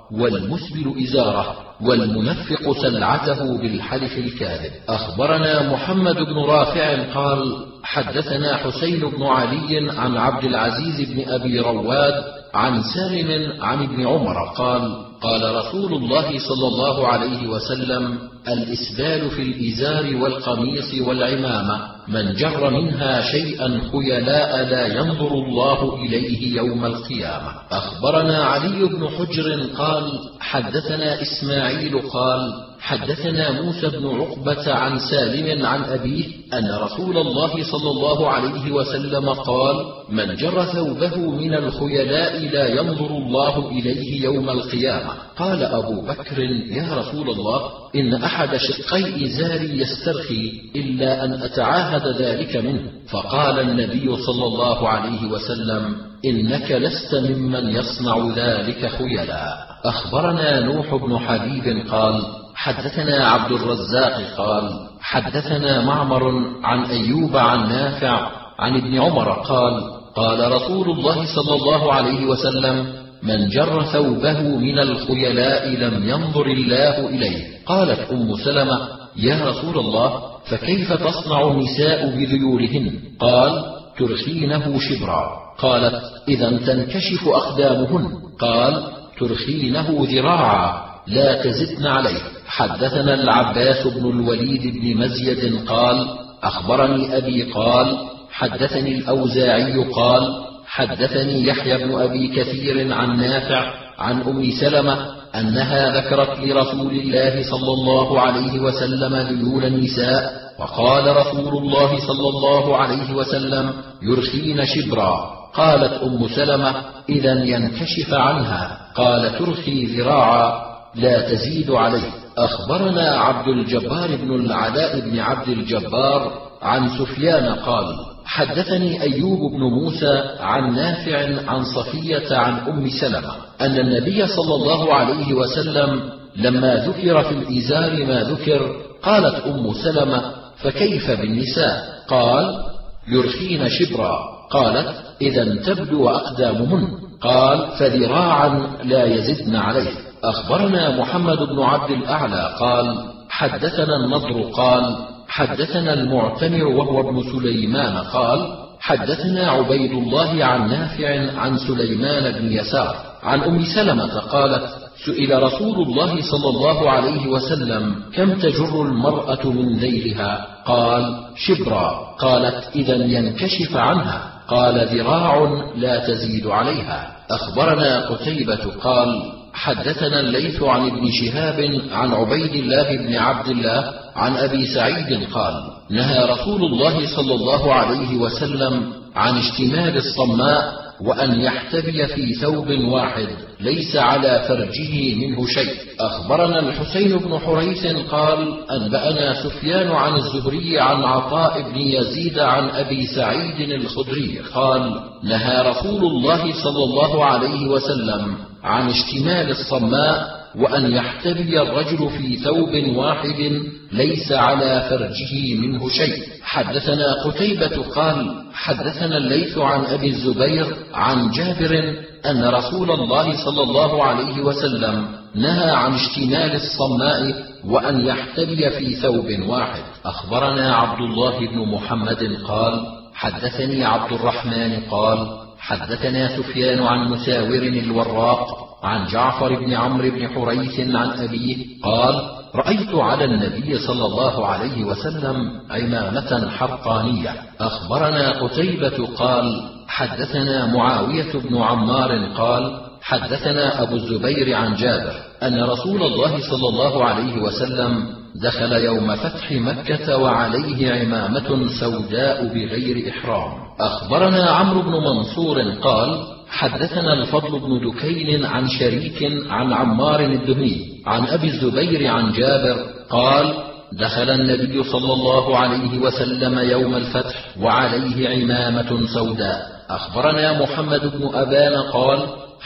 والمسبل إزاره، والمنفق سلعته بالحلف الكاذب. أخبرنا محمد بن رافع قال حدثنا حسين بن علي عن عبد العزيز بن أبي رواد عن سالم عن ابن عمر قال قال رسول الله صلى الله عليه وسلم: الإسبال في الإزار والقميص والعمامة، من جر منها شيئا خيلاء لا ينظر الله إليه يوم القيامة. أخبرنا علي بن حجر قال حدثنا إسماعيل قال حدثنا موسى بن عقبة عن سالم عن أبيه أن رسول الله صلى الله عليه وسلم قال: من جر ثوبه من الخيلاء لا ينظر الله إليه يوم القيامة. قال أبو بكر: يا رسول الله، إن أحد شقي إزاري يسترخي إلا أن أتعاهد ذلك منه. فقال النبي صلى الله عليه وسلم: إنك لست ممن يصنع ذلك خيلاء. أخبرنا نوح بن حبيب قال حدثنا عبد الرزاق قال حدثنا معمر عن أيوب عن نافع عن ابن عمر قال قال رسول الله صلى الله عليه وسلم: من جر ثوبه من الخيلاء لم ينظر الله إليه. قالت أم سلمة: يا رسول الله، فكيف تصنع النساء بذيولهن؟ قال: ترخينه شبرا. قالت: إذا تنكشف أقدامهن. قال: ترخينه ذراعا لا تزدن عليه. حدثنا العباس بن الوليد بن مزيد قال أخبرني أبي قال حدثني الأوزاعي قال حدثني يحيى بن أبي كثير عن نافع عن أم سلمة أنها ذكرت لرسول الله صلى الله عليه وسلم ذيول النساء، وقال رسول الله صلى الله عليه وسلم: يرخين شبرا. قالت أم سلمة: إذا ينكشف عنها. قال: ترخي ذراعا لا تزيد عليه. أخبرنا عبد الجبار بن العلاء بن عبد الجبار عن سفيان قال حدثني أيوب بن موسى عن نافع عن صفية عن أم سلمة أن النبي صلى الله عليه وسلم لما ذكر في الإزار ما ذكر قالت أم سلمة: فكيف بالنساء؟ قال: يرخين شبرا. قالت: إذا تبدو أقدامهن. قال: فذراعا لا يزدن عليه. أخبرنا محمد بن عبد الأعلى قال حدثنا النضر قال حدثنا المعتمر وهو ابن سليمان قال حدثنا عبيد الله عن نافع عن سليمان بن يسار عن أم سلمة قالت: سئل رسول الله صلى الله عليه وسلم: كم تجر المرأة من ذيلها؟ قال: شبرا. قالت: إذا ينكشف عنها. قال: ذراع لا تزيد عليها. أخبرنا قتيبة قال حدثنا الليث عن ابن شهاب عن عبيد الله بن عبد الله عن أبي سعيد قال: نهى رسول الله صلى الله عليه وسلم عن اشتمال الصماء وأن يحتبي في ثوب واحد ليس على فرجه منه شيء. أخبرنا الحسين بن حريث قال أنبأنا سفيان عن الزهري عن عطاء بن يزيد عن أبي سعيد الخدري قال: نهى رسول الله صلى الله عليه وسلم عن اشتمال الصماء وأن يحتبي الرجل في ثوب واحد ليس على فرجه منه شيء. حدثنا قتيبة قال حدثنا الليث عن أبي الزبير عن جابر أن رسول الله صلى الله عليه وسلم نهى عن اشتمال الصماء وأن يحتبي في ثوب واحد. أخبرنا عبد الله بن محمد قال حدثني عبد الرحمن قال حدثنا سفيان عن مساور الوراق عن جعفر بن عمرو بن حريث عن أبيه قال: رأيت على النبي صلى الله عليه وسلم عمامة حرقانية. أخبرنا قتيبة قال حدثنا معاوية بن عمار قال حدثنا أبو الزبير عن جابر أن رسول الله صلى الله عليه وسلم دخل يوم فتح مكة وعليه عمامة سوداء بغير إحرام. أخبرنا عمرو بن منصور قال حدثنا الفضل بن دكين عن شريك عن عمار الدهني عن أبي الزبير عن جابر قال: دخل النبي صلى الله عليه وسلم يوم الفتح وعليه عمامة سوداء. أخبرنا محمد بن أبان قال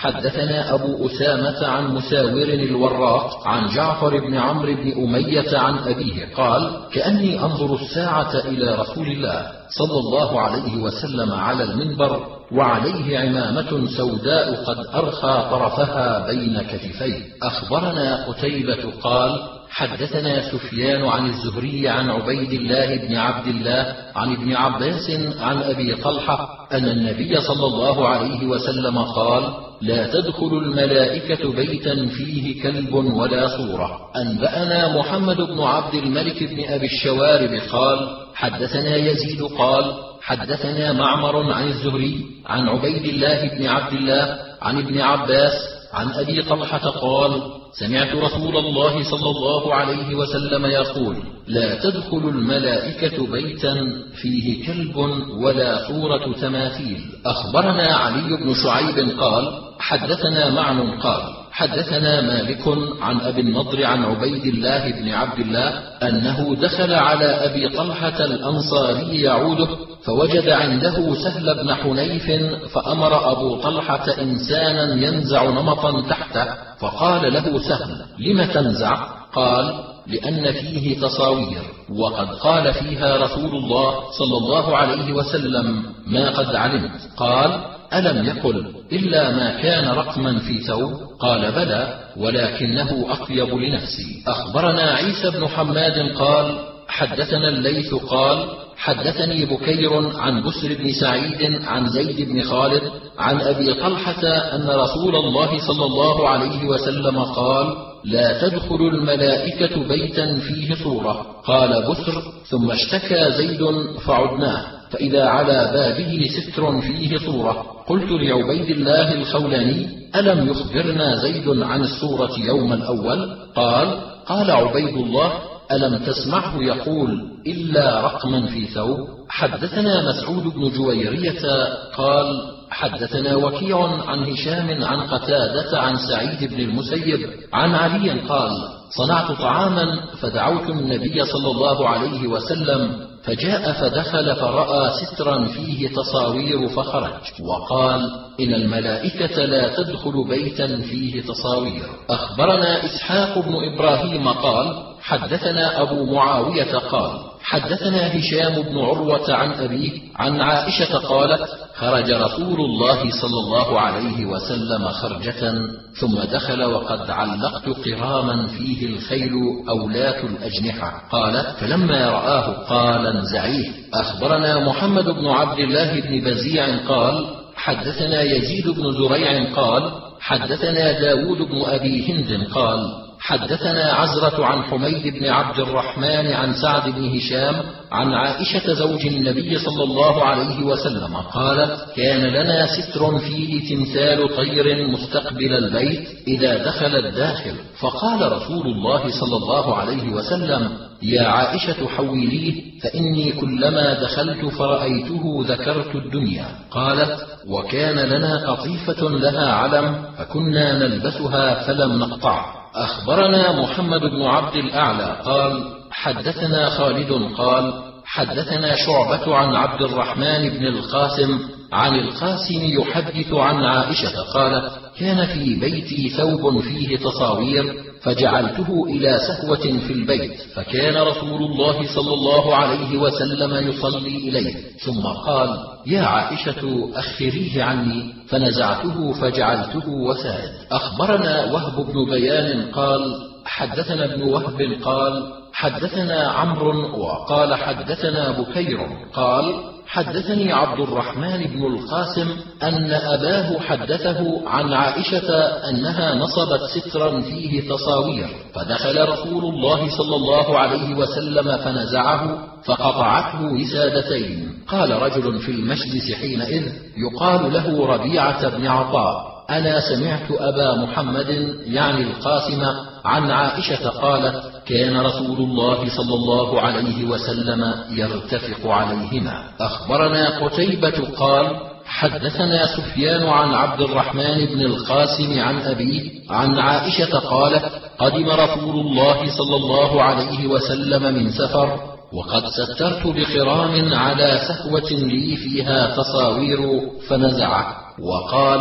حدثنا أبو أسامة عن مساور الوراق عن جعفر بن عمرو بن أمية عن أبيه قال: كأني أنظر الساعة إلى رسول الله صلى الله عليه وسلم على المنبر وعليه عمامة سوداء قد أرخى طرفها بين كتفيه. أخبرنا قتيبة قال حدثنا سفيان عن الزهري عن عبيد الله بن عبد الله عن ابن عباس عن أبي طلحة أن النبي صلى الله عليه وسلم قال لا تدخل الملائكة بيتا فيه كلب ولا صورة. أنبأنا محمد بن عبد الملك بن أبي الشوارب قال حدثنا يزيد قال حدثنا معمر عن الزهري عن عبيد الله بن عبد الله عن ابن عباس عن أبي طلحة قال سمعت رسول الله صلى الله عليه وسلم يقول لا تدخل الملائكة بيتا فيه كلب ولا صورة تماثيل. أخبرنا علي بن شعيب قال حدثنا معن قال حدثنا مالك عن أبي النضر عن عبيد الله بن عبد الله أنه دخل على أبي طلحة الأنصاري يعوده فوجد عنده سهل بن حنيف فأمر أبو طلحة إنسانا ينزع نمطا تحته فقال له سهل لم تنزع؟ قال لأن فيه تصاوير وقد قال فيها رسول الله صلى الله عليه وسلم ما قد علمت. قال ألم يقل إلا ما كان رقما في ثوب؟ قال بلى ولكنه أطيب لنفسي. أخبرنا عيسى بن حماد قال حدثنا الليث قال حدثني بكير عن بسر بن سعيد عن زيد بن خالد عن أبي طلحة أن رسول الله صلى الله عليه وسلم قال لا تدخل الملائكة بيتا فيه صورة. قال بسر ثم اشتكى زيد فعدناه فإذا على بابه ستر فيه صورة. قلت لعبيد الله الخولاني ألم يخبرنا زيد عن الصورة يوم الأول؟ قال عبيد الله ألم تسمعه يقول إلا رقما في ثوب؟ حدثنا مسعود بن جويرية قال حدثنا وكيع عن هشام عن قتادة عن سعيد بن المسيب عن علي قال صنعت طعاما فدعوت النبي صلى الله عليه وسلم فجاء فدخل فرأى سترا فيه تصاوير فخرج وقال إن الملائكة لا تدخل بيتا فيه تصاوير. أخبرنا إسحاق بن إبراهيم قال حدثنا أبو معاوية قال حدثنا هشام بن عروة عن أبيه عن عائشة قالت خرج رسول الله صلى الله عليه وسلم خرجة ثم دخل وقد علقت قراما فيه الخيل أولات الأجنحة. قالت فلما رآه قال انزعيه. أخبرنا محمد بن عبد الله بن بزيع قال حدثنا يزيد بن زريع قال حدثنا داود بن أبي هند قال حدثنا عزرة عن حميد بن عبد الرحمن عن سعد بن هشام عن عائشة زوج النبي صلى الله عليه وسلم قالت كان لنا ستر فيه تمثال طير مستقبل البيت إذا دخل الداخل فقال رسول الله صلى الله عليه وسلم يا عائشة حوليه فإني كلما دخلت فرأيته ذكرت الدنيا. قالت وكان لنا قطيفة لها علم فكنا نلبسها فلم نقطع. أخبرنا محمد بن عبد الأعلى قال حدثنا خالد قال حدثنا شعبة عن عبد الرحمن بن القاسم عن القاسم يحدث عن عائشة قالت كان في بيتي ثوب فيه تصاوير فجعلته إلى سهوة في البيت فكان رسول الله صلى الله عليه وسلم يصلي إليه ثم قال يا عائشة أخريه عني فنزعته فجعلته وسائد. أخبرنا وهب بن بيان قال حدثنا ابن وهب قال حدثنا عمرو وقال حدثنا بكير قال حدثني عبد الرحمن بن القاسم أن أباه حدثه عن عائشة أنها نصبت سترا فيه تصاوير فدخل رسول الله صلى الله عليه وسلم فنزعه فقطعته وسادتين. قال رجل في المجلس حينئذ يقال له ربيعة بن عطاء أنا سمعت أبا محمد يعني القاسم عن عائشة قالت كان رسول الله صلى الله عليه وسلم يرتفق عليهما. أخبرنا قتيبة قال حدثنا سفيان عن عبد الرحمن بن القاسم عن أبيه عن عائشة قالت قدم رسول الله صلى الله عليه وسلم من سفر وقد سترت بقرام على سهوة لي فيها تصاوير فنزعه وقال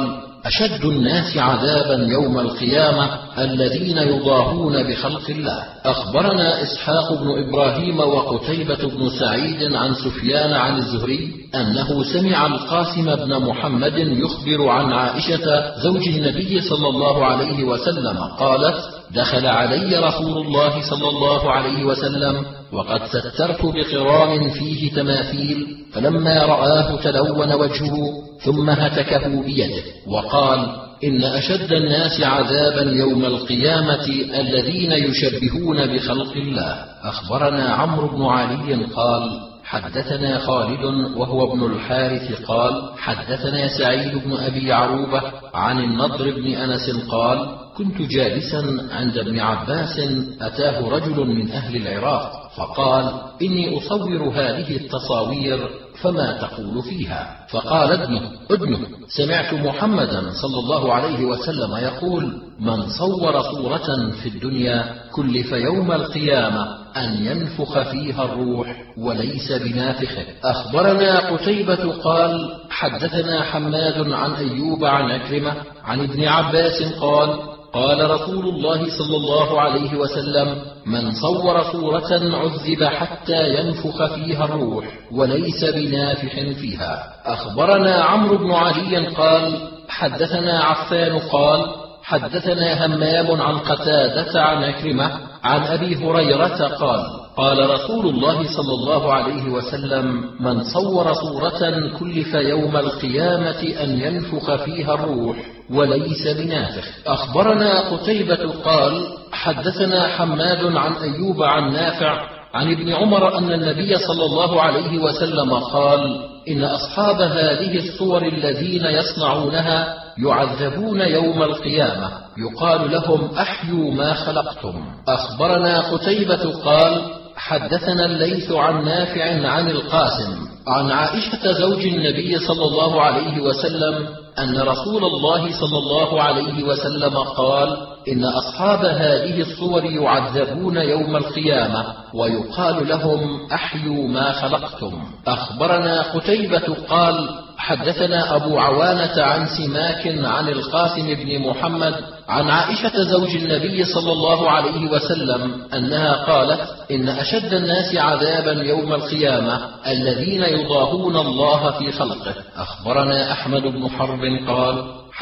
أشد الناس عذابا يوم القيامة الذين يضاهون بخلق الله. أخبرنا إسحاق بن إبراهيم وقتيبة بن سعيد عن سفيان عن الزهري أنه سمع القاسم بن محمد يخبر عن عائشة زوج النبي صلى الله عليه وسلم قالت: دخل علي رسول الله صلى الله عليه وسلم وقد سترت بقرام فيه تماثيل، فلما رآه تلون وجهه ثم هتكه بيده وقال: إن أشد الناس عذابا يوم القيامة الذين يشبهون بخلق الله. أخبرنا عمرو بن علي قال: حدثنا خالد وهو ابن الحارث قال: حدثنا سعيد بن أبي عروبة عن النضر بن أنس قال: كنت جالسا عند ابن عباس أتاه رجل من أهل العراق فقال: إني أصور هذه التصاوير فما تقول فيها؟ فقال ابنه سمعت محمدا صلى الله عليه وسلم يقول: من صور صورة في الدنيا كلف يوم القيامة أن ينفخ فيها الروح وليس بنافخه. أخبرنا قتيبة قال: حدثنا حماد عن أيوب عن عكرمة عن ابن عباس قال: قال رسول الله صلى الله عليه وسلم: من صور صورة عذب حتى ينفخ فيها الروح وليس بنافخ فيها. أخبرنا عمرو بن علي قال: حدثنا عفان قال: حدثنا همام عن قتادة عن عكرمة عن أبي هريرة قال: قال رسول الله صلى الله عليه وسلم: من صور صورة كلف يوم القيامة أن ينفخ فيها الروح وليس بنافخ. أخبرنا قتيبة قال: حدثنا حماد عن أيوب عن نافع عن ابن عمر أن النبي صلى الله عليه وسلم قال: إن أصحاب هذه الصور الذين يصنعونها يعذبون يوم القيامة يقال لهم: أحيوا ما خلقتم. أخبرنا قتيبة قال: حدثنا الليث عن نافع عن القاسم عن عائشة زوج النبي صلى الله عليه وسلم أن رسول الله صلى الله عليه وسلم قال: إن أصحاب هذه الصور يعذبون يوم القيامة ويقال لهم: أحيوا ما خلقتم. أخبرنا قتيبة قال: حدثنا أبو عوانة عن سماك عن القاسم بن محمد عن عائشة زوج النبي صلى الله عليه وسلم أنها قالت: إن أشد الناس عذابا يوم القيامة الذين يضاهون الله في خلقه. أخبرنا أحمد بن حرب قال: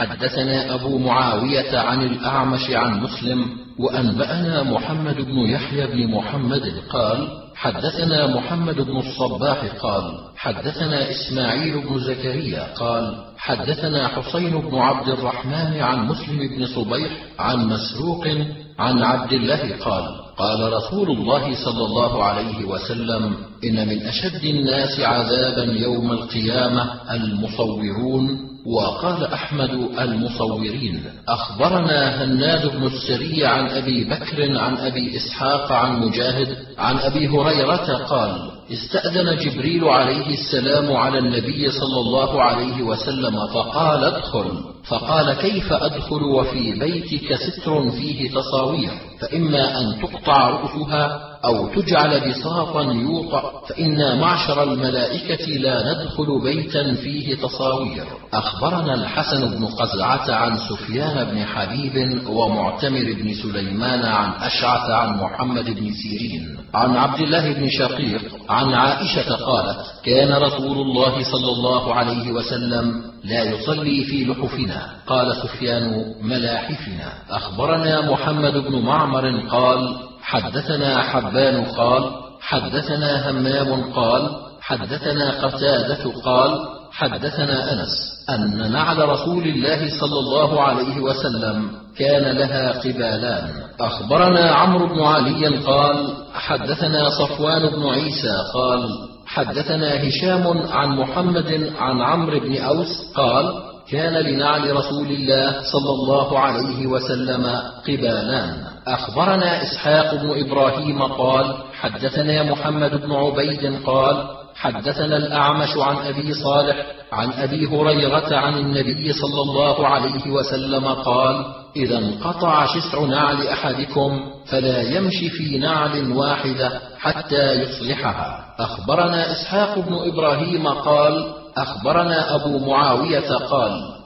حدثنا أبو معاوية عن الأعمش عن مسلم وأنبأنا محمد بن يحيى بن محمد قال: حدثنا محمد بن الصباح قال: حدثنا إسماعيل بن زكريا قال: حدثنا حسين بن عبد الرحمن عن مسلم بن صبيح عن مسروق عن عبد الله قال: قال رسول الله صلى الله عليه وسلم: إن من أشد الناس عذابا يوم القيامة المصورون. وقال أحمد: المصورين. أخبرنا هناد بن السري عن أبي بكر عن أبي إسحاق عن مجاهد عن أبي هريرة قال: استأذن جبريل عليه السلام على النبي صلى الله عليه وسلم فقال: ادخل. فقال: كيف أدخل وفي بيتك ستر فيه تصاوير؟ فإما أن تقطع رؤوسها أو تجعل بساطا يوطأ، فإنا معشر الملائكة لا ندخل بيتا فيه تصاوير. أخبرنا الحسن بن قزعة عن سفيان بن حبيب ومعتمر بن سليمان عن أشعث عن محمد بن سيرين عن عبد الله بن شقيق عن عائشة قالت: كان رسول الله صلى الله عليه وسلم لا يصلي في لحفنا. قال سفيان: ملاحفنا. أخبرنا محمد بن معمر قال: حدثنا حبان قال: حدثنا همام قال: حدثنا قتادة قال: حدثنا أنس أن نعل رسول الله صلى الله عليه وسلم كان لها قبالان. أخبرنا عمرو بن علي قال: حدثنا صفوان بن عيسى قال: حدثنا هشام عن محمد عن عمرو بن أوس قال: كان لنعل رسول الله صلى الله عليه وسلم قبالان. أخبرنا إسحاق بن إبراهيم قال: حدثنا محمد بن عبيد قال: حدثنا الأعمش عن أبي صالح عن أبي هريرة عن النبي صلى الله عليه وسلم قال: إذا انقطع شسع نعل أحدكم فلا يمشي في نعل واحدة حتى يصلحها. أخبرنا إسحاق بن إبراهيم قال: أخبرنا أبو معاوية قال: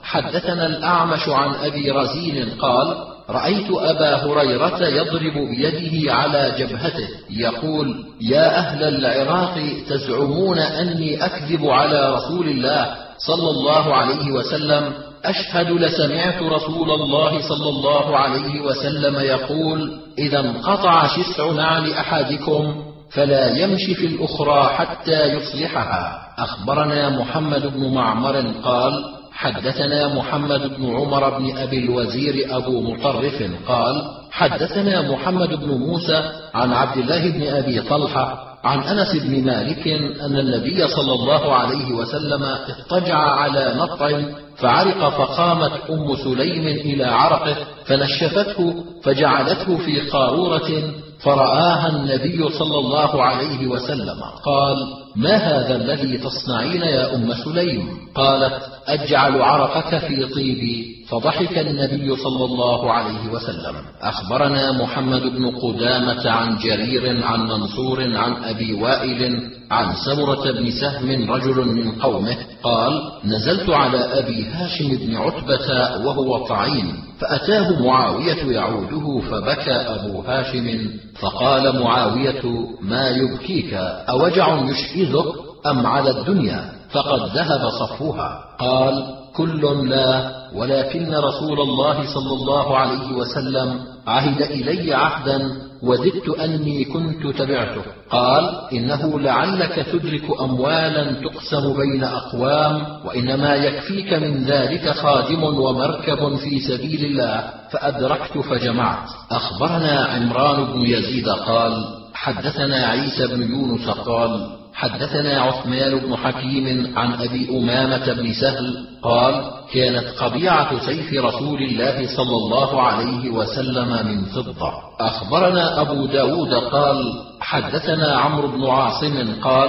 حدثنا الأعمش عن أبي رزين قال: رأيت أبا هريرة يضرب بيده على جبهته يقول: يا أهل العراق تزعمون أني أكذب على رسول الله صلى الله عليه وسلم، أشهد لسمعت رسول الله صلى الله عليه وسلم يقول: إذا انقطع شسع نعل أحدكم فلا يمشي في الأخرى حتى يصلحها. أخبرنا محمد بن معمر قال: حدثنا محمد بن عمر بن أبي الوزير أبو مطرف قال: حدثنا محمد بن موسى عن عبد الله بن أبي طلحة عن أنس بن مالك أن النبي صلى الله عليه وسلم اضطجع على نطع فعرق، فقامت أم سليم إلى عرقه فنشفته فجعلته في قارورة، فرآها النبي صلى الله عليه وسلم قال: ما هذا الذي تصنعين يا أم سليم؟ قالت: أجعل عرقك في طيبي. فضحك النبي صلى الله عليه وسلم. أخبرنا محمد بن قدامة عن جرير عن منصور عن أبي وائل عن سمرة بن سهم رجل من قومه قال: نزلت على أبي هاشم بن عتبة وهو طعين، فأتاه معاوية يعوده، فبكى أبو هاشم، فقال معاوية: ما يبكيك؟ أوجع يشئذك أم على الدنيا فقد ذهب صفوها؟ قال: كل لا، ولكن رسول الله صلى الله عليه وسلم عهد إلي عهدا وددت أني كنت تبعته. قال: إنه لعلك تدرك أموالا تقسم بين أقوام، وإنما يكفيك من ذلك خادم ومركب في سبيل الله، فأدركت فجمعت. أخبرنا عمران بن يزيد قال: حدثنا عيسى بن يونس قال: حدثنا عثمان بن حكيم عن أبي أمامة بن سهل قال: كانت قبيعة سيف رسول الله صلى الله عليه وسلم من فضة. أخبرنا أبو داود قال: حدثنا عمرو بن عاصم قال: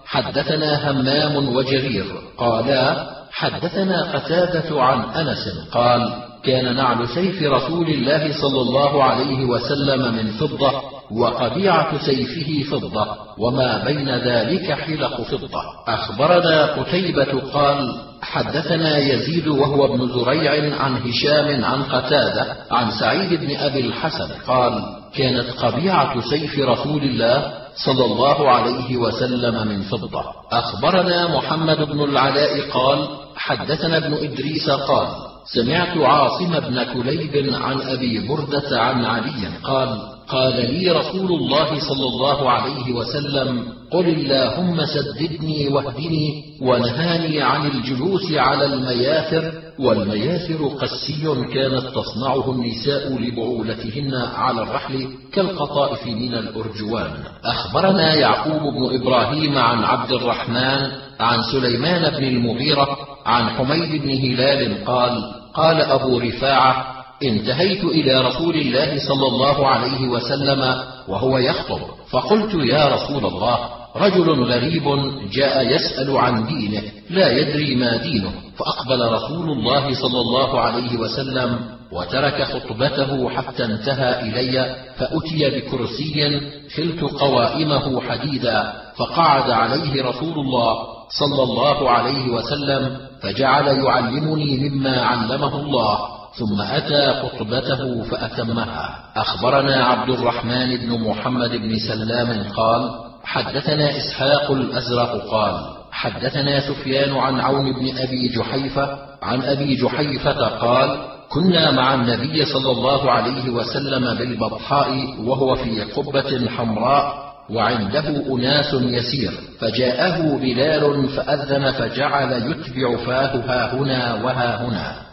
حدثنا همام وجرير قالا: حدثنا قتادة عن أنس قال: كان نعل سيف رسول الله صلى الله عليه وسلم من فضة، وقبيعة سيفه فضة، وما بين ذلك حلق فضة. أخبرنا قتيبة قال: حدثنا يزيد وهو ابن زريع عن هشام عن قتادة عن سعيد بن أبي الحسن قال: كانت قبيعة سيف رسول الله صلى الله عليه وسلم من فضة. أخبرنا محمد بن العلاء قال: حدثنا ابن إدريس قال: سمعت عاصم بن كليب عن أبي بردة عن علي قال: قال لي رسول الله صلى الله عليه وسلم: قل اللهم سددني واهدني، ونهاني عن الجلوس على المياثر، والمياثر قسي كانت تصنعه النساء لبعولتهن على الرحل كالقطائف من الأرجوان. أخبرنا يعقوب بن إبراهيم عن عبد الرحمن عن سليمان بن المغيرة عن حميد بن هلال قال: قال أبو رفاعة: انتهيت إلى رسول الله صلى الله عليه وسلم وهو يخطب، فقلت: يا رسول الله، رجل غريب جاء يسأل عن دينه لا يدري ما دينه، فأقبل رسول الله صلى الله عليه وسلم وترك خطبته حتى انتهى إلي، فأتي بكرسي خلت قوائمه حديدا، فقعد عليه رسول الله صلى الله عليه وسلم، فجعل يعلمني مما علمه الله، ثم أتى خطبته فأتمها. أخبرنا عبد الرحمن بن محمد بن سلام قال: حدثنا إسحاق الأزرق قال: حدثنا سفيان عن عون بن أبي جحيفة عن أبي جحيفة قال: كنا مع النبي صلى الله عليه وسلم بالبطحاء وهو في قبة حمراء وعنده أناس يسير، فجاءه بلال فأذن، فجعل يتبع فاه ها هنا وها هنا.